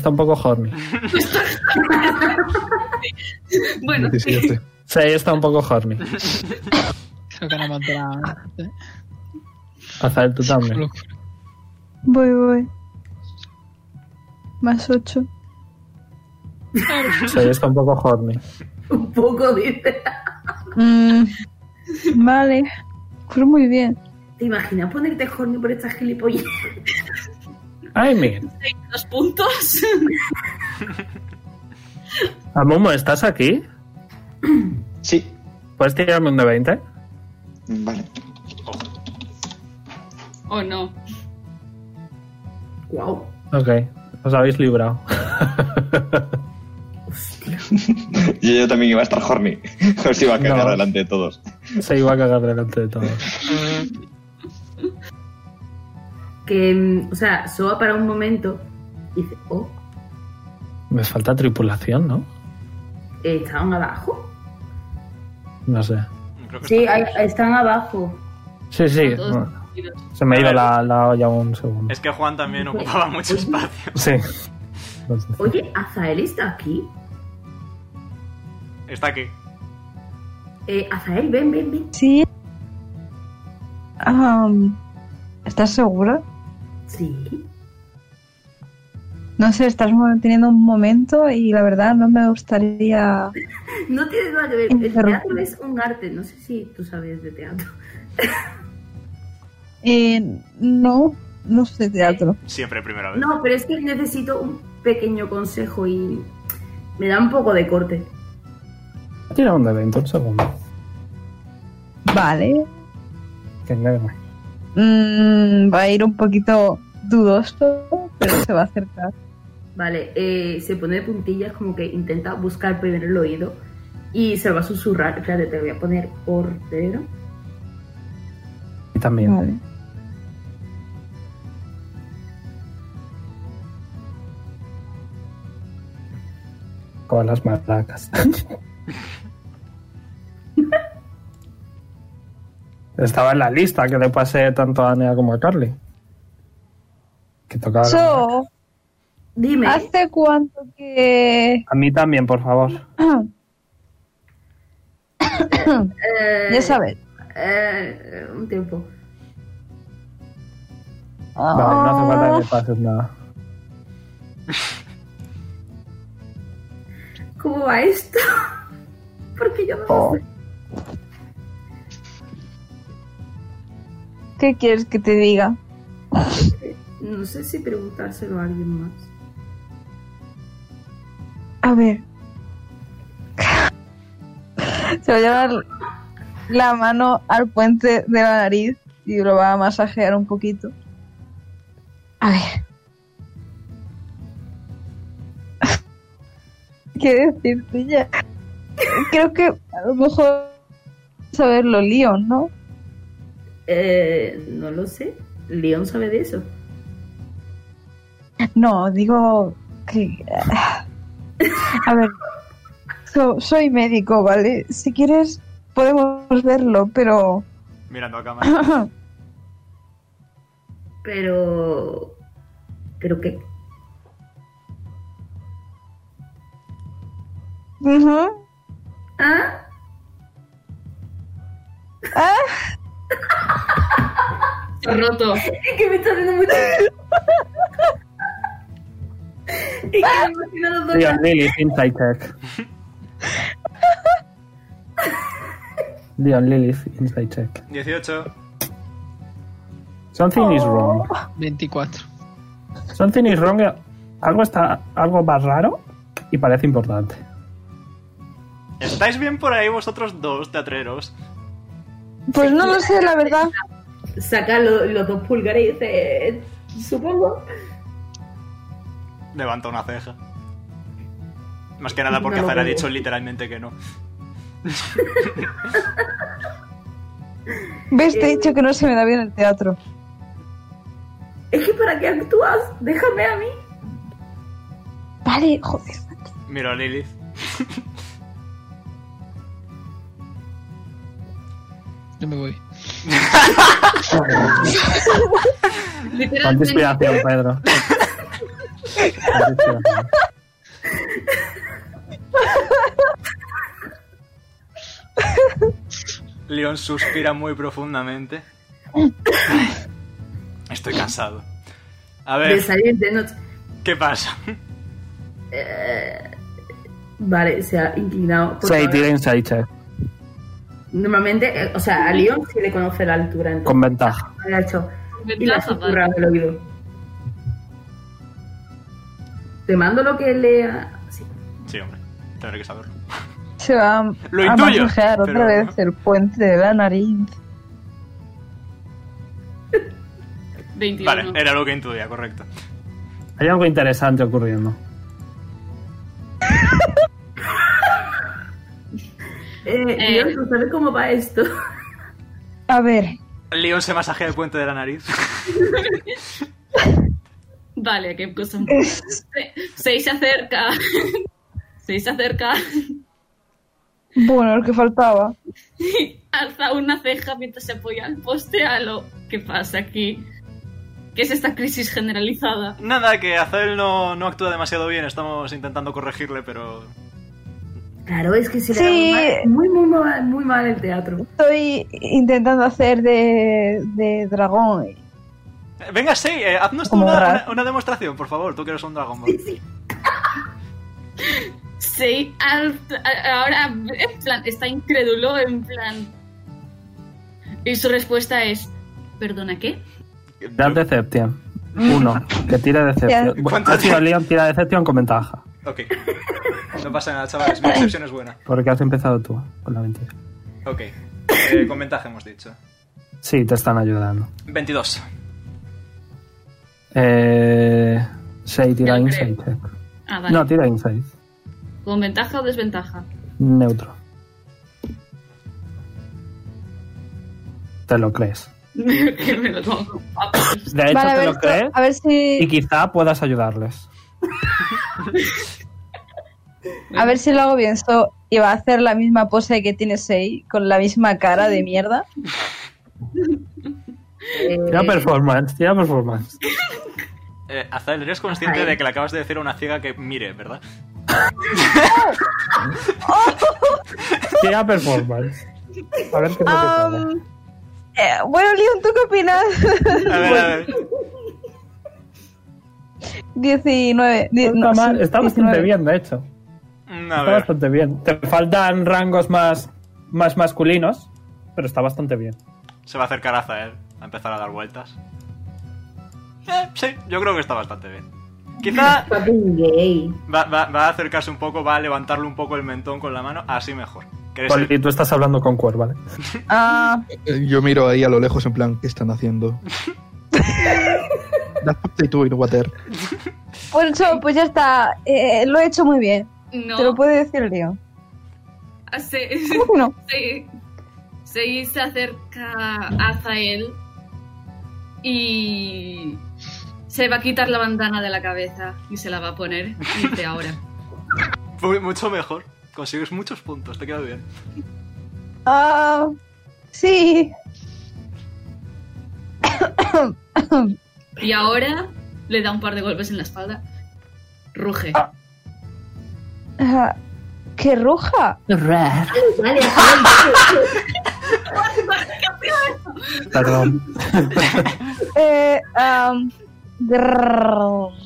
Speaker 6: Bueno,
Speaker 5: 17.
Speaker 3: Sei está un poco horny.
Speaker 4: Creo que no hemos durado.
Speaker 3: Hacer tú también.
Speaker 8: Voy. Más 8.
Speaker 3: Sei está un poco horny.
Speaker 2: Un poco, dice.
Speaker 8: Vale. Pues muy bien.
Speaker 2: ¿Te imaginas ponerte horny por estas gilipollas?
Speaker 3: I mean,
Speaker 6: 2 puntos.
Speaker 3: Amumu, ¿estás aquí?
Speaker 7: Sí.
Speaker 3: ¿Puedes tirarme un de 20?
Speaker 7: Vale.
Speaker 6: Oh no.
Speaker 2: Wow.
Speaker 3: Ok, os habéis librado.
Speaker 7: Yo también iba a estar horny. Os iba a cagar
Speaker 3: No.
Speaker 7: delante de todos.
Speaker 3: Se iba a cagar delante de todos.
Speaker 2: Que, o sea, Soa para un momento dice, oh,
Speaker 3: Me falta tripulación, ¿no?
Speaker 2: ¿Estaban abajo?
Speaker 3: No sé.
Speaker 1: Creo que
Speaker 2: Sí,
Speaker 1: está.
Speaker 2: están abajo.
Speaker 3: Sí, sí.
Speaker 6: Todos
Speaker 3: Bueno,
Speaker 6: unidos.
Speaker 3: se me ha ido
Speaker 1: A ver.
Speaker 3: la olla un segundo.
Speaker 1: Es que Juan también ocupaba mucho espacio.
Speaker 3: Sí. No sé.
Speaker 2: Oye, ¿Azael está aquí?
Speaker 1: Está aquí.
Speaker 2: Azael, ven.
Speaker 8: Sí. ¿Estás segura?
Speaker 2: Sí.
Speaker 8: No sé, estás teniendo un momento y la verdad no me gustaría...
Speaker 2: No tiene nada que ver. El
Speaker 8: Pero-
Speaker 2: teatro es un arte. No sé si tú sabes de teatro.
Speaker 8: No sé teatro.
Speaker 1: Siempre primera vez.
Speaker 2: No, pero es que necesito un pequeño consejo y me da un poco de corte.
Speaker 3: Tira un de 20, un segundo.
Speaker 8: Vale.
Speaker 3: Que negro.
Speaker 8: Va a ir un poquito dudoso, pero se va a acercar.
Speaker 2: Vale, se pone de puntillas como que intenta buscar primero el oído y se lo va a susurrar. Espérate, te lo voy a poner por dedo.
Speaker 3: Y también.
Speaker 8: Vale.
Speaker 3: Con las maracas. Estaba en la lista que le pasé tanto a Anea como a Carly. Que tocaba. la maraca.
Speaker 8: So,
Speaker 2: Dime.
Speaker 8: ¿hace cuánto que...?
Speaker 3: A mí también, por favor.
Speaker 8: Ya sabes.
Speaker 2: Un tiempo.
Speaker 3: Vale, no hace falta que me pases nada.
Speaker 2: ¿Cómo va esto? Porque yo no
Speaker 3: Oh.
Speaker 2: lo sé.
Speaker 8: ¿Qué quieres que te diga?
Speaker 2: No sé si preguntárselo a alguien más.
Speaker 8: A ver. Se va a llevar la mano al puente de la nariz y lo va a masajear un poquito. A ver. ¿Qué decirte ya? Creo que a lo mejor saberlo Leon, ¿no?
Speaker 2: No lo sé. Leon sabe de eso.
Speaker 8: No, digo que... A ver, soy médico, ¿vale? Si quieres podemos verlo, pero...
Speaker 1: Mirando a cámara.
Speaker 2: Pero... ¿Pero qué?
Speaker 8: Ujú.
Speaker 2: ¿Ah?
Speaker 6: Se ha roto.
Speaker 2: Es que me está haciendo mucho... Es que me imagino los dos...
Speaker 3: Leon Lilith, Inside Check. Leon Lilith, Inside Check.
Speaker 1: 18.
Speaker 3: Something is wrong.
Speaker 4: 24.
Speaker 3: Something is wrong. Algo más raro y parece importante.
Speaker 1: ¿Estáis bien por ahí vosotros dos, teatreros?
Speaker 8: Pues no lo sé, la verdad.
Speaker 2: Saca los dos pulgares y dice... Supongo.
Speaker 1: Levanta una ceja. Más que nada porque
Speaker 2: No lo
Speaker 1: Azar ha
Speaker 2: veo.
Speaker 1: dicho literalmente que no.
Speaker 8: ¿Ves? Te he dicho que no se me da bien el teatro.
Speaker 2: Es que ¿para qué actúas? Déjame a mí.
Speaker 8: Vale, joder.
Speaker 1: Miro a Lilith.
Speaker 4: Yo me voy.
Speaker 3: Cuánta
Speaker 6: Literalmente.
Speaker 3: inspiración, Pedro. Cuánta inspiración.
Speaker 1: Leon suspira muy profundamente. Estoy cansado. A
Speaker 2: De
Speaker 1: ver,
Speaker 2: salir de noche.
Speaker 1: ¿qué pasa?
Speaker 2: Vale, se ha inclinado. por
Speaker 3: Sí,
Speaker 2: favor.
Speaker 3: tira Inside Check.
Speaker 2: Normalmente, o sea, a Leon sí le conoce la altura. Entonces,
Speaker 3: Con ventaja.
Speaker 2: lo ha hecho. Y la
Speaker 6: Ventaja,
Speaker 2: susurra
Speaker 6: vale.
Speaker 2: en el oído. Te mando lo que lea. Sí.
Speaker 1: Sí, hombre, tendré que saberlo.
Speaker 8: Se va
Speaker 1: Lo
Speaker 8: a
Speaker 1: intuyo,
Speaker 8: masajear
Speaker 1: pero-
Speaker 8: otra vez el puente de la nariz.
Speaker 6: 21.
Speaker 1: Vale, era lo que intuía, correcto.
Speaker 3: Hay algo interesante ocurriendo.
Speaker 2: Leon, ¿tú sabes cómo va esto?
Speaker 8: A ver,
Speaker 1: Leon se masajea el puente de la nariz.
Speaker 6: Vale, qué cosa. 6 se acerca. 6 se acerca
Speaker 8: Bueno, lo que faltaba.
Speaker 6: Alza una ceja mientras se apoya al poste a lo que pasa aquí. ¿Qué es esta crisis generalizada?
Speaker 1: Nada, que Azael no actúa demasiado bien. Estamos intentando corregirle, pero...
Speaker 2: Claro, es que se le
Speaker 8: Sí.
Speaker 2: da muy mal el teatro.
Speaker 8: Estoy intentando hacer de dragón.
Speaker 1: Venga, sí, haznos tú
Speaker 8: Como Rat.
Speaker 1: una demostración, por favor. Tú que eres un Dragon Ball.
Speaker 6: Sí, ahora en plan, está incrédulo, en plan... Y su respuesta es... ¿Perdona qué?
Speaker 3: Tirad Deception. 1. Que tire Deception. Bueno,
Speaker 1: ¿Cuánto
Speaker 3: ha sido
Speaker 1: tiene?
Speaker 3: Leon, tira Deception con ventaja.
Speaker 1: Ok. No pasa nada, chavales. Mi excepción es buena.
Speaker 3: Porque has empezado tú con la mentira.
Speaker 1: Ok. Con ventaja hemos dicho.
Speaker 3: Sí, te están ayudando.
Speaker 1: 22.
Speaker 3: 6 tira
Speaker 6: Ya lo
Speaker 3: Insight.
Speaker 6: Ah, vale.
Speaker 3: No, tira Insight.
Speaker 6: ¿Con ventaja o desventaja?
Speaker 3: Neutro. Te lo crees.
Speaker 6: Que me lo tomo con papas.
Speaker 3: De hecho,
Speaker 8: Vale,
Speaker 3: te lo crees
Speaker 8: a ver si.
Speaker 3: y quizá puedas ayudarles.
Speaker 8: A ver si lo hago bien. Y va a hacer la misma pose que tiene Sei, con la misma cara de mierda.
Speaker 3: Tira performance, tira performance.
Speaker 1: Azael, eres consciente de que le acabas de decir a una ciega que mire, ¿verdad?
Speaker 3: Tira performance. A ver qué es lo que sale.
Speaker 8: Bueno, Leon, ¿tú qué opinas?
Speaker 1: A ver.
Speaker 8: 19.
Speaker 3: No está mal, está bastante
Speaker 8: 19.
Speaker 3: bien, de hecho.
Speaker 1: A
Speaker 3: Está
Speaker 1: ver.
Speaker 3: bastante bien. Te faltan rangos más masculinos, pero está bastante bien.
Speaker 1: Se va a acercar a Azael a empezar a dar vueltas. Sí, yo creo que está bastante bien. Quizá
Speaker 2: Fucking gay.
Speaker 1: va a acercarse un poco, va a levantarle un poco el mentón con la mano, así mejor. ¿Quieres ir?
Speaker 3: Y tú estás hablando con Cuer, ¿vale?
Speaker 5: Yo miro ahí a lo lejos en plan, ¿qué están haciendo? That's what they do in water.
Speaker 8: Pues ya está. Lo he hecho muy bien.
Speaker 6: No.
Speaker 8: Te lo puede decir Leon. ¿Cómo que no?
Speaker 6: Se acerca a Azael y se va a quitar la bandana de la cabeza y se la va a poner. Y dice ahora.
Speaker 1: Mucho mejor. Consigues muchos puntos, te queda bien.
Speaker 8: Sí.
Speaker 6: Y ahora le da un par de golpes en la espalda. Ruge.
Speaker 8: ¿Qué ruja?
Speaker 2: Vale,
Speaker 3: Perdón.
Speaker 8: Grrr.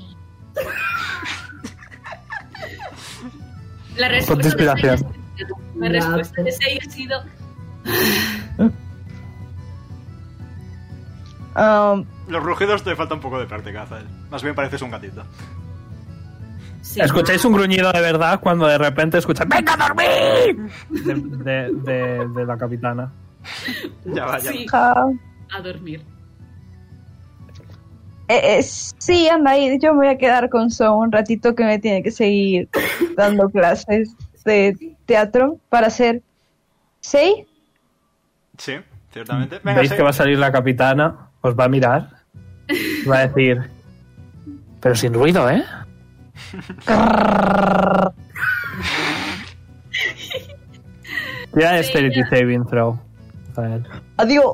Speaker 6: La
Speaker 3: Ponte inspiración.
Speaker 6: respuesta de Sei ha sido...
Speaker 1: Los rugidos te falta un poco de práctica, Azael. Más bien pareces un gatito.
Speaker 6: Sí.
Speaker 3: Escucháis un gruñido de verdad cuando de repente escucháis ¡venga a dormir! De la capitana.
Speaker 1: Ya va, ya.
Speaker 6: Sí,
Speaker 8: Ah,
Speaker 6: a dormir.
Speaker 8: sí, anda ahí. Yo me voy a quedar con So un ratito que me tiene que seguir dando clases de teatro para ser Sei.
Speaker 1: Sí, ciertamente. Venga,
Speaker 3: Veis
Speaker 1: sí.
Speaker 3: que va a salir la capitana, os va a mirar, va a decir, pero sin ruido, ¿eh? Tira Dexterity Saving Throw. A ver.
Speaker 8: Adiós.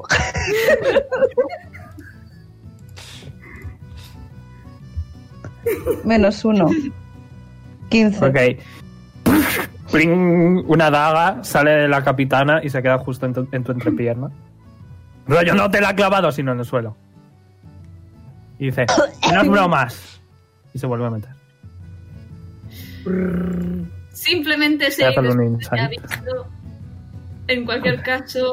Speaker 8: -1. 15.
Speaker 3: Ok. Pling, una daga sale de la capitana y se queda justo en tu entrepierna. Rollo, no te la ha clavado, sino en el suelo. Y dice, no es bromas. Y se vuelve a meter.
Speaker 6: Simplemente
Speaker 3: Voy a hacerle un
Speaker 6: después de que ha
Speaker 3: insight.
Speaker 6: visto. En cualquier caso,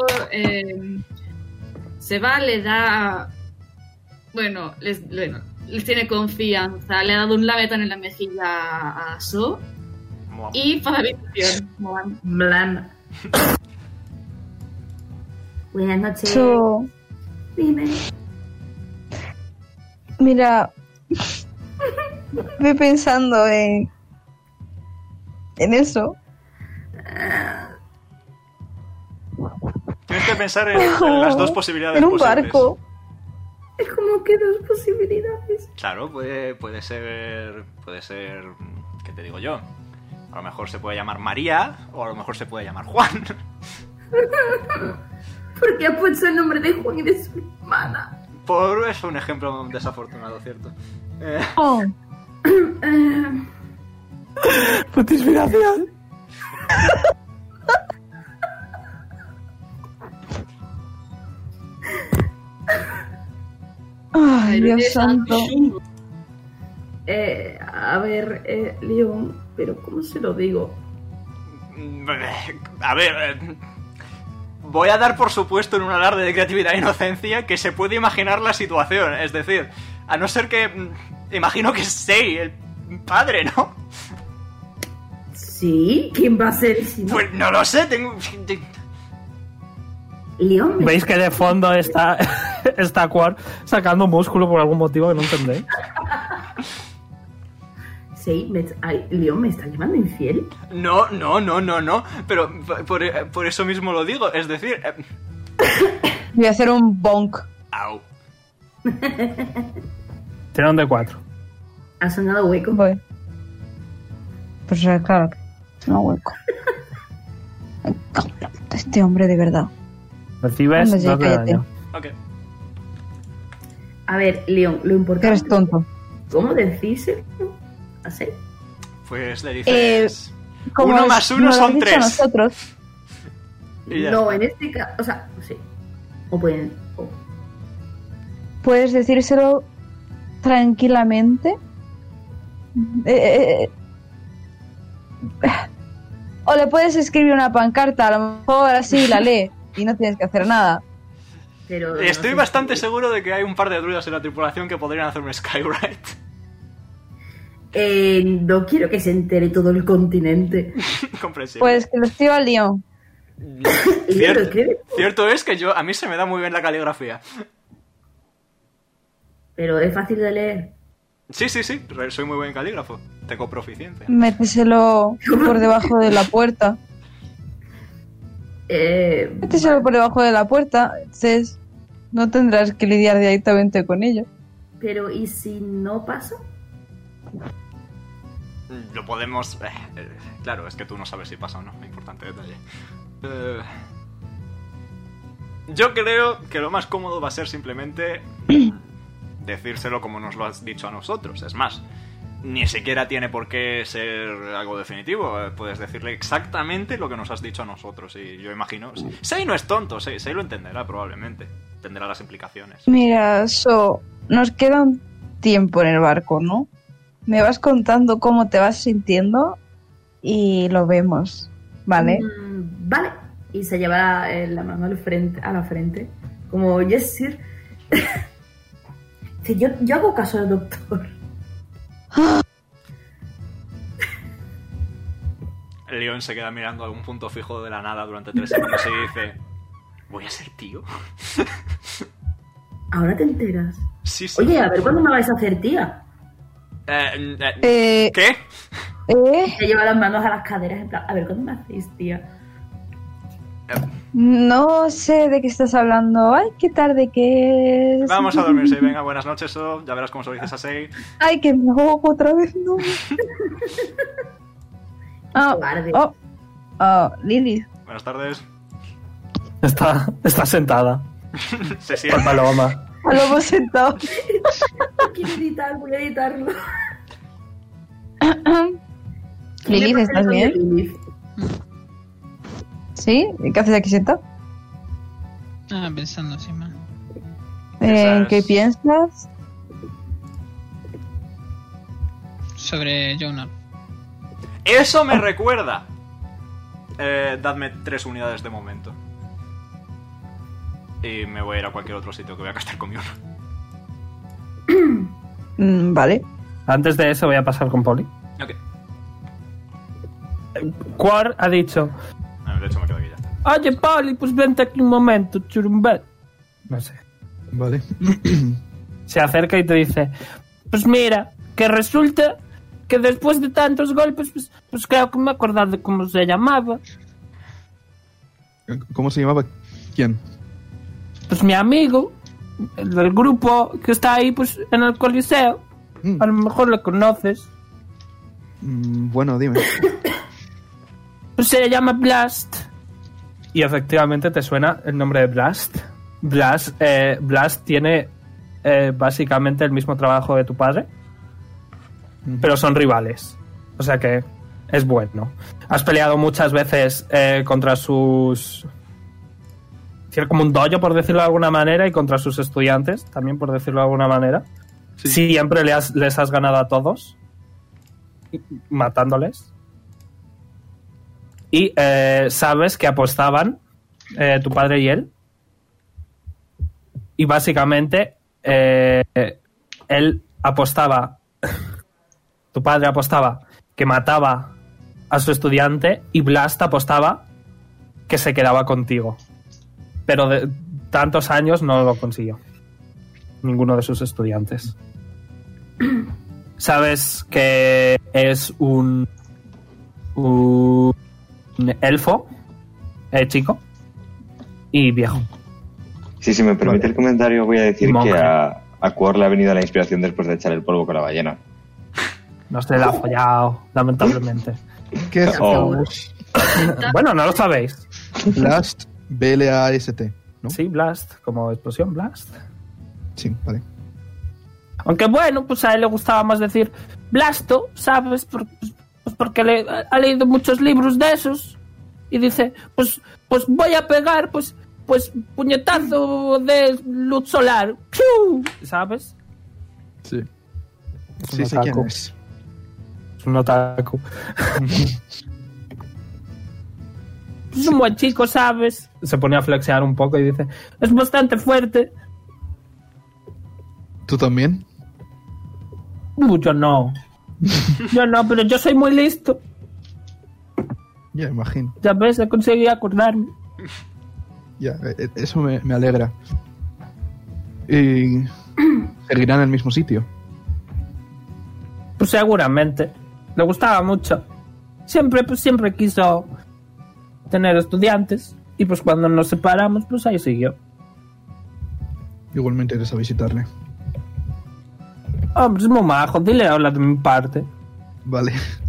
Speaker 6: se va, le da. Bueno, les tiene confianza. Le ha dado un lametón en la mejilla a So. Y para la habitación. Moan.
Speaker 2: Blan. Buenas noches.
Speaker 8: So,
Speaker 2: Dime.
Speaker 8: mira, estoy pensando en eso.
Speaker 1: Tienes que pensar en las dos posibilidades
Speaker 8: En un
Speaker 1: posibles.
Speaker 8: barco.
Speaker 2: Es como que dos posibilidades.
Speaker 1: Claro, puede ser... ¿Qué te digo yo? A lo mejor se puede llamar María o a lo mejor se puede llamar Juan.
Speaker 2: ¿Por qué has puesto el nombre de Juan y de su hermana?
Speaker 1: Es un ejemplo desafortunado, ¿cierto?
Speaker 8: Oh,
Speaker 3: Puta inspiración.
Speaker 8: ay,
Speaker 6: Pero
Speaker 8: Dios
Speaker 6: es
Speaker 8: santo.
Speaker 6: algo-
Speaker 2: A ver, Leon, pero ¿cómo se lo digo?
Speaker 1: A ver, voy a dar por supuesto en un alarde de creatividad e inocencia que se puede imaginar la situación. Es decir, a no ser que... imagino que es Sei, el padre, ¿no?
Speaker 2: ¿Sí? ¿Quién va a ser si no?
Speaker 1: Pues no lo sé, tengo...
Speaker 2: Leon, me-
Speaker 3: ¿Veis que de fondo está Quar sacando músculo por algún motivo que no entendéis?
Speaker 2: Sí, Leon, ¿me está llamando infiel?
Speaker 1: No, pero por eso mismo lo digo, es decir...
Speaker 8: Voy a hacer un bonk.
Speaker 1: Au.
Speaker 3: Tiene un D4.
Speaker 2: ¿Ha sonado hueco?
Speaker 8: Voy. Pues claro, que no hueco. Me cago en la puta, este hombre de verdad.
Speaker 3: Recibes
Speaker 8: Anda, sí,
Speaker 3: 2 de
Speaker 8: cállate.
Speaker 3: daño.
Speaker 1: Ok.
Speaker 2: A ver, Leon, lo
Speaker 8: Que
Speaker 2: importante...
Speaker 8: eres tonto.
Speaker 2: ¿Cómo decírselo? ¿Así?
Speaker 1: Pues le dices...
Speaker 8: Como
Speaker 1: 1 más 1
Speaker 8: nos lo
Speaker 1: son
Speaker 8: has dicho
Speaker 1: 3.
Speaker 8: nosotros,
Speaker 1: Y ya
Speaker 2: No,
Speaker 1: está.
Speaker 2: en este caso... O sea, sí. O pueden...
Speaker 8: puedes decírselo tranquilamente. O le puedes escribir una pancarta, a lo mejor así la lee y no tienes que hacer nada.
Speaker 2: Pero
Speaker 1: Estoy
Speaker 2: no sé
Speaker 1: bastante
Speaker 2: si-
Speaker 1: seguro de que hay un par de druidas en la tripulación que podrían hacer un Skywrite.
Speaker 2: No quiero que se entere todo el continente.
Speaker 1: Comprensible.
Speaker 8: Pues que lo escriba al León.
Speaker 2: Y Leon lo
Speaker 1: Cierto,
Speaker 2: escribe.
Speaker 1: cierto es que a mí se me da muy bien la caligrafía.
Speaker 2: Pero es fácil de leer.
Speaker 1: Sí, soy muy buen calígrafo. Tengo proficiencia.
Speaker 8: Méteselo por debajo de la puerta. Méteselo por debajo de la puerta. Entonces no tendrás que lidiar directamente con ello.
Speaker 2: Pero ¿y si no pasa?
Speaker 1: Lo podemos... claro, es que tú no sabes si pasa o no. Importante detalle. Yo creo que lo más cómodo va a ser simplemente decírselo como nos lo has dicho a nosotros. Es más, ni siquiera tiene por qué ser algo definitivo. Puedes decirle exactamente lo que nos has dicho a nosotros. Y yo imagino... Sei no es tonto, Sei lo entenderá probablemente. Entenderá las implicaciones.
Speaker 8: Mira, nos queda un tiempo en el barco, ¿no? Me vas contando cómo te vas sintiendo y lo vemos, ¿vale?
Speaker 2: Vale. Y se lleva la mano a la frente. Como, yes, sir. Que yo hago caso al doctor.
Speaker 1: El león se queda mirando a algún punto fijo de la nada durante 3 segundos y dice... ¿Voy a ser tío?
Speaker 2: Ahora te enteras.
Speaker 1: Sí.
Speaker 2: Oye, a ver cuándo me vais a hacer tía.
Speaker 1: ¿Qué?
Speaker 2: Se lleva las manos a las caderas en plan, a ver cuándo me hacéis tía.
Speaker 8: No sé de qué estás hablando. Ay, qué tarde que es.
Speaker 1: Vamos a dormir, Sei. Venga, buenas noches, So. Ya verás cómo se lo dices a Sei.
Speaker 8: Ay, que me ahogo otra vez, no.
Speaker 2: Cobarde.
Speaker 8: Lilith.
Speaker 1: Buenas tardes.
Speaker 3: Está sentada.
Speaker 1: Se siente.
Speaker 3: Por paloma.
Speaker 8: Lo hemos sentado.
Speaker 2: Quiero editar, voy a editarlo.
Speaker 8: Lilith, ¿estás bien?
Speaker 2: Lilith.
Speaker 8: ¿Sí? ¿Qué haces aquí sentado?
Speaker 4: Pensando así, man.
Speaker 8: ¿En qué piensas?
Speaker 4: Sobre Jonar.
Speaker 1: Eso me recuerda. Dadme 3 unidades de momento. Y me voy a ir a cualquier otro sitio que voy a gastar con mi uno.
Speaker 8: Vale.
Speaker 3: Antes de eso voy a pasar con Poli.
Speaker 1: Ok.
Speaker 3: Quar ha dicho:
Speaker 1: De hecho me quedo aquí ya.
Speaker 3: oye, Poli, pues vente aquí un momento, churumbet. No sé.
Speaker 5: Vale.
Speaker 3: Se acerca y te dice: pues mira, que resulta que después de tantos golpes, pues creo que me he acordado de cómo se llamaba.
Speaker 5: ¿Cómo se llamaba? ¿Quién?
Speaker 3: Pues mi amigo, el del grupo que está ahí pues en el Coliseo. A lo mejor lo conoces.
Speaker 5: Bueno, dime.
Speaker 3: pues se llama Blast. Y efectivamente te suena el nombre de Blast. Blast tiene básicamente el mismo trabajo de tu padre, pero son rivales. O sea que es bueno. Has peleado muchas veces contra sus... Tiene como un dojo, por decirlo de alguna manera, y contra sus estudiantes, también por decirlo de alguna manera.
Speaker 5: Sí.
Speaker 3: Siempre les has ganado a todos, matándoles. Y sabes que apostaban tu padre y él. Y básicamente él apostaba, tu padre apostaba que mataba a su estudiante y Blast apostaba que se quedaba contigo. Pero de tantos años no lo consiguió. Ninguno de sus estudiantes. Sabes que es un elfo, chico y viejo.
Speaker 7: Sí, si me permite el comentario, voy a decir
Speaker 3: Monje.
Speaker 7: que a Quor le ha venido la inspiración después de echar el polvo con la ballena.
Speaker 3: No se la ha follado, lamentablemente.
Speaker 5: ¿Qué es?
Speaker 7: Oh.
Speaker 3: Bueno, no lo sabéis.
Speaker 5: Blast, B-L-A-S-T, ¿no?
Speaker 3: Sí, Blast, como explosión Blast.
Speaker 5: Sí, vale.
Speaker 3: Aunque bueno, pues a él le gustaba más decir Blasto, ¿sabes? Porque ha leído muchos libros de esos. Y dice, pues voy a pegar, pues puñetazo de luz solar. ¡Piu! ¿Sabes?
Speaker 5: Sí.
Speaker 3: Es
Speaker 5: Sí,
Speaker 3: un
Speaker 5: sé quién
Speaker 3: otaku.
Speaker 5: es.
Speaker 3: Es un otaku. Es un buen chico, ¿sabes? Se pone a flexear un poco y dice, es bastante fuerte.
Speaker 5: ¿Tú también?
Speaker 3: Yo no. Yo no, pero yo soy muy listo.
Speaker 5: Ya, imagino.
Speaker 3: Ya ves, he conseguido acordarme.
Speaker 5: Ya, eso me alegra. ¿Y seguirán en el mismo sitio?
Speaker 3: Pues seguramente. Le gustaba mucho. Siempre quiso tener estudiantes. Y pues cuando nos separamos, pues ahí siguió.
Speaker 5: Igualmente irás a visitarle.
Speaker 3: Hombre, es muy majo. Dile hola de mi parte.
Speaker 5: Vale.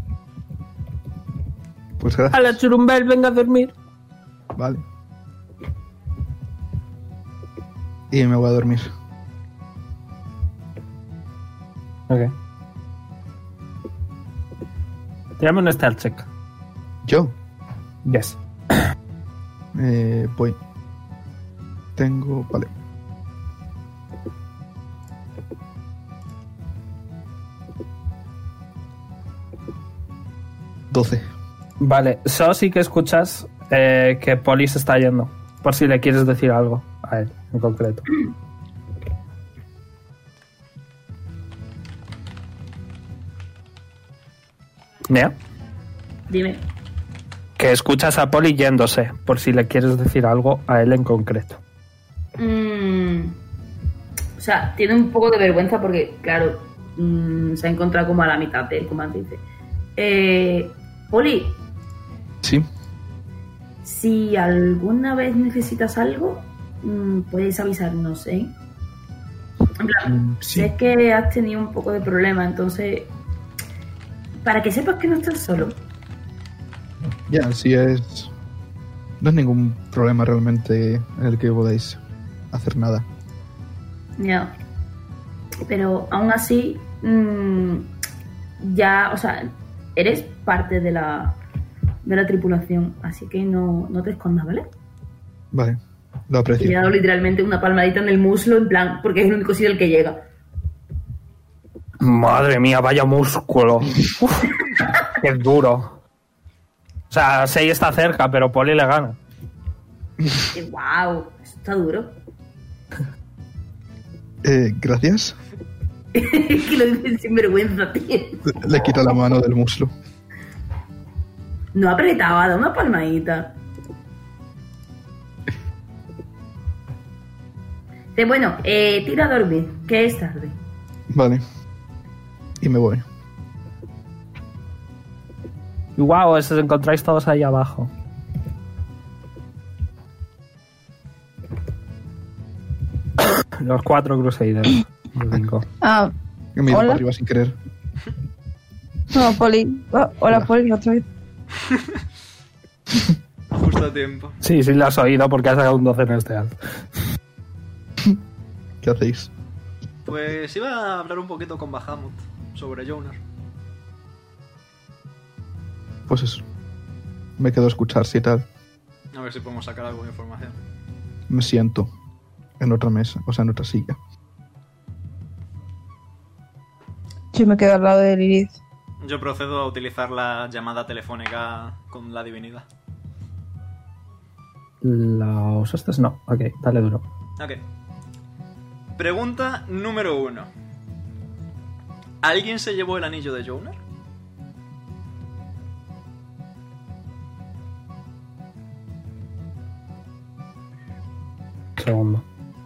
Speaker 5: Pues gracias.
Speaker 3: A la Churumbel, venga a dormir.
Speaker 5: Vale. Y me voy a dormir.
Speaker 3: Ok. Tírame un Stealth check.
Speaker 5: ¿Yo?
Speaker 3: Yes.
Speaker 5: Voy. Tengo... Vale. $12.
Speaker 3: Vale, solo sí que escuchas que Polly se está yendo. Por si le quieres decir algo a él en concreto. ¿Nea?
Speaker 2: Dime.
Speaker 3: Que escuchas a Polly yéndose, por si le quieres decir algo a él en concreto.
Speaker 2: O sea, tiene un poco de vergüenza porque, claro, se ha encontrado como a la mitad de él, como antes dice. Poli,
Speaker 5: ¿Sí?
Speaker 2: si alguna vez necesitas algo, puedes avisarnos, ¿eh? En plan,
Speaker 5: Sí.
Speaker 2: sé que has tenido un poco de problema, entonces, para que sepas que no estás solo.
Speaker 5: Ya, sí es... No es ningún problema realmente en el que podáis hacer nada.
Speaker 2: Ya. Pero aún así, ya, o sea, eres parte de la tripulación, así que no te escondas, ¿vale?
Speaker 5: Vale, lo
Speaker 2: Y
Speaker 5: aprecio.
Speaker 2: le ha dado literalmente una palmadita en el muslo, en plan, porque es el único sitio al que llega.
Speaker 3: Madre mía, vaya músculo. Uf, qué duro. O sea, Sei está cerca, pero Polly le gana.
Speaker 2: ¡Wow! Eso está duro.
Speaker 5: Gracias.
Speaker 2: Que lo dicen sin vergüenza, tío.
Speaker 5: Le quito la mano del muslo.
Speaker 2: No apretaba, da una palmadita. Bueno, tira a dormir, que es tarde.
Speaker 5: Vale. Y me voy.
Speaker 3: Y wow, os encontráis todos ahí abajo. Los 4 Crusaders. Los 5.
Speaker 8: Ah,
Speaker 5: Me he ido
Speaker 8: Hola.
Speaker 5: para arriba sin querer.
Speaker 8: no, Poli. Oh, hola, Poli, otra vez.
Speaker 1: ¿Cuánto tiempo?
Speaker 3: Sí, lo has oído porque has sacado un 12 en este alto.
Speaker 5: ¿Qué hacéis?
Speaker 1: Pues iba a hablar un poquito con Bahamut sobre Jonar.
Speaker 5: Pues eso. Me quedo a escuchar si tal.
Speaker 1: A ver si podemos sacar algo de información.
Speaker 5: Me siento en otra mesa, o sea, en otra silla.
Speaker 8: Yo me quedo al lado de Lilith.
Speaker 1: Yo procedo a utilizar la llamada telefónica con la divinidad.
Speaker 3: ¿La usaste? No. Ok, dale duro.
Speaker 1: Ok. Pregunta número 1. ¿Alguien se llevó el anillo de Jonar?
Speaker 3: Segundo.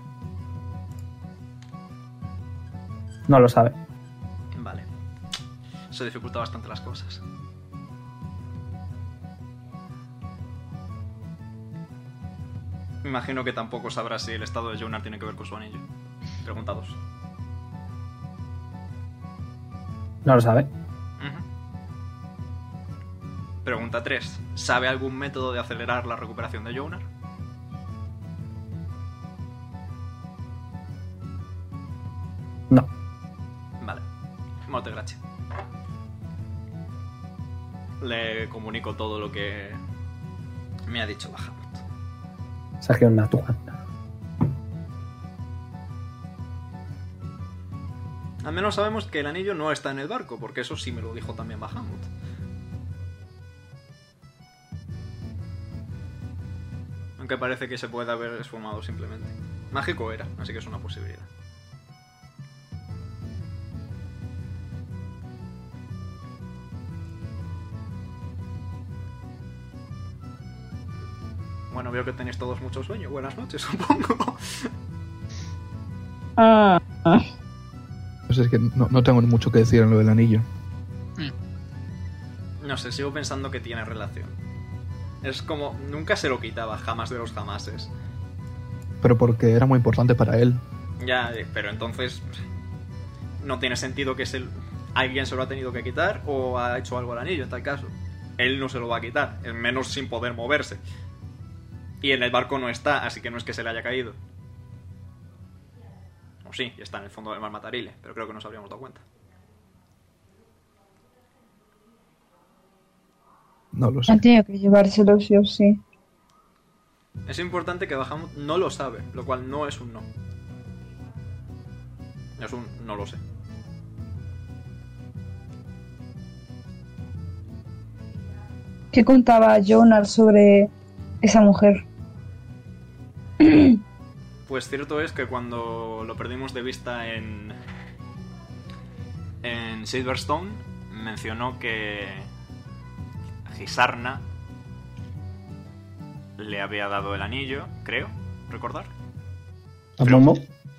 Speaker 3: No lo sabe.
Speaker 1: Vale. Eso dificulta bastante las cosas. Me imagino que tampoco sabrá si el estado de Jonar tiene que ver con su anillo. Pregunta 2.
Speaker 3: No lo sabe.
Speaker 1: Ujú. Pregunta 3. ¿Sabe algún método de acelerar la recuperación de Jonar?
Speaker 3: No.
Speaker 1: Vale. Molte gracias. Le comunico todo lo que me ha dicho Bahamut.
Speaker 3: Saqué un natural.
Speaker 1: Al menos sabemos que el anillo no está en el barco, porque eso sí me lo dijo también Bahamut. Aunque parece que se puede haber esfumado simplemente. Mágico era, así que es una posibilidad. Bueno, veo que tenéis todos mucho sueño. Buenas noches, supongo.
Speaker 5: Pues es que no tengo mucho que decir en lo del anillo.
Speaker 1: No sé, sigo pensando que tiene relación. Es como... Nunca se lo quitaba, jamás de los jamases.
Speaker 5: Pero porque era muy importante para él.
Speaker 1: Ya, pero entonces... No tiene sentido que alguien se lo ha tenido que quitar o ha hecho algo al anillo, en tal caso. Él no se lo va a quitar, al menos sin poder moverse. Y en el barco no está, así que no es que se le haya caído. O sí, está en el fondo del mar Matarile, pero creo que nos habríamos dado cuenta.
Speaker 5: No lo sé.
Speaker 8: Han tenido que llevárselo sí o sí.
Speaker 1: Es importante que Bahamut no lo sabe, lo cual no es un no. Es un no lo sé.
Speaker 8: ¿Qué contaba Jonar sobre esa mujer?
Speaker 1: Pues cierto es que cuando lo perdimos de vista en Silverstone, mencionó que Hisarna le había dado el anillo, creo, recordar.
Speaker 3: ¿A Momo?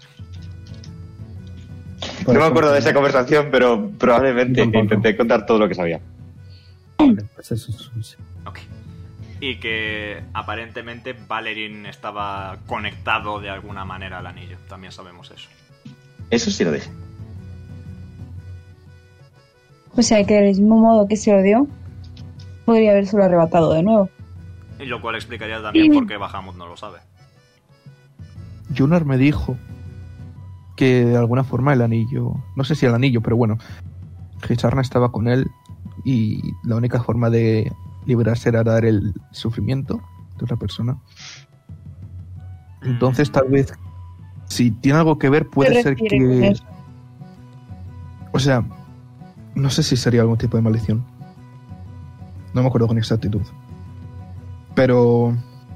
Speaker 7: No me acuerdo de esa conversación, pero probablemente
Speaker 3: Tampoco.
Speaker 7: intenté contar todo lo que sabía.
Speaker 3: Vale, pues eso es un sí.
Speaker 1: Ok. Y que aparentemente Valerín estaba conectado de alguna manera al anillo. También sabemos eso.
Speaker 7: Eso sí lo dije.
Speaker 8: O sea que del mismo modo que se lo dio, podría habérselo arrebatado de nuevo.
Speaker 1: Y lo cual explicaría también por qué Bahamut no lo sabe.
Speaker 5: Jonar me dijo que de alguna forma el anillo, no sé si el anillo, pero bueno, Hisarna estaba con él y la única forma de librarse era dar el sufrimiento de otra persona. Entonces tal vez, si tiene algo que ver, puede
Speaker 8: ¿Qué
Speaker 5: ser
Speaker 8: refiere con
Speaker 5: que...
Speaker 8: eso?
Speaker 5: O sea, no sé si sería algún tipo de maldición. No me acuerdo con exactitud. Pero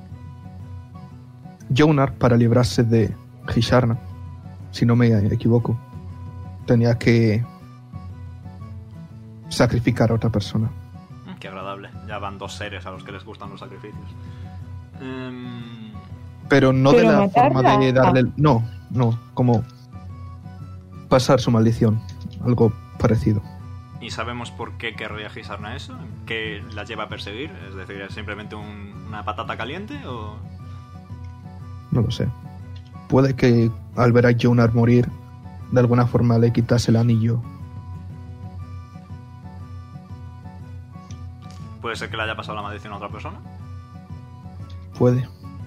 Speaker 5: Jonar, para librarse de Hisarna, si no me equivoco, tenía que sacrificar a otra persona.
Speaker 1: Qué agradable. Ya van dos seres a los que les gustan los sacrificios.
Speaker 5: Pero no
Speaker 8: Pero
Speaker 5: de la
Speaker 8: matarla.
Speaker 5: forma de darle... No, como pasar su maldición. Algo parecido.
Speaker 1: ¿Y sabemos por qué querría Hisarna eso? ¿Qué la lleva a perseguir? Es decir, ¿es simplemente una patata caliente o...?
Speaker 5: No lo sé. Puede que al ver a Jonar morir, de alguna forma le quitase el anillo.
Speaker 1: ¿Puede ser que le haya pasado la maldición a otra persona?
Speaker 5: Puede.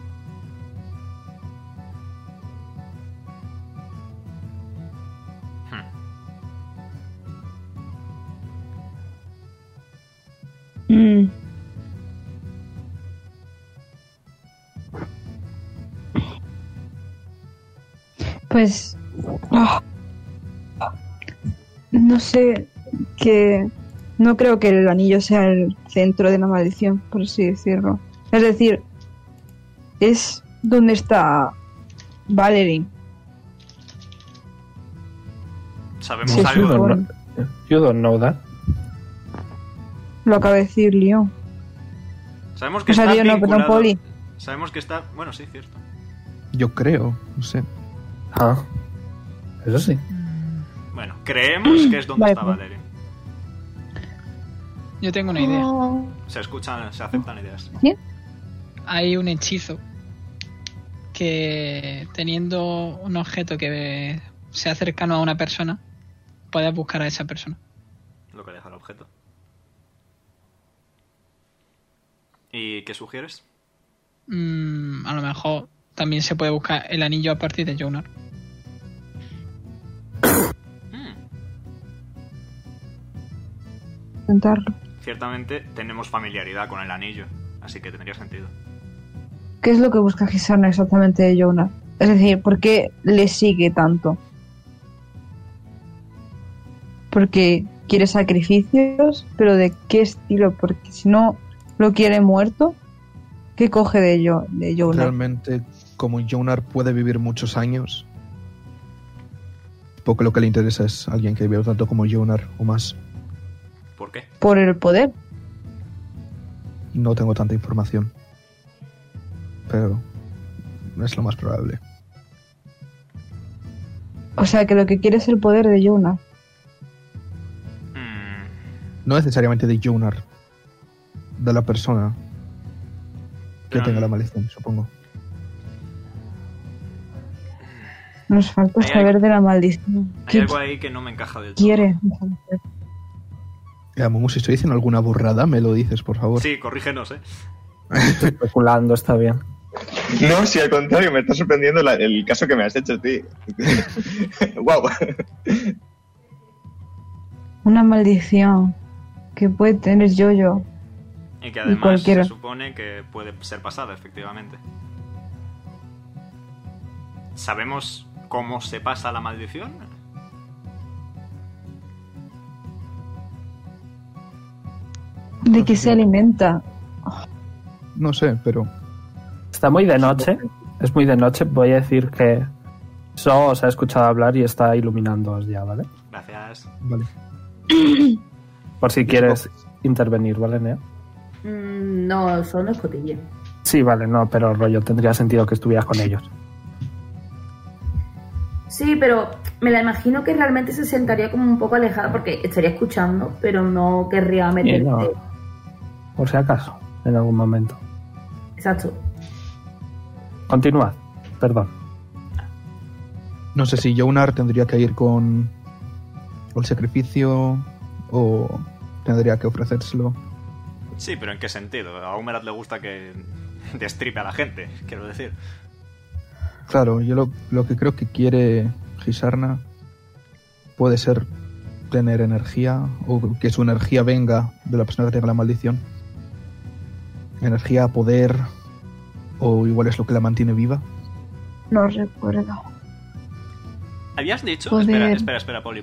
Speaker 8: Mm. Pues ah, no sé, que no creo que el anillo sea el centro de la maldición, por así decirlo. Es decir, es donde está Valerie.
Speaker 1: ¿Sabemos
Speaker 8: Sí,
Speaker 1: algo?
Speaker 8: sí.
Speaker 3: Don't you don't know that.
Speaker 8: Lo acaba de decir Leon.
Speaker 1: Sabemos que
Speaker 8: O sea,
Speaker 1: está
Speaker 8: Leon, no, perdón,
Speaker 1: vinculado...
Speaker 8: Poli.
Speaker 1: Sabemos que está... Bueno, sí, cierto.
Speaker 5: Yo creo, no sé.
Speaker 3: Ah, eso sí.
Speaker 1: Bueno, creemos que es donde
Speaker 8: Vale,
Speaker 1: está
Speaker 8: pues.
Speaker 1: Valerie.
Speaker 4: Yo tengo una idea.
Speaker 1: Se escuchan, se aceptan ideas.
Speaker 4: Hay un hechizo que, teniendo un objeto que sea cercano a una persona, puedes buscar a esa persona.
Speaker 1: Lo que deja el objeto. ¿Y qué sugieres?
Speaker 4: A lo mejor también se puede buscar el anillo a partir de Jonar.
Speaker 8: Intentarlo.
Speaker 1: Ciertamente tenemos familiaridad con el anillo, así que tendría sentido.
Speaker 8: ¿Qué es lo que busca Gisana exactamente de Jonar? Es decir, ¿por qué le sigue tanto? Porque quiere sacrificios, pero ¿de qué estilo? Porque si no lo quiere muerto, ¿qué coge de Jonar?
Speaker 5: Realmente, como Jonar puede vivir muchos años, poco lo que le interesa es alguien que viva tanto como Jonar o más.
Speaker 1: ¿Por qué?
Speaker 8: Por el poder.
Speaker 5: No tengo tanta información, pero es lo más probable.
Speaker 8: O sea, que lo que quiere es el poder de Jonar.
Speaker 5: No necesariamente de Jonar, de la persona que
Speaker 1: Pero
Speaker 5: tenga la maldición, supongo.
Speaker 8: Nos falta
Speaker 1: Hay
Speaker 8: saber
Speaker 1: algo-
Speaker 8: de la maldición.
Speaker 1: Hay
Speaker 8: ¿Qué
Speaker 1: algo ahí que no me encaja del todo.
Speaker 8: quiere?
Speaker 5: Momo, si estoy diciendo alguna burrada, me lo dices, por favor.
Speaker 1: Sí, corrígenos, ¿eh?
Speaker 3: Especulando, está bien.
Speaker 7: No, sí, al contrario, me está sorprendiendo el caso que me has hecho, tío. Wow.
Speaker 8: Una maldición que puede tener Jojo.
Speaker 1: Y que además
Speaker 8: cualquiera.
Speaker 1: se supone que puede ser pasada, efectivamente. ¿Sabemos cómo se pasa la maldición?
Speaker 8: ¿De qué se alimenta?
Speaker 5: No sé, pero
Speaker 3: Está muy de noche. Es muy de noche. Voy a decir que So os ha escuchado hablar y está iluminándoos ya, ¿vale?
Speaker 1: Gracias.
Speaker 5: vale.
Speaker 3: Por si quieres intervenir, ¿vale, Neo?
Speaker 2: No, solo escotille.
Speaker 3: Sí, vale, no, pero rollo, tendría sentido que estuvieras con ellos.
Speaker 2: Sí, pero me la imagino que realmente se sentaría como un poco alejada porque estaría escuchando, pero no querría meterse.
Speaker 3: no. Por si acaso, en algún momento.
Speaker 2: Exacto.
Speaker 3: Continuad, perdón.
Speaker 5: No sé si Jonar tendría que ir con el sacrificio o tendría que ofrecérselo.
Speaker 1: Sí, pero ¿en qué sentido? A Humerat le gusta que destripe a la gente, quiero decir.
Speaker 5: Claro, yo lo que creo que quiere Gisarna puede ser tener energía o que su energía venga de la persona que tenga la maldición. Energía, poder, o igual es lo que la mantiene viva.
Speaker 8: No recuerdo.
Speaker 1: ¿Habías dicho?
Speaker 8: Poder.
Speaker 1: Espera, Poli.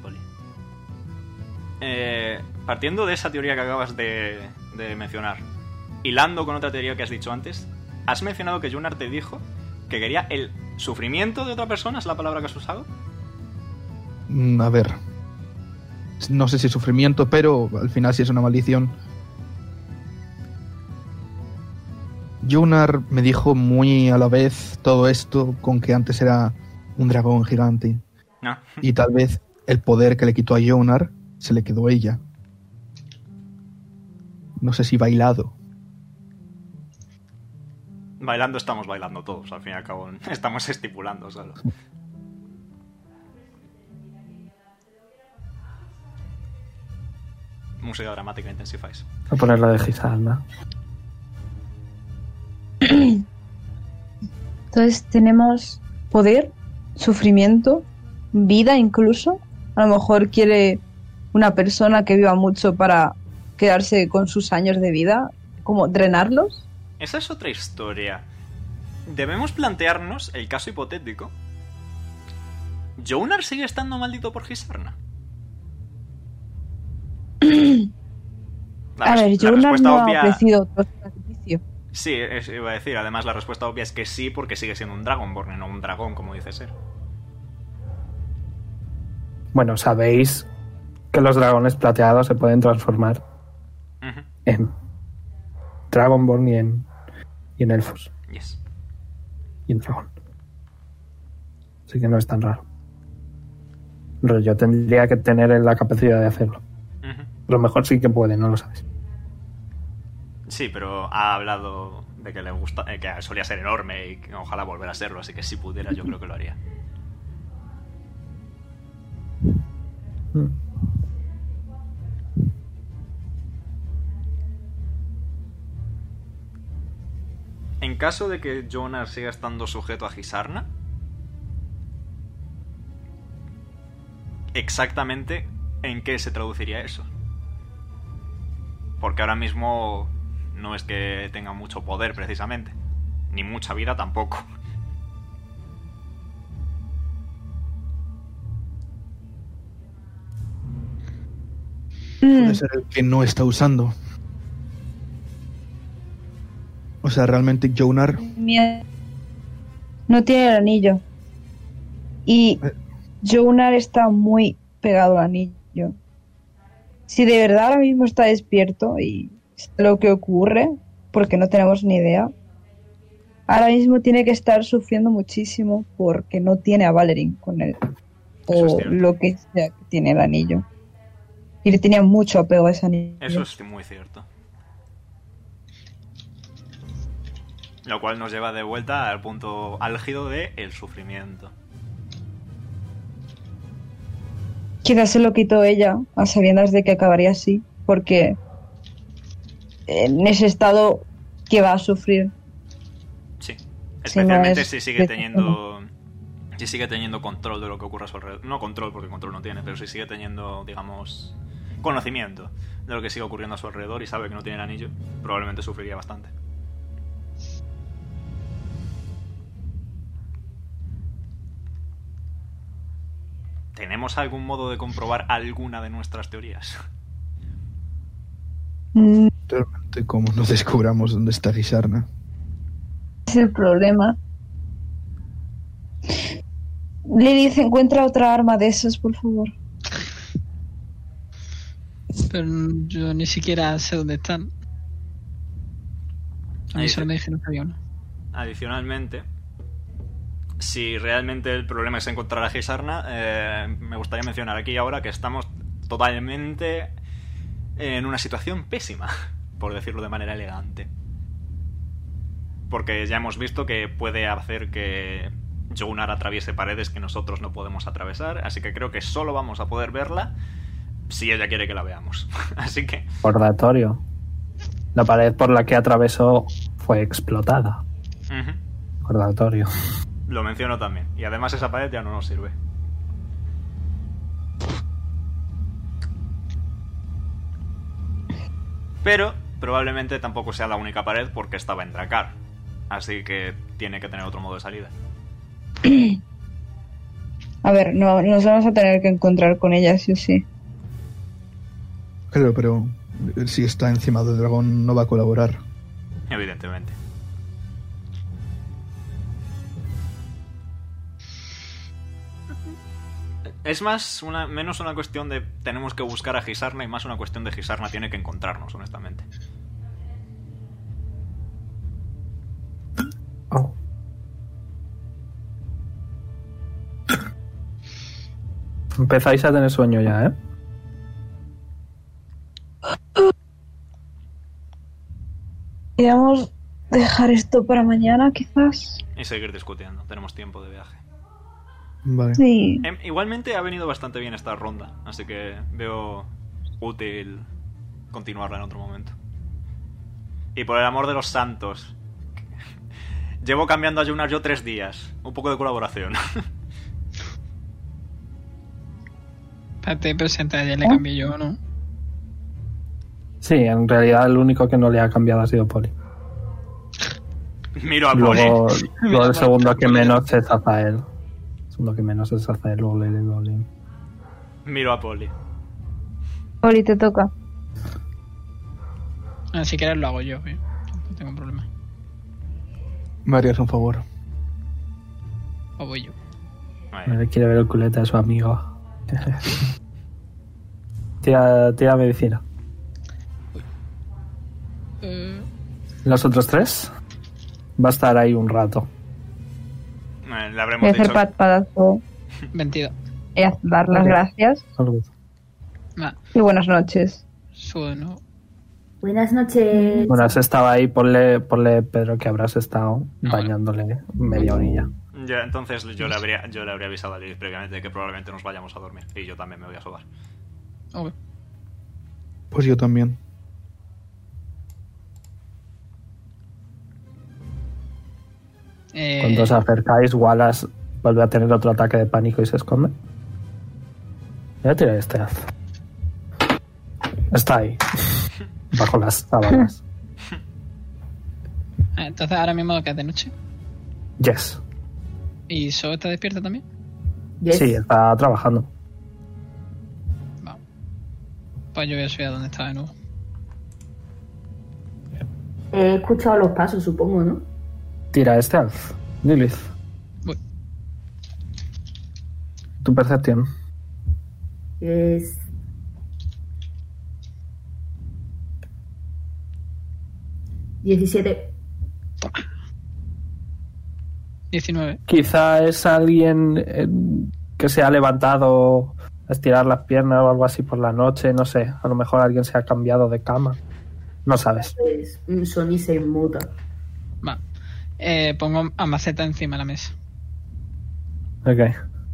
Speaker 1: Partiendo de esa teoría que acabas de mencionar, hilando con otra teoría que has dicho antes, has mencionado que Jonar te dijo que quería el sufrimiento de otra persona, ¿es la palabra que has usado?
Speaker 5: A ver, no sé si sufrimiento, pero al final si es una maldición. Jonar me dijo muy a la vez todo esto con que antes era un dragón gigante
Speaker 1: No.
Speaker 5: y tal vez el poder que le quitó a Jonar se le quedó a ella. No sé si bailado.
Speaker 1: Bailando estamos bailando todos, al fin y al cabo. Estamos estipulando solo. Música dramática Intensifáis.
Speaker 3: Voy a poner la de Gisarna.
Speaker 8: Entonces tenemos poder, sufrimiento, vida incluso. A lo mejor quiere una persona que viva mucho para quedarse con sus años de vida, como drenarlos.
Speaker 1: Esa es otra historia. Debemos plantearnos el caso hipotético. ¿Jonar sigue estando maldito por Hisarna?
Speaker 8: A ver, Jonar no ha ofrecido otro sacrificio.
Speaker 1: Sí, iba a decir, además la respuesta obvia es que sí, porque sigue siendo un Dragonborn, no un dragón, como dice ser.
Speaker 3: Bueno, sabéis que los dragones plateados se pueden transformar en Dragonborn y en elfos.
Speaker 1: Yes.
Speaker 3: Y en dragón. Así que no es tan raro. Pero yo tendría que tener la capacidad de hacerlo. A lo mejor sí que puede, no lo sabes.
Speaker 1: Sí, pero ha hablado de que le gusta, que solía ser enorme y que ojalá volver a serlo, así que si pudiera yo creo que lo haría. En caso de que Jonar siga estando sujeto a Hisarna, exactamente en qué se traduciría eso. Porque ahora mismo no es que tenga mucho poder precisamente, ni mucha vida tampoco.
Speaker 5: Puede ser el que no está usando. O sea, realmente Jonar
Speaker 8: no tiene el anillo. Y Jonar está muy pegado al anillo. Si de verdad ahora mismo está despierto y lo que ocurre, porque no tenemos ni idea, ahora mismo tiene que estar sufriendo muchísimo porque no tiene a Valerín con él. O lo que sea que tiene el anillo. Y le tenía mucho apego a ese anillo.
Speaker 1: Eso es muy cierto. Lo cual nos lleva de vuelta al punto álgido de el sufrimiento.
Speaker 8: Quizás se lo quitó ella a sabiendas de que acabaría así, porque en ese estado que va a sufrir.
Speaker 1: Sí, especialmente si sigue
Speaker 8: teniendo
Speaker 1: control de lo que ocurre a su alrededor. No control, porque control no tiene, pero si sigue teniendo, digamos, conocimiento de lo que sigue ocurriendo a su alrededor y sabe que no tiene el anillo, probablemente sufriría bastante. ¿Tenemos algún modo de comprobar alguna de nuestras teorías?
Speaker 5: Realmente, como no descubramos dónde está Hisarna.
Speaker 8: Es el problema. Lilith, encuentra otra arma de esas, por favor.
Speaker 4: Pero yo ni siquiera sé dónde están. A mí solo me dijeron que había una.
Speaker 1: Adicionalmente, si realmente el problema es encontrar a Hisarna, me gustaría mencionar aquí ahora que estamos totalmente en una situación pésima, por decirlo de manera elegante. Porque ya hemos visto que puede hacer que Jonar atraviese paredes que nosotros no podemos atravesar, así que creo que solo vamos a poder verla si ella quiere que la veamos. Así que...
Speaker 3: Recordatorio. La pared por la que atravesó fue explotada. Recordatorio.
Speaker 1: Lo menciono también. Y además esa pared ya no nos sirve. Pero probablemente tampoco sea la única pared porque estaba en Drakkar. Así que tiene que tener otro modo de salida.
Speaker 8: A ver, no, nos vamos a tener que encontrar con ella, sí o sí.
Speaker 5: Claro, pero si está encima del dragón no va a colaborar.
Speaker 1: Evidentemente. Es menos una cuestión de tenemos que buscar a Hisarna y más una cuestión de Hisarna tiene que encontrarnos, honestamente.
Speaker 3: Oh. Empezáis a tener sueño ya, ¿eh?
Speaker 8: Podríamos dejar esto para mañana, quizás.
Speaker 1: Y seguir discutiendo. Tenemos tiempo de viaje.
Speaker 5: Vale.
Speaker 8: Sí.
Speaker 1: Igualmente ha venido bastante bien esta ronda, así que veo útil continuarla en otro momento. Y por el amor de los santos, Llevo cambiando a Jonas yo 3 días. Un poco de colaboración.
Speaker 4: Espérate, presente ayer le cambié yo, ¿no?
Speaker 3: Sí, en realidad el único que no le ha cambiado ha sido Poli.
Speaker 1: Miro a Poli.
Speaker 3: Luego el segundo que menos es Azael. El segundo que menos es Azael, luego le.
Speaker 1: Miro a Poli.
Speaker 8: Oli, te toca.
Speaker 4: Si quieres lo hago yo, no tengo problema.
Speaker 5: Me harías un favor.
Speaker 4: O voy yo.
Speaker 3: Quiere ver el culete de su amigo. Tira medicina. Los otros 3 va a estar ahí un rato.
Speaker 1: Le
Speaker 8: Voy
Speaker 1: habremos
Speaker 8: a hacer
Speaker 1: dicho...
Speaker 8: patpadazo
Speaker 4: 22.
Speaker 8: y a dar las gracias.
Speaker 3: Salud.
Speaker 4: Va,
Speaker 8: Y buenas noches.
Speaker 4: subo de nuevo.
Speaker 2: Buenas noches.
Speaker 3: Bueno, has estado ahí, ponle Pedro que habrás estado bañándole media orilla.
Speaker 1: Ya, entonces yo le habría avisado a Lilith previamente de que probablemente nos vayamos a dormir. Y yo también me voy a sobar.
Speaker 4: Ok.
Speaker 5: Pues yo también.
Speaker 3: Cuando os acercáis, Wallace vuelve a tener otro ataque de pánico y se esconde. Voy a tirar este haz. Está ahí, bajo las sábanas.
Speaker 4: Entonces ahora mismo que es de noche.
Speaker 3: Yes.
Speaker 4: ¿Y So está despierta también?
Speaker 2: Yes.
Speaker 3: Sí, está trabajando.
Speaker 4: Vamos. Pues yo voy a subir a donde estaba de nuevo.
Speaker 2: He escuchado los pasos, supongo, ¿no?
Speaker 3: Tira este haz. Lilith,
Speaker 4: Voy.
Speaker 3: tu percepción.
Speaker 2: Es... ¿17?
Speaker 4: 19.
Speaker 3: Quizá es alguien que se ha levantado a estirar las piernas o algo así por la noche, no sé. A lo mejor alguien se ha cambiado de cama. No sabes.
Speaker 2: Pues Sony se inmuta.
Speaker 4: Va. Pongo a Maceta encima de la mesa.
Speaker 3: Ok.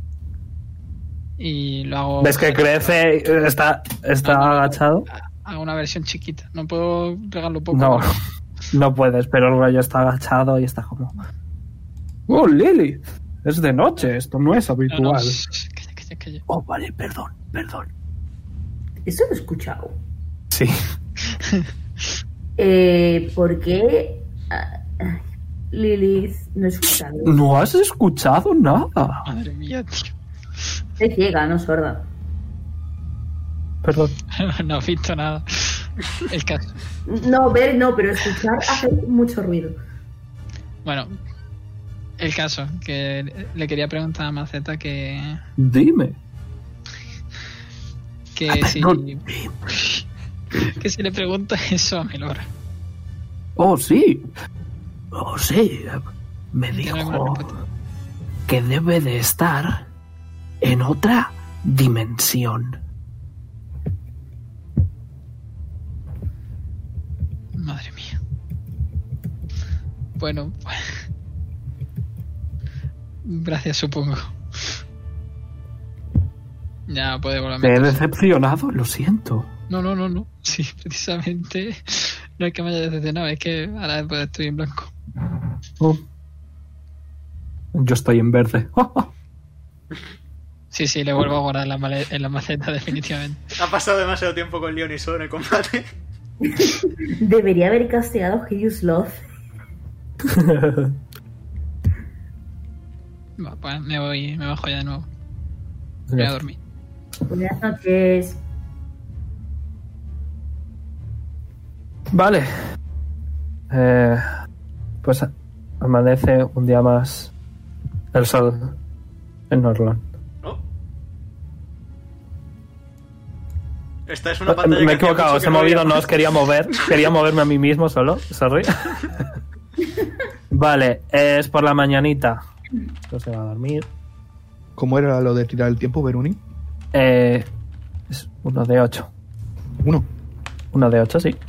Speaker 4: Y lo hago...
Speaker 3: ¿Ves que crece? Está agachado.
Speaker 4: Hago una versión chiquita. No puedo regarlo poco.
Speaker 3: No, no puedes, pero el gallo está agachado y está como... ¡Oh, Lily! Es de noche, esto no es
Speaker 4: No,
Speaker 3: habitual.
Speaker 4: Calla.
Speaker 3: Oh, vale, perdón.
Speaker 2: Eso lo he escuchado.
Speaker 3: Sí.
Speaker 2: ¿Por qué Lilith no escucha?
Speaker 3: No has escuchado nada.
Speaker 4: Madre mía, tío.
Speaker 2: Es ciega, no sorda.
Speaker 3: Perdón.
Speaker 4: No he visto nada. El caso.
Speaker 2: No, ver no, pero escuchar hace mucho ruido.
Speaker 4: Bueno, el caso, que le quería preguntar a Maceta que
Speaker 3: Dime.
Speaker 4: si que si le pregunto eso a Melora.
Speaker 3: Oh, sí. Oh, sí. Me
Speaker 4: ¿Tiene alguna
Speaker 3: dijo
Speaker 4: respuesta?
Speaker 3: que debe de estar en otra dimensión.
Speaker 4: Madre mía. Bueno, pues... Gracias, supongo. Ya puede volver a
Speaker 3: Te he
Speaker 4: meterse.
Speaker 3: decepcionado, lo siento.
Speaker 4: No. Sí, precisamente no es que me haya decepcionado, es que ahora después estoy en blanco.
Speaker 3: Oh. Yo estoy en verde.
Speaker 4: Sí, le vuelvo a guardar en la maceta definitivamente.
Speaker 1: Ha pasado demasiado tiempo con Leon y So en el combate.
Speaker 2: Debería haber castigado a Hideous Love.
Speaker 4: Va, pues me bajo ya de nuevo. Voy a dormir.
Speaker 2: Buenas noches.
Speaker 3: Vale. Pues amanece un día más el sol en Norland.
Speaker 1: Oh. Esta es una pantalla
Speaker 3: Me
Speaker 1: que
Speaker 3: he
Speaker 1: hacía
Speaker 3: equivocado,
Speaker 1: mucho
Speaker 3: os
Speaker 1: que
Speaker 3: he
Speaker 1: no
Speaker 3: movido,
Speaker 1: veíamos.
Speaker 3: no os quería mover. Quería moverme a mí mismo solo, sorry. Vale, es por la mañanita. Esto se va a dormir.
Speaker 5: ¿Cómo era lo de tirar el tiempo, Veruni?
Speaker 3: Es 1 de 8.
Speaker 5: 1.
Speaker 3: 1 de 8, sí.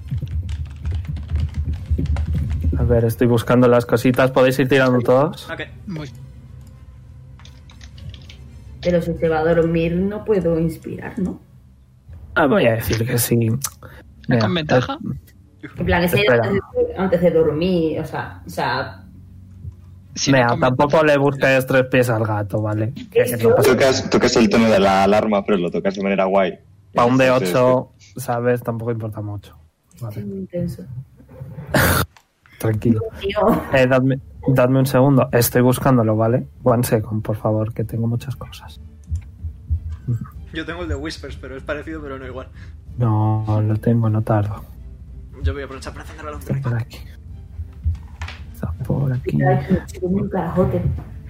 Speaker 3: A ver, estoy buscando las cositas. ¿Podéis ir tirando todos?
Speaker 1: Ok.
Speaker 4: Voy.
Speaker 2: Pero si se va a dormir no puedo inspirar, ¿no?
Speaker 3: Voy a decir que sí.
Speaker 4: ¿Es
Speaker 3: Mira,
Speaker 4: con ventaja?
Speaker 2: En plan, ese
Speaker 3: Espera.
Speaker 2: antes de dormir, o sea,
Speaker 4: Si no
Speaker 3: Mira,
Speaker 4: comento-
Speaker 3: tampoco le busques 3 pies al gato, ¿vale? Que no pasa
Speaker 7: Tocas el tono de la alarma, pero lo tocas de manera guay.
Speaker 3: para un
Speaker 7: Entonces,
Speaker 3: D8, ¿sabes? Tampoco importa mucho. Vale,
Speaker 2: Muy intenso.
Speaker 3: tranquilo.
Speaker 2: Tío.
Speaker 3: Dadme un segundo. Estoy buscándolo, ¿vale? 1 second, por favor, que tengo muchas cosas.
Speaker 1: Yo tengo el de Whispers, pero es parecido, pero no igual.
Speaker 3: No, lo tengo, no tardo.
Speaker 1: Yo voy a aprovechar para encender la
Speaker 3: Está
Speaker 1: luz.
Speaker 3: por aquí. Está por aquí.
Speaker 2: Tiene un carajote.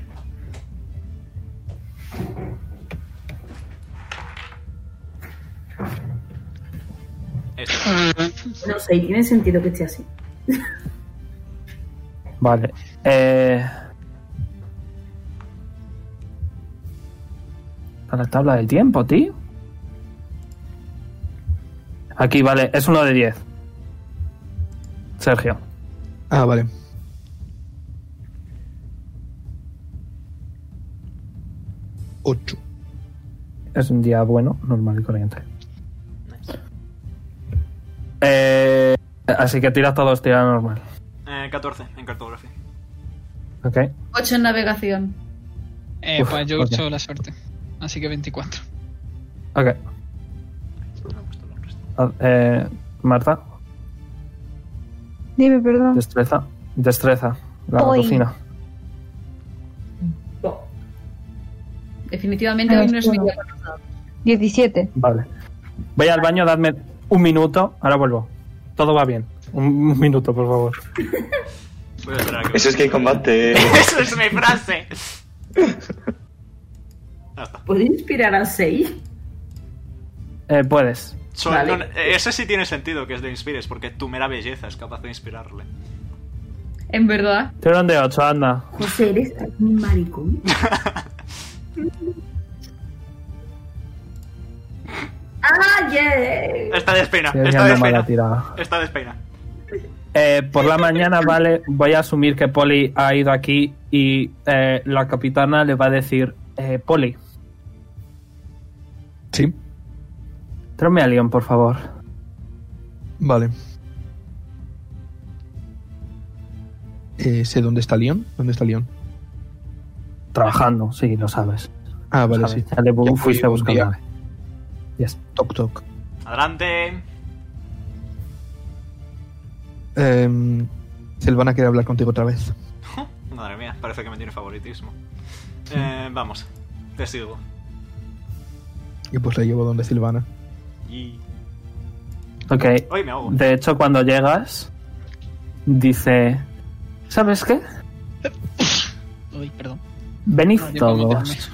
Speaker 1: Esto.
Speaker 2: No sé, tiene sentido que esté así.
Speaker 3: Vale. A la tabla del tiempo, tío. Aquí, vale, es 1 de 10. Sergio.
Speaker 5: Ah, vale. Ocho.
Speaker 3: Es un día bueno, normal y corriente. Así que tira todos, tira normal.
Speaker 1: 14 en cartografía.
Speaker 3: Ok.
Speaker 6: 8 en navegación.
Speaker 4: Pues yo he
Speaker 3: ok.
Speaker 4: hecho la suerte. Así que 24.
Speaker 3: Ok. Marta,
Speaker 8: Dime, perdón.
Speaker 3: destreza. Destreza. La
Speaker 8: Uy.
Speaker 3: cocina.
Speaker 6: Definitivamente hoy no es mi día.
Speaker 8: 17.
Speaker 3: Vale. Voy al baño, dadme un minuto. Ahora vuelvo. Todo va bien. Un minuto, por favor.
Speaker 1: Voy a esperar a que...
Speaker 7: Eso es que hay combate.
Speaker 1: ¡Eso es mi frase! Ya está.
Speaker 2: ¿Puedo inspirar a 6?
Speaker 3: Puedes.
Speaker 2: Vale.
Speaker 1: Ese sí tiene sentido que es de Inspires, porque tu mera belleza es capaz de inspirarle.
Speaker 6: En verdad.
Speaker 3: Tira un de 8, anda.
Speaker 2: José, eres un maricón. ¡Ah, yeah!
Speaker 1: Está despeina,
Speaker 3: Estoy
Speaker 1: está
Speaker 3: haciendo mala
Speaker 1: despeina.
Speaker 3: tirada.
Speaker 1: Está despeina.
Speaker 3: Por la mañana, vale, voy a asumir que Polly ha ido aquí y la capitana le va a decir, Polly,
Speaker 5: Sí,
Speaker 3: tráeme a Leon, por favor.
Speaker 5: vale. Sé dónde está Leon. ¿Dónde está Leon?
Speaker 3: Trabajando, sí, lo sabes.
Speaker 5: Ah, vale,
Speaker 3: ¿Sabes?
Speaker 5: sí.
Speaker 3: Ya le
Speaker 5: Ya
Speaker 3: fuiste
Speaker 5: fui
Speaker 3: a
Speaker 5: un
Speaker 3: buscar
Speaker 5: día.
Speaker 3: una vez. Yes.
Speaker 5: Toc, toc.
Speaker 1: Adelante.
Speaker 5: Silvana quiere hablar contigo otra vez.
Speaker 1: Madre mía, parece que me tiene favoritismo. Vamos, te sigo.
Speaker 5: Y pues la llevo donde Silvana.
Speaker 1: Y...
Speaker 3: Ok.
Speaker 1: Hoy me ahogo.
Speaker 3: De hecho, cuando llegas, dice, ¿sabes qué?
Speaker 4: Uy, perdón.
Speaker 3: Venid
Speaker 4: No, yo puedo
Speaker 3: todos.
Speaker 4: meterme.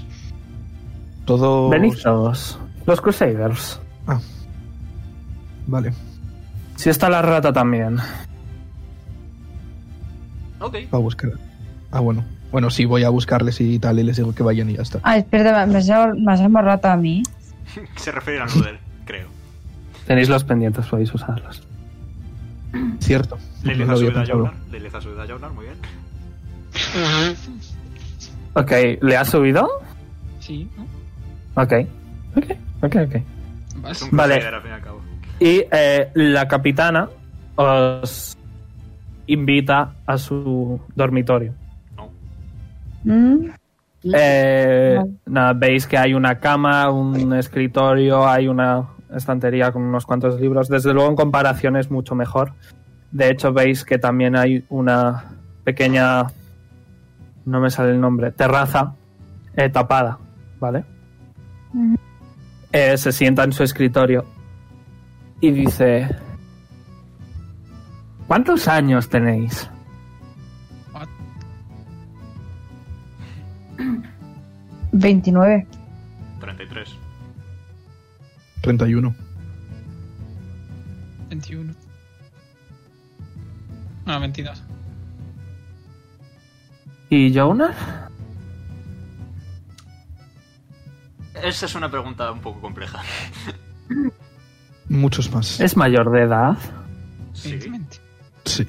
Speaker 5: Todo.
Speaker 3: Venid todos. Los Crusaders.
Speaker 5: Ah. Vale.
Speaker 3: Si está la rata también.
Speaker 1: Ok.
Speaker 5: Va a buscar. Ah, bueno. Bueno, sí, voy a buscarles y tal, y les digo que vayan y ya está.
Speaker 8: Ah, espera, me has llamado rata a mí.
Speaker 1: Se refiere al Noodle, creo.
Speaker 3: Tenéis los pendientes, podéis usarlos.
Speaker 5: Cierto.
Speaker 1: Lilith
Speaker 5: No
Speaker 1: ha
Speaker 5: lo había
Speaker 1: subido a
Speaker 5: pensado.
Speaker 1: Jonar. Lilith ha subido a Jonar, muy bien.
Speaker 3: Ok, ¿le has subido?
Speaker 4: Sí, ¿no?
Speaker 3: Ok. Ok.
Speaker 1: Es un
Speaker 3: Vale.
Speaker 1: Crusader, al fin y al cabo.
Speaker 3: Y la capitana os invita a su dormitorio.
Speaker 1: No.
Speaker 8: ¿Mm?
Speaker 3: Nada, veis que hay una cama, un escritorio, hay una estantería con unos cuantos libros. Desde luego, en comparación, es mucho mejor. De hecho, veis que también hay una pequeña, no me sale el nombre, terraza tapada, ¿vale?
Speaker 8: Ujú.
Speaker 3: Se sienta en su escritorio y dice: ¿cuántos años tenéis?
Speaker 8: 29.
Speaker 1: 33.
Speaker 5: 31.
Speaker 4: 21. No, 22.
Speaker 3: ¿Y Jonas?
Speaker 1: Esa es una pregunta un poco compleja.
Speaker 5: Muchos más.
Speaker 3: ¿Es mayor de edad?
Speaker 1: Sí.
Speaker 4: Evidentemente.
Speaker 5: Sí.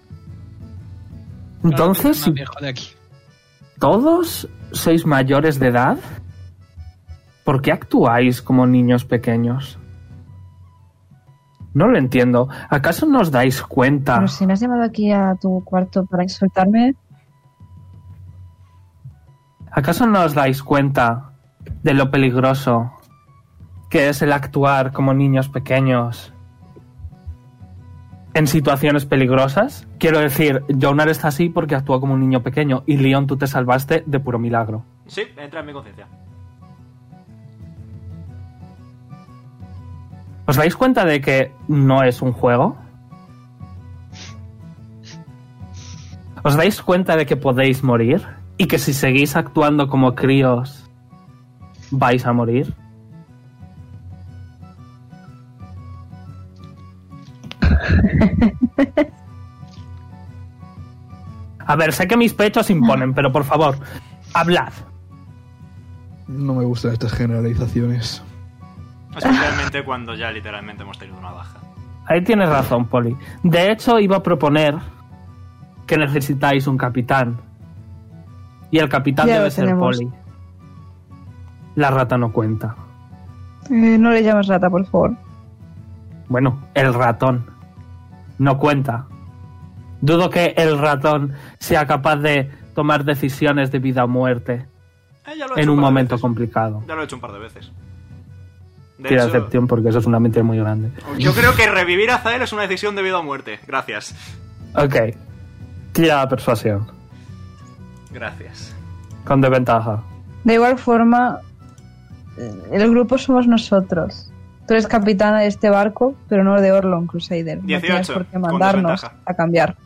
Speaker 3: Entonces,
Speaker 4: Claro, viejo de aquí.
Speaker 3: ¿todos sois mayores de edad? ¿Por qué actuáis como niños pequeños? No lo entiendo. ¿Acaso no os dais cuenta?
Speaker 8: Pero si me has llamado aquí a tu cuarto para insultarme,
Speaker 3: ¿Acaso no os dais cuenta de lo peligroso que es el actuar como niños pequeños en situaciones peligrosas? Quiero decir, Jonar está así porque actuó como un niño pequeño y Leon, tú te salvaste de puro milagro.
Speaker 1: Sí, entra en mi conciencia.
Speaker 3: ¿Os dais cuenta de que no es un juego? ¿Os dais cuenta de que podéis morir? Y que si seguís actuando como críos, vais a morir. A ver, sé que mis pechos imponen, pero por favor, hablad.
Speaker 5: No me gustan estas generalizaciones.
Speaker 1: Especialmente cuando ya literalmente hemos tenido una baja.
Speaker 3: Ahí tienes razón, Poli. De hecho, iba a proponer que necesitáis un capitán. Y el capitán
Speaker 8: Ya
Speaker 3: debe
Speaker 8: lo
Speaker 3: ser
Speaker 8: tenemos.
Speaker 3: Poli. La rata no cuenta.
Speaker 8: No le llames rata, por favor.
Speaker 3: Bueno, el ratón no cuenta. Dudo que el ratón sea capaz de tomar decisiones de vida o muerte
Speaker 1: Ya lo he hecho
Speaker 3: en un
Speaker 1: par de
Speaker 3: momento
Speaker 1: veces.
Speaker 3: complicado.
Speaker 1: Ya lo he hecho un par de veces. De
Speaker 3: Tira
Speaker 1: hecho,
Speaker 3: decepción porque eso es una mente muy grande.
Speaker 1: yo creo que revivir a Zael es una decisión de vida o muerte. Gracias.
Speaker 3: Ok. Tira persuasión.
Speaker 1: Gracias.
Speaker 3: Con desventaja.
Speaker 8: De igual forma, el grupo somos nosotros. Tú eres capitana de este barco, pero no de Orlon Crusader. No
Speaker 1: 18,
Speaker 8: tienes por qué
Speaker 1: con
Speaker 8: mandarnos
Speaker 1: desventaja.
Speaker 8: a cambiar.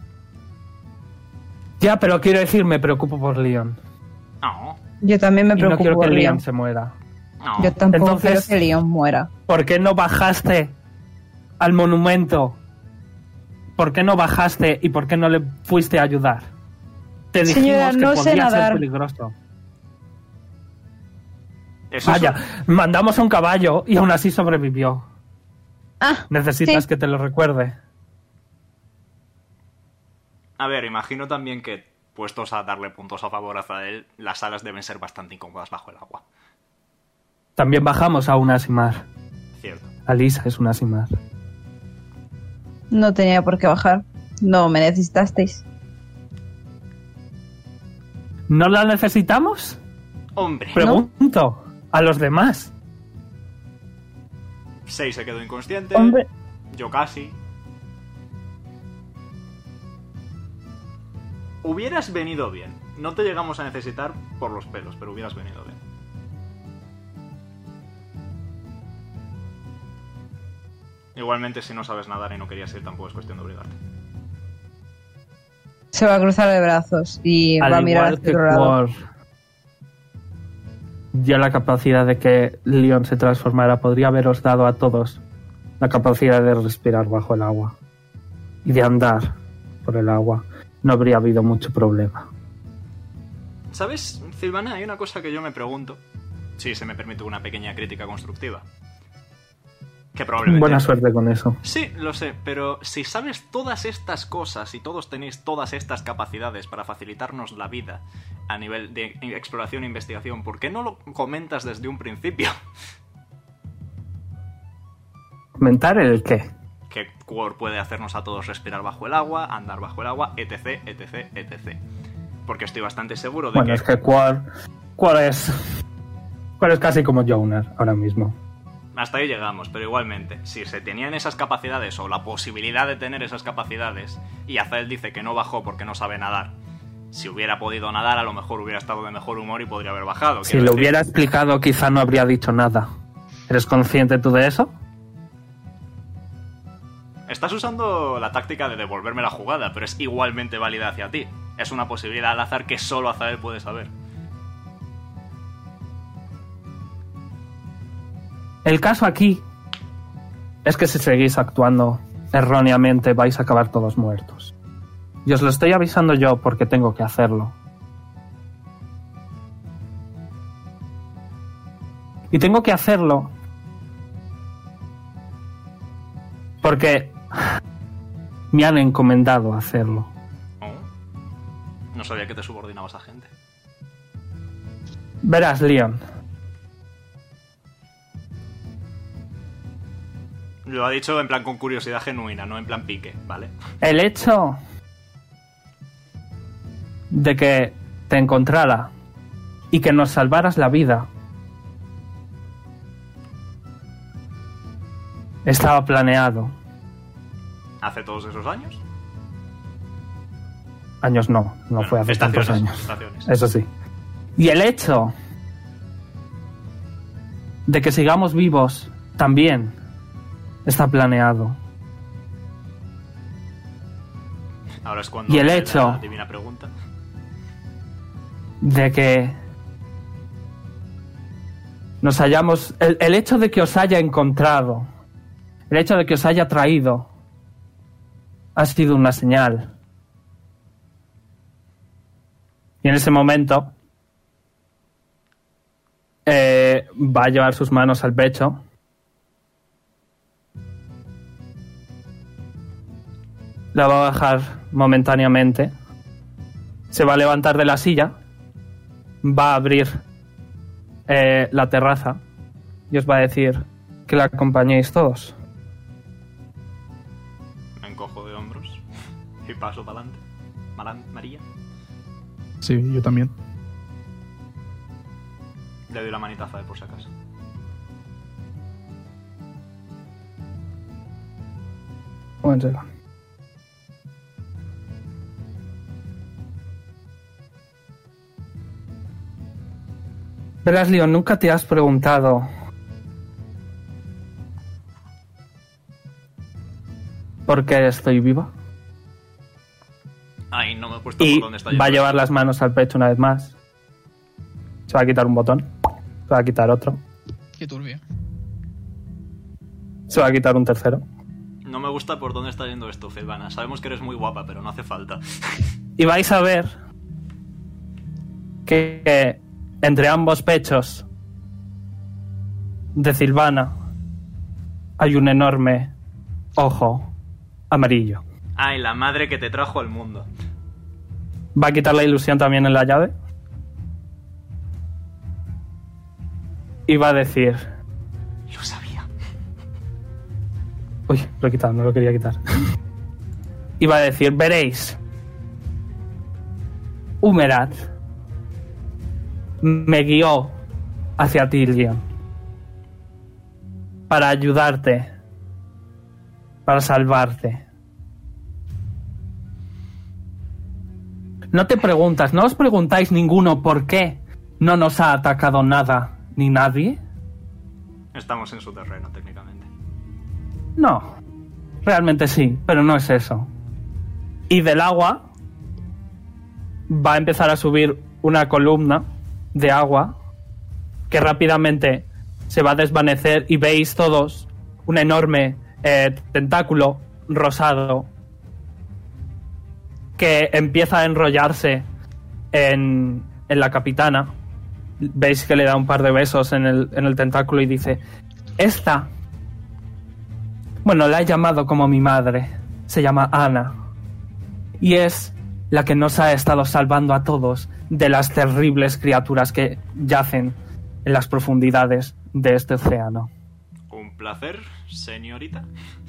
Speaker 3: Ya, pero quiero decir, me preocupo por Leon.
Speaker 1: No,
Speaker 8: Yo también me
Speaker 3: Y no
Speaker 8: preocupo
Speaker 3: quiero que
Speaker 8: por
Speaker 3: Leon
Speaker 8: Leon.
Speaker 3: se muera.
Speaker 1: no.
Speaker 8: Yo tampoco
Speaker 3: Entonces-
Speaker 8: quiero que Leon muera.
Speaker 3: ¿Por qué no bajaste al monumento? ¿Por qué no bajaste y por qué no le fuiste a ayudar? Te dijimos
Speaker 8: Señora,
Speaker 3: que
Speaker 8: no sé
Speaker 3: podía ser
Speaker 8: nadar.
Speaker 3: peligroso.
Speaker 1: Eso
Speaker 3: Vaya, mandamos a un caballo y aún así sobrevivió.
Speaker 8: Ah,
Speaker 3: ¿Necesitas
Speaker 8: sí.
Speaker 3: que te lo recuerde?
Speaker 1: A ver, imagino también que, puestos a darle puntos a favor a Zael, las alas deben ser bastante incómodas bajo el agua.
Speaker 3: También bajamos a una Asimar.
Speaker 1: Cierto.
Speaker 3: Alisa es una Asimar.
Speaker 8: No tenía por qué bajar. No me necesitasteis.
Speaker 3: ¿No la necesitamos?
Speaker 1: Hombre,
Speaker 3: Pregunto a los demás.
Speaker 1: 6 se quedó inconsciente.
Speaker 8: Hombre,
Speaker 1: Yo casi. Hubieras venido bien. No te llegamos a necesitar por los pelos, pero hubieras venido bien. Igualmente, si no sabes nadar y no querías ir, tampoco es cuestión de obligarte.
Speaker 8: se va a cruzar de brazos y
Speaker 3: Al
Speaker 8: va a mirar
Speaker 3: igual
Speaker 8: hacia
Speaker 3: que
Speaker 8: otro lado.
Speaker 3: Quor dio la capacidad de que Leon se transformara, podría haberos dado a todos la capacidad de respirar bajo el agua y de andar por el agua. No habría habido mucho problema.
Speaker 1: ¿Sabes, Silvana? Hay una cosa que yo me pregunto. Si se me permite una pequeña crítica constructiva. Que probablemente...
Speaker 3: Buena suerte con eso.
Speaker 1: Sí, lo sé, pero si sabes todas estas cosas y todos tenéis todas estas capacidades para facilitarnos la vida a nivel de exploración e investigación, ¿por qué no lo comentas desde un principio?
Speaker 3: ¿Comentar el qué?
Speaker 1: Que Quor puede hacernos a todos respirar bajo el agua, andar bajo el agua, etc, etc, etc. Porque estoy bastante seguro de
Speaker 3: Bueno, es que Quor es casi como Jonar ahora mismo.
Speaker 1: Hasta ahí llegamos, pero igualmente, si se tenían esas capacidades o la posibilidad de tener esas capacidades, y Azael dice que no bajó porque no sabe nadar, si hubiera podido nadar a lo mejor hubiera estado de mejor humor y podría haber bajado.
Speaker 3: Si
Speaker 1: quiero
Speaker 3: lo
Speaker 1: decir.
Speaker 3: hubiera explicado, quizá no habría dicho nada. ¿Eres consciente tú de eso?
Speaker 1: Estás usando la táctica de devolverme la jugada, pero es igualmente válida hacia ti. Es una posibilidad al azar que solo Azael puede saber.
Speaker 3: El caso aquí es que si seguís actuando erróneamente vais a acabar todos muertos. Y os lo estoy avisando yo porque tengo que hacerlo. Y tengo que hacerlo porque me han encomendado hacerlo.
Speaker 1: Oh. No sabía que te subordinabas a gente.
Speaker 3: Verás, Leon.
Speaker 1: Lo ha dicho en plan con curiosidad genuina, no en plan pique, ¿vale?
Speaker 3: El hecho de que te encontrara y que nos salvaras la vida. Estaba planeado.
Speaker 1: ¿Hace todos esos años?
Speaker 3: Años no fue hace tantos años.
Speaker 1: Estaciones.
Speaker 3: Eso sí. Y el hecho de que sigamos vivos también está planeado.
Speaker 1: Ahora es cuando
Speaker 3: Y el
Speaker 1: la
Speaker 3: hecho
Speaker 1: divina pregunta.
Speaker 3: de que nos hayamos... El hecho de que os haya encontrado, el hecho de que os haya traído, ha sido una señal. Y en ese momento va a llevar sus manos al pecho. La va a bajar momentáneamente. Se va a levantar de la silla. Va a abrir la terraza. Y os va a decir que la acompañéis todos.
Speaker 1: Me encojo de hombros y paso para adelante. María.
Speaker 9: Sí, yo también.
Speaker 1: Le doy la manitaza de por si acaso.
Speaker 3: Pónsela. Verás, Leon, nunca te has preguntado por qué estoy viva.
Speaker 1: Ay, no me he puesto
Speaker 3: Y
Speaker 1: por dónde está
Speaker 3: va a llevar las manos al pecho una vez más. Se va a quitar un botón. Se va a quitar otro.
Speaker 4: Qué turbio.
Speaker 3: Se va a quitar un tercero.
Speaker 1: No me gusta por dónde está yendo esto, Silvana. Sabemos que eres muy guapa, pero no hace falta.
Speaker 3: Y vais a ver que entre ambos pechos de Silvana hay un enorme ojo amarillo.
Speaker 1: Ay, la madre que te trajo al mundo.
Speaker 3: Va a quitar la ilusión también en la llave. Y va a decir...
Speaker 1: Lo sabía.
Speaker 3: Uy, lo he quitado, no lo quería quitar. Y va a decir, veréis. Humerat me guió hacia ti, Leon. Para ayudarte. Para salvarte. No te preguntas, no os preguntáis ninguno por qué no nos ha atacado nada ni nadie.
Speaker 1: Estamos en su terreno, técnicamente.
Speaker 3: No, realmente sí, pero no es eso. Y del agua va a empezar a subir una columna de agua que rápidamente se va a desvanecer y veis todos un enorme tentáculo rosado que empieza a enrollarse en la capitana. Veis que le da un par de besos en el tentáculo y dice: esta, bueno, la he llamado como mi madre, se llama Ana, y es la que nos ha estado salvando a todos de las terribles criaturas que yacen en las profundidades de este océano.
Speaker 1: Un placer, señorita.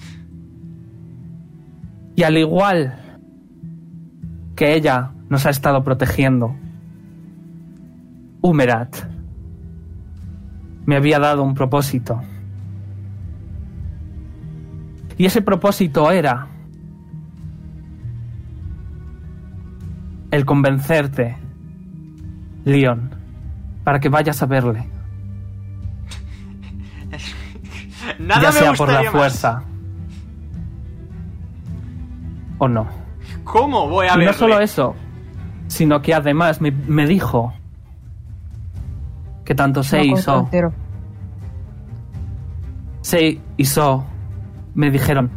Speaker 3: Y al igual que ella nos ha estado protegiendo, Humerat me había dado un propósito. Y ese propósito era el convencerte, Leon, para que vayas a verle.
Speaker 1: Nada
Speaker 3: ya
Speaker 1: me
Speaker 3: sea por la
Speaker 1: gustaría más.
Speaker 3: fuerza o no.
Speaker 1: ¿Cómo voy a
Speaker 3: Y
Speaker 1: verle?
Speaker 3: no solo eso, sino que además me dijo que tanto Sei y So me dijeron,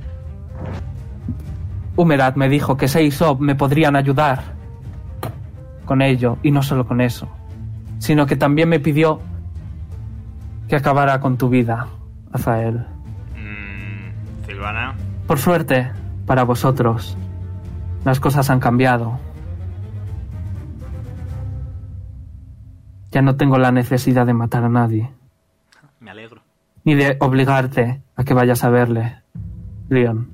Speaker 3: Humerat me dijo que Sei y So me podrían ayudar con ello, y no solo con eso, sino que también me pidió que acabara con tu vida, Azael.
Speaker 1: Silvana.
Speaker 3: Por suerte, para vosotros, las cosas han cambiado. Ya no tengo la necesidad de matar a nadie.
Speaker 1: Me alegro.
Speaker 3: Ni de obligarte a que vayas a verle, Leon.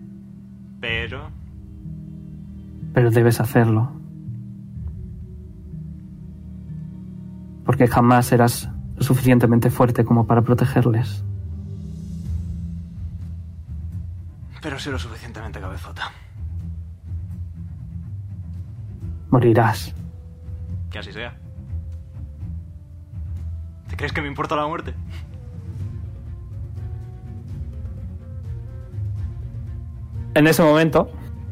Speaker 1: Pero...
Speaker 3: Pero debes hacerlo. porque jamás eras lo suficientemente fuerte como para protegerles.
Speaker 1: Pero soy lo suficientemente cabezota.
Speaker 3: Morirás.
Speaker 1: Que así sea. ¿Te crees que me importa la muerte?
Speaker 3: En ese momento,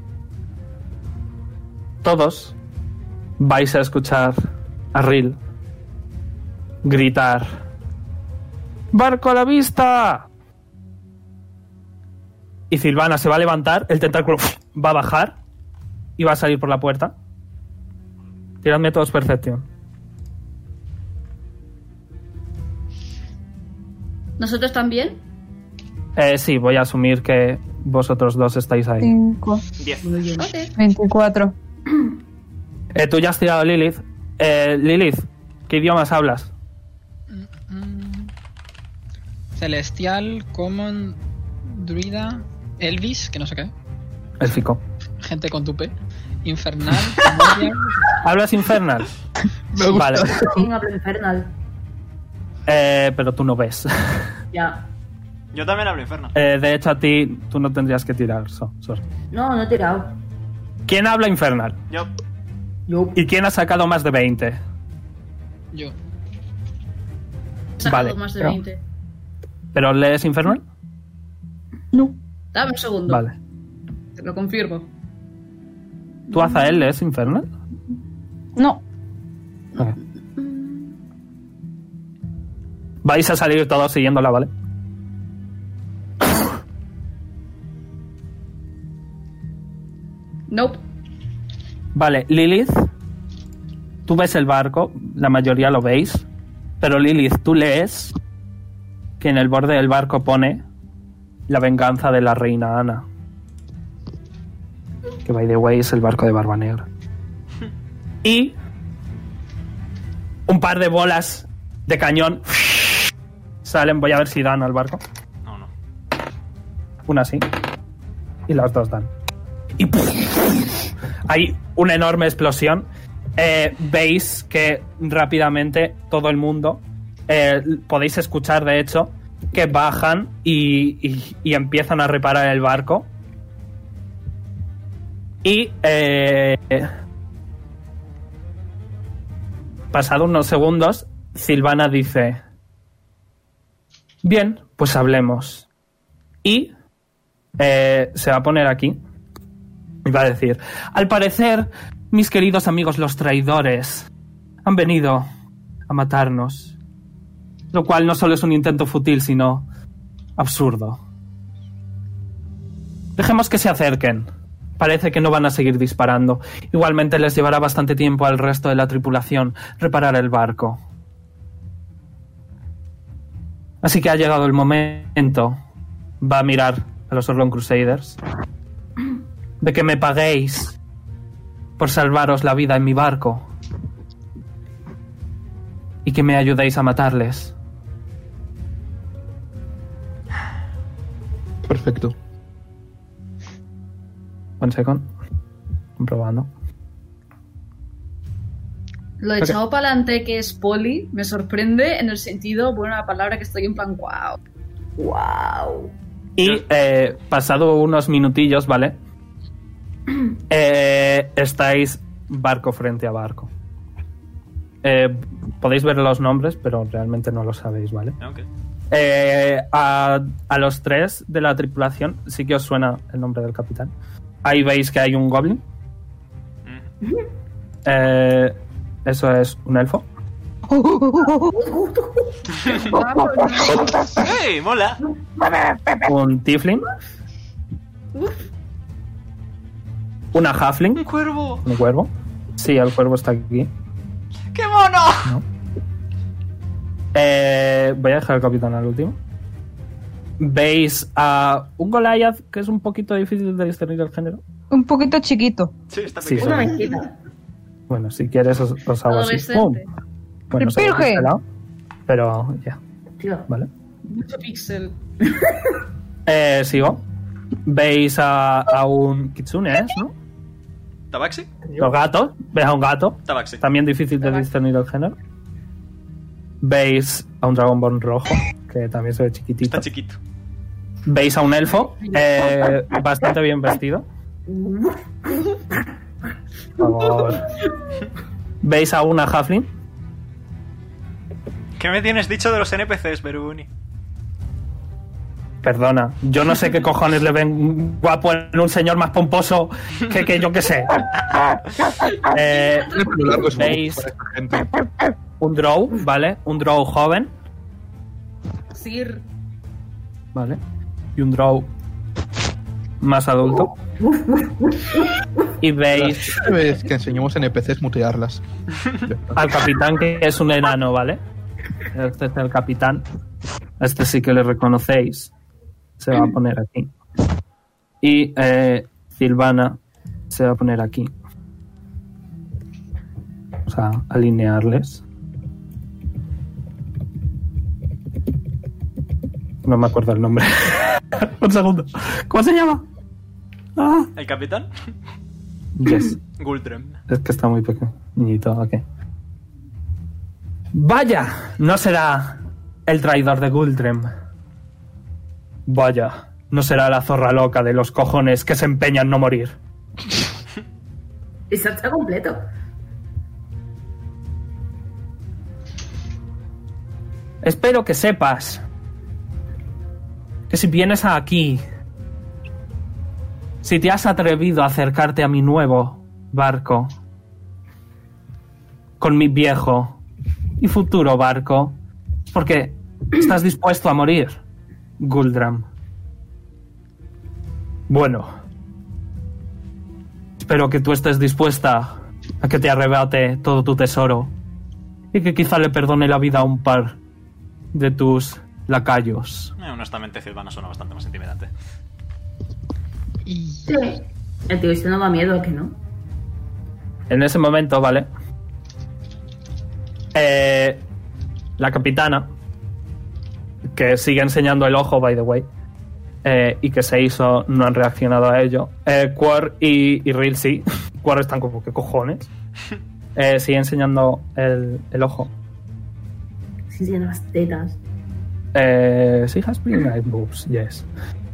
Speaker 3: todos vais a escuchar a Rill gritar: ¡Barco a la vista! Y Silvana se va a levantar, el tentáculo va a bajar y va a salir por la puerta. Tiradme todos Percepción.
Speaker 6: ¿Nosotros también?
Speaker 3: Sí, voy a asumir que vosotros dos estáis ahí.
Speaker 8: 5,
Speaker 1: 10.
Speaker 2: Muy bien.
Speaker 6: Ok.
Speaker 8: 24.
Speaker 3: Tú ya has tirado Lilith. Lilith, ¿qué idiomas hablas?
Speaker 4: Celestial, Common, Druida, Elvis, que no sé qué.
Speaker 3: Élfico.
Speaker 4: Gente con tupe. Infernal, Familiar.
Speaker 3: ¿Hablas Infernal? Vale.
Speaker 2: ¿Quién habla infernal?
Speaker 3: Pero tú no ves.
Speaker 2: Ya.
Speaker 1: Yo también hablo infernal.
Speaker 3: De hecho, a ti tú no tendrías que tirar. Sorry.
Speaker 2: No he tirado.
Speaker 3: ¿Quién habla Infernal?
Speaker 1: Yo.
Speaker 2: Yo.
Speaker 3: ¿Y quién ha sacado más de 20?
Speaker 4: Yo.
Speaker 6: He sacado
Speaker 3: Vale,
Speaker 6: más de
Speaker 3: pero-
Speaker 6: 20.
Speaker 3: ¿Pero lees Infernal?
Speaker 8: No.
Speaker 6: Dame un segundo.
Speaker 3: Vale.
Speaker 6: Te lo confirmo.
Speaker 3: ¿Tú, Azael, lees Infernal?
Speaker 8: No.
Speaker 3: Ok. Vais a salir todos siguiéndola, ¿vale?
Speaker 6: Nope.
Speaker 3: Vale, Lilith, tú ves el barco, la mayoría lo veis, pero Lilith, tú lees que en el borde del barco pone la venganza de la reina Ana. Que, by the way, es el barco de Barba Negra. Y un par de bolas de cañón salen, voy a ver si dan al barco.
Speaker 1: No.
Speaker 3: Una sí. Y las dos dan. Y hay una enorme explosión. Veis que rápidamente todo el mundo, podéis escuchar de hecho, que bajan y empiezan a reparar el barco. Y pasado unos segundos, Silvana dice: bien, pues hablemos. Y se va a poner aquí y va a decir: al parecer, mis queridos amigos los traidores han venido a matarnos, lo cual no solo es un intento fútil, sino absurdo. Dejemos que se acerquen. Parece que no van a seguir disparando. Igualmente les llevará bastante tiempo al resto de la tripulación reparar el barco. Así que ha llegado el momento, va a mirar a los Orlon Crusaders, de que me paguéis por salvaros la vida en mi barco y que me ayudéis a matarles.
Speaker 5: Perfecto.
Speaker 3: One second. Comprobando.
Speaker 6: Lo he echado para adelante que es poli me sorprende en el sentido, bueno, la palabra que estoy en plan, wow.
Speaker 2: Wow.
Speaker 3: Y pasado unos minutillos, ¿vale? Estáis barco frente a barco. Podéis ver los nombres, pero realmente no lo sabéis, ¿vale?
Speaker 1: Ok.
Speaker 3: A los tres de la tripulación sí que os suena el nombre del capitán. Ahí veis que hay un goblin. Eso es un elfo.
Speaker 1: ¡Hey! ¡Mola!
Speaker 3: Un tiefling. Una halfling.
Speaker 1: ¡Un cuervo!
Speaker 3: Un cuervo. Sí, el cuervo está aquí.
Speaker 1: ¡Qué mono!
Speaker 3: Voy a dejar al capitán al último. Veis a un Goliath que es un poquito difícil de discernir el género.
Speaker 8: Un poquito chiquito.
Speaker 1: Sí, está
Speaker 3: Sí,
Speaker 1: pequeño.
Speaker 2: Una mezquita.
Speaker 3: Bueno, si quieres os hago así.
Speaker 6: Adolescente.
Speaker 3: ¡Pum! Bueno, se ve
Speaker 8: ¡Virgen!
Speaker 3: pixelado, pero ya,
Speaker 2: Tío.
Speaker 3: vale.
Speaker 6: Mucho pixel.
Speaker 3: Sigo. Veis a un kitsune, ¿no?
Speaker 1: ¿Tabaxi?
Speaker 3: Los gatos. Ves a un gato.
Speaker 1: Tabaxi.
Speaker 3: También difícil de discernir el género. Veis a un Dragonborn rojo, que también se ve chiquitito.
Speaker 1: Está chiquito.
Speaker 3: Veis a un elfo, bastante bien vestido. Por favor. Veis a una halfling.
Speaker 1: ¿Qué me tienes dicho de los NPCs, Beruni?
Speaker 3: Perdona, yo no sé qué cojones le ven guapo en un señor más pomposo que yo que sé. Veis un drow, ¿vale? Un drow joven,
Speaker 2: Sir.
Speaker 3: ¿vale? Y un drow más adulto. Y veis
Speaker 5: Es que enseñamos NPCs mutearlas.
Speaker 3: al capitán, que es un enano, ¿vale? Este es el capitán. A este sí que le reconocéis. Se va a poner aquí. Y Silvana se va a poner aquí. O sea, alinearles. No me acuerdo el nombre. Un segundo. ¿Cómo se llama? Ah.
Speaker 1: ¿El capitán?
Speaker 3: Yes.
Speaker 1: Guldrem.
Speaker 3: Es que está muy pequeñito. Ok. Vaya, no será el traidor de Guldrem. Vaya, no será la zorra loca de los cojones que se empeña en no morir.
Speaker 2: Eso está completo.
Speaker 3: Espero que sepas que si vienes aquí, si te has atrevido a acercarte a mi nuevo barco, con mi viejo y futuro barco, porque estás dispuesto a morir, Guldram. Bueno, espero que tú estés dispuesta a que te arrebate todo tu tesoro y que quizá le perdone la vida a un par de tus lacayos.
Speaker 1: Honestamente, Silvana suena bastante más intimidante.
Speaker 2: Sí. El tío este no da miedo, ¿a que no?
Speaker 3: En ese momento, ¿vale? La capitana, que sigue enseñando el ojo, by the way, y que se hizo, no han reaccionado a ello. Quor y Ril sí. Quor están como, ¿qué cojones? Sigue enseñando el ojo.
Speaker 2: Sí, tiene las tetas.
Speaker 3: Sí, has pretty nice boobs, yes.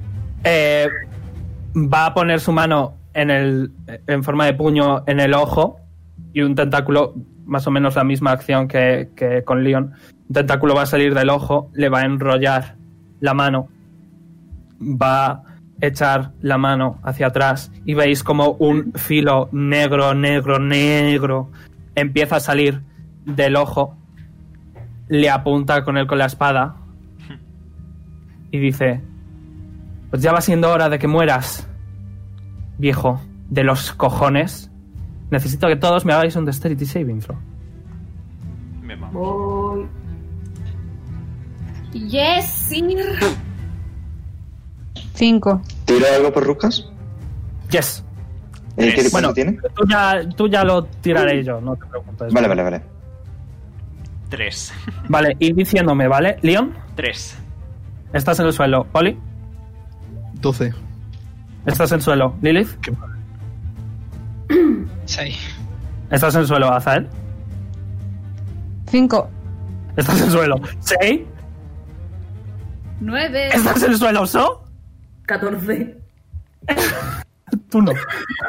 Speaker 3: Va a poner su mano en forma de puño en el ojo y un tentáculo, más o menos la misma acción que con Leon. Un tentáculo va a salir del ojo, le va a enrollar la mano, va a echar la mano hacia atrás y veis como un filo negro empieza a salir del ojo, le apunta con la espada y dice: pues ya va siendo hora de que mueras, viejo de los cojones. Necesito que todos me hagáis un Dexterity Saving Throw.
Speaker 1: Bien, vamos.
Speaker 2: Voy.
Speaker 6: Yes, Sir.
Speaker 8: 5.
Speaker 7: ¿Tiro algo por Rucas?
Speaker 3: Yes.
Speaker 7: ¿Qué tipo
Speaker 3: Bueno,
Speaker 7: tiene?
Speaker 3: tú ya lo tiraré yo, no te preocupes.
Speaker 7: Vale.
Speaker 1: 3.
Speaker 3: Vale, ir diciéndome, ¿vale? Leon,
Speaker 1: 3.
Speaker 3: estás en el suelo. Oli,
Speaker 9: 12.
Speaker 3: estás en el suelo. Lilith,
Speaker 9: Qué mal.
Speaker 4: 6.
Speaker 3: estás en el suelo. Azael,
Speaker 8: 5.
Speaker 3: estás en el suelo. Sei,
Speaker 6: 9.
Speaker 3: estás en el suelo. So,
Speaker 2: 14.
Speaker 3: tú no.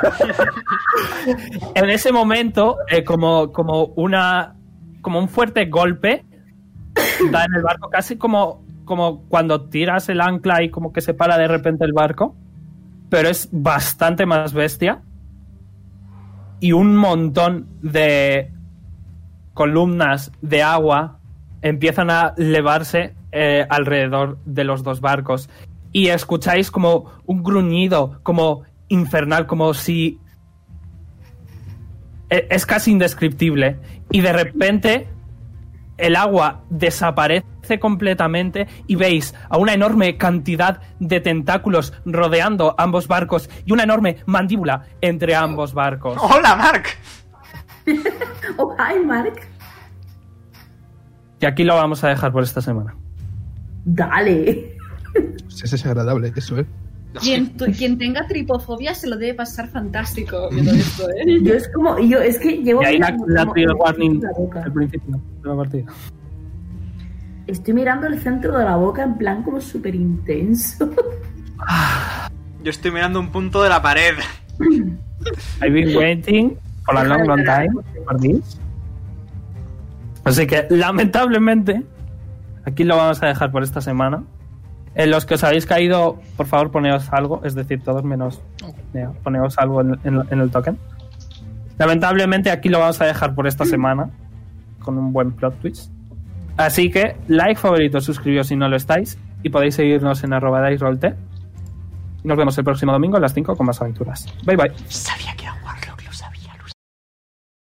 Speaker 3: En ese momento, como un fuerte golpe da en el barco, casi como cuando tiras el ancla y como que se para de repente el barco, pero es bastante más bestia, y un montón de columnas de agua empiezan a elevarse alrededor de los dos barcos y escucháis como un gruñido como infernal, como si es casi indescriptible, y de repente el agua desaparece completamente y veis a una enorme cantidad de tentáculos rodeando ambos barcos y una enorme mandíbula entre ambos barcos.
Speaker 1: ¡Hola, Mark!
Speaker 2: Oh, hi, Mark.
Speaker 3: Y aquí lo vamos a dejar por esta semana.
Speaker 2: Dale.
Speaker 5: Pues es desagradable eso, ¿eh?
Speaker 6: Quien tenga tripofobia se lo debe pasar fantástico viendo esto, ¿eh?
Speaker 2: Es que llevo...
Speaker 3: Y ahí la
Speaker 2: como
Speaker 3: trigger warning
Speaker 2: la boca.
Speaker 3: al principio de la partida.
Speaker 2: Estoy mirando el centro de la boca en plan como súper intenso.
Speaker 1: Yo estoy mirando un punto de la pared.
Speaker 3: I've been waiting for a long time for this. Así que, lamentablemente, aquí lo vamos a dejar por esta semana. En los que os habéis caído, por favor, poneos algo. Es decir, todos menos Nea, poneos algo en el token. Lamentablemente, aquí lo vamos a dejar por esta semana. Con un buen plot twist. Así que, like, favorito, suscribíos si no lo estáis. Y podéis seguirnos en @DiceRollT. Y nos vemos el próximo domingo a las 5 con más aventuras. Bye bye.
Speaker 1: Sabía que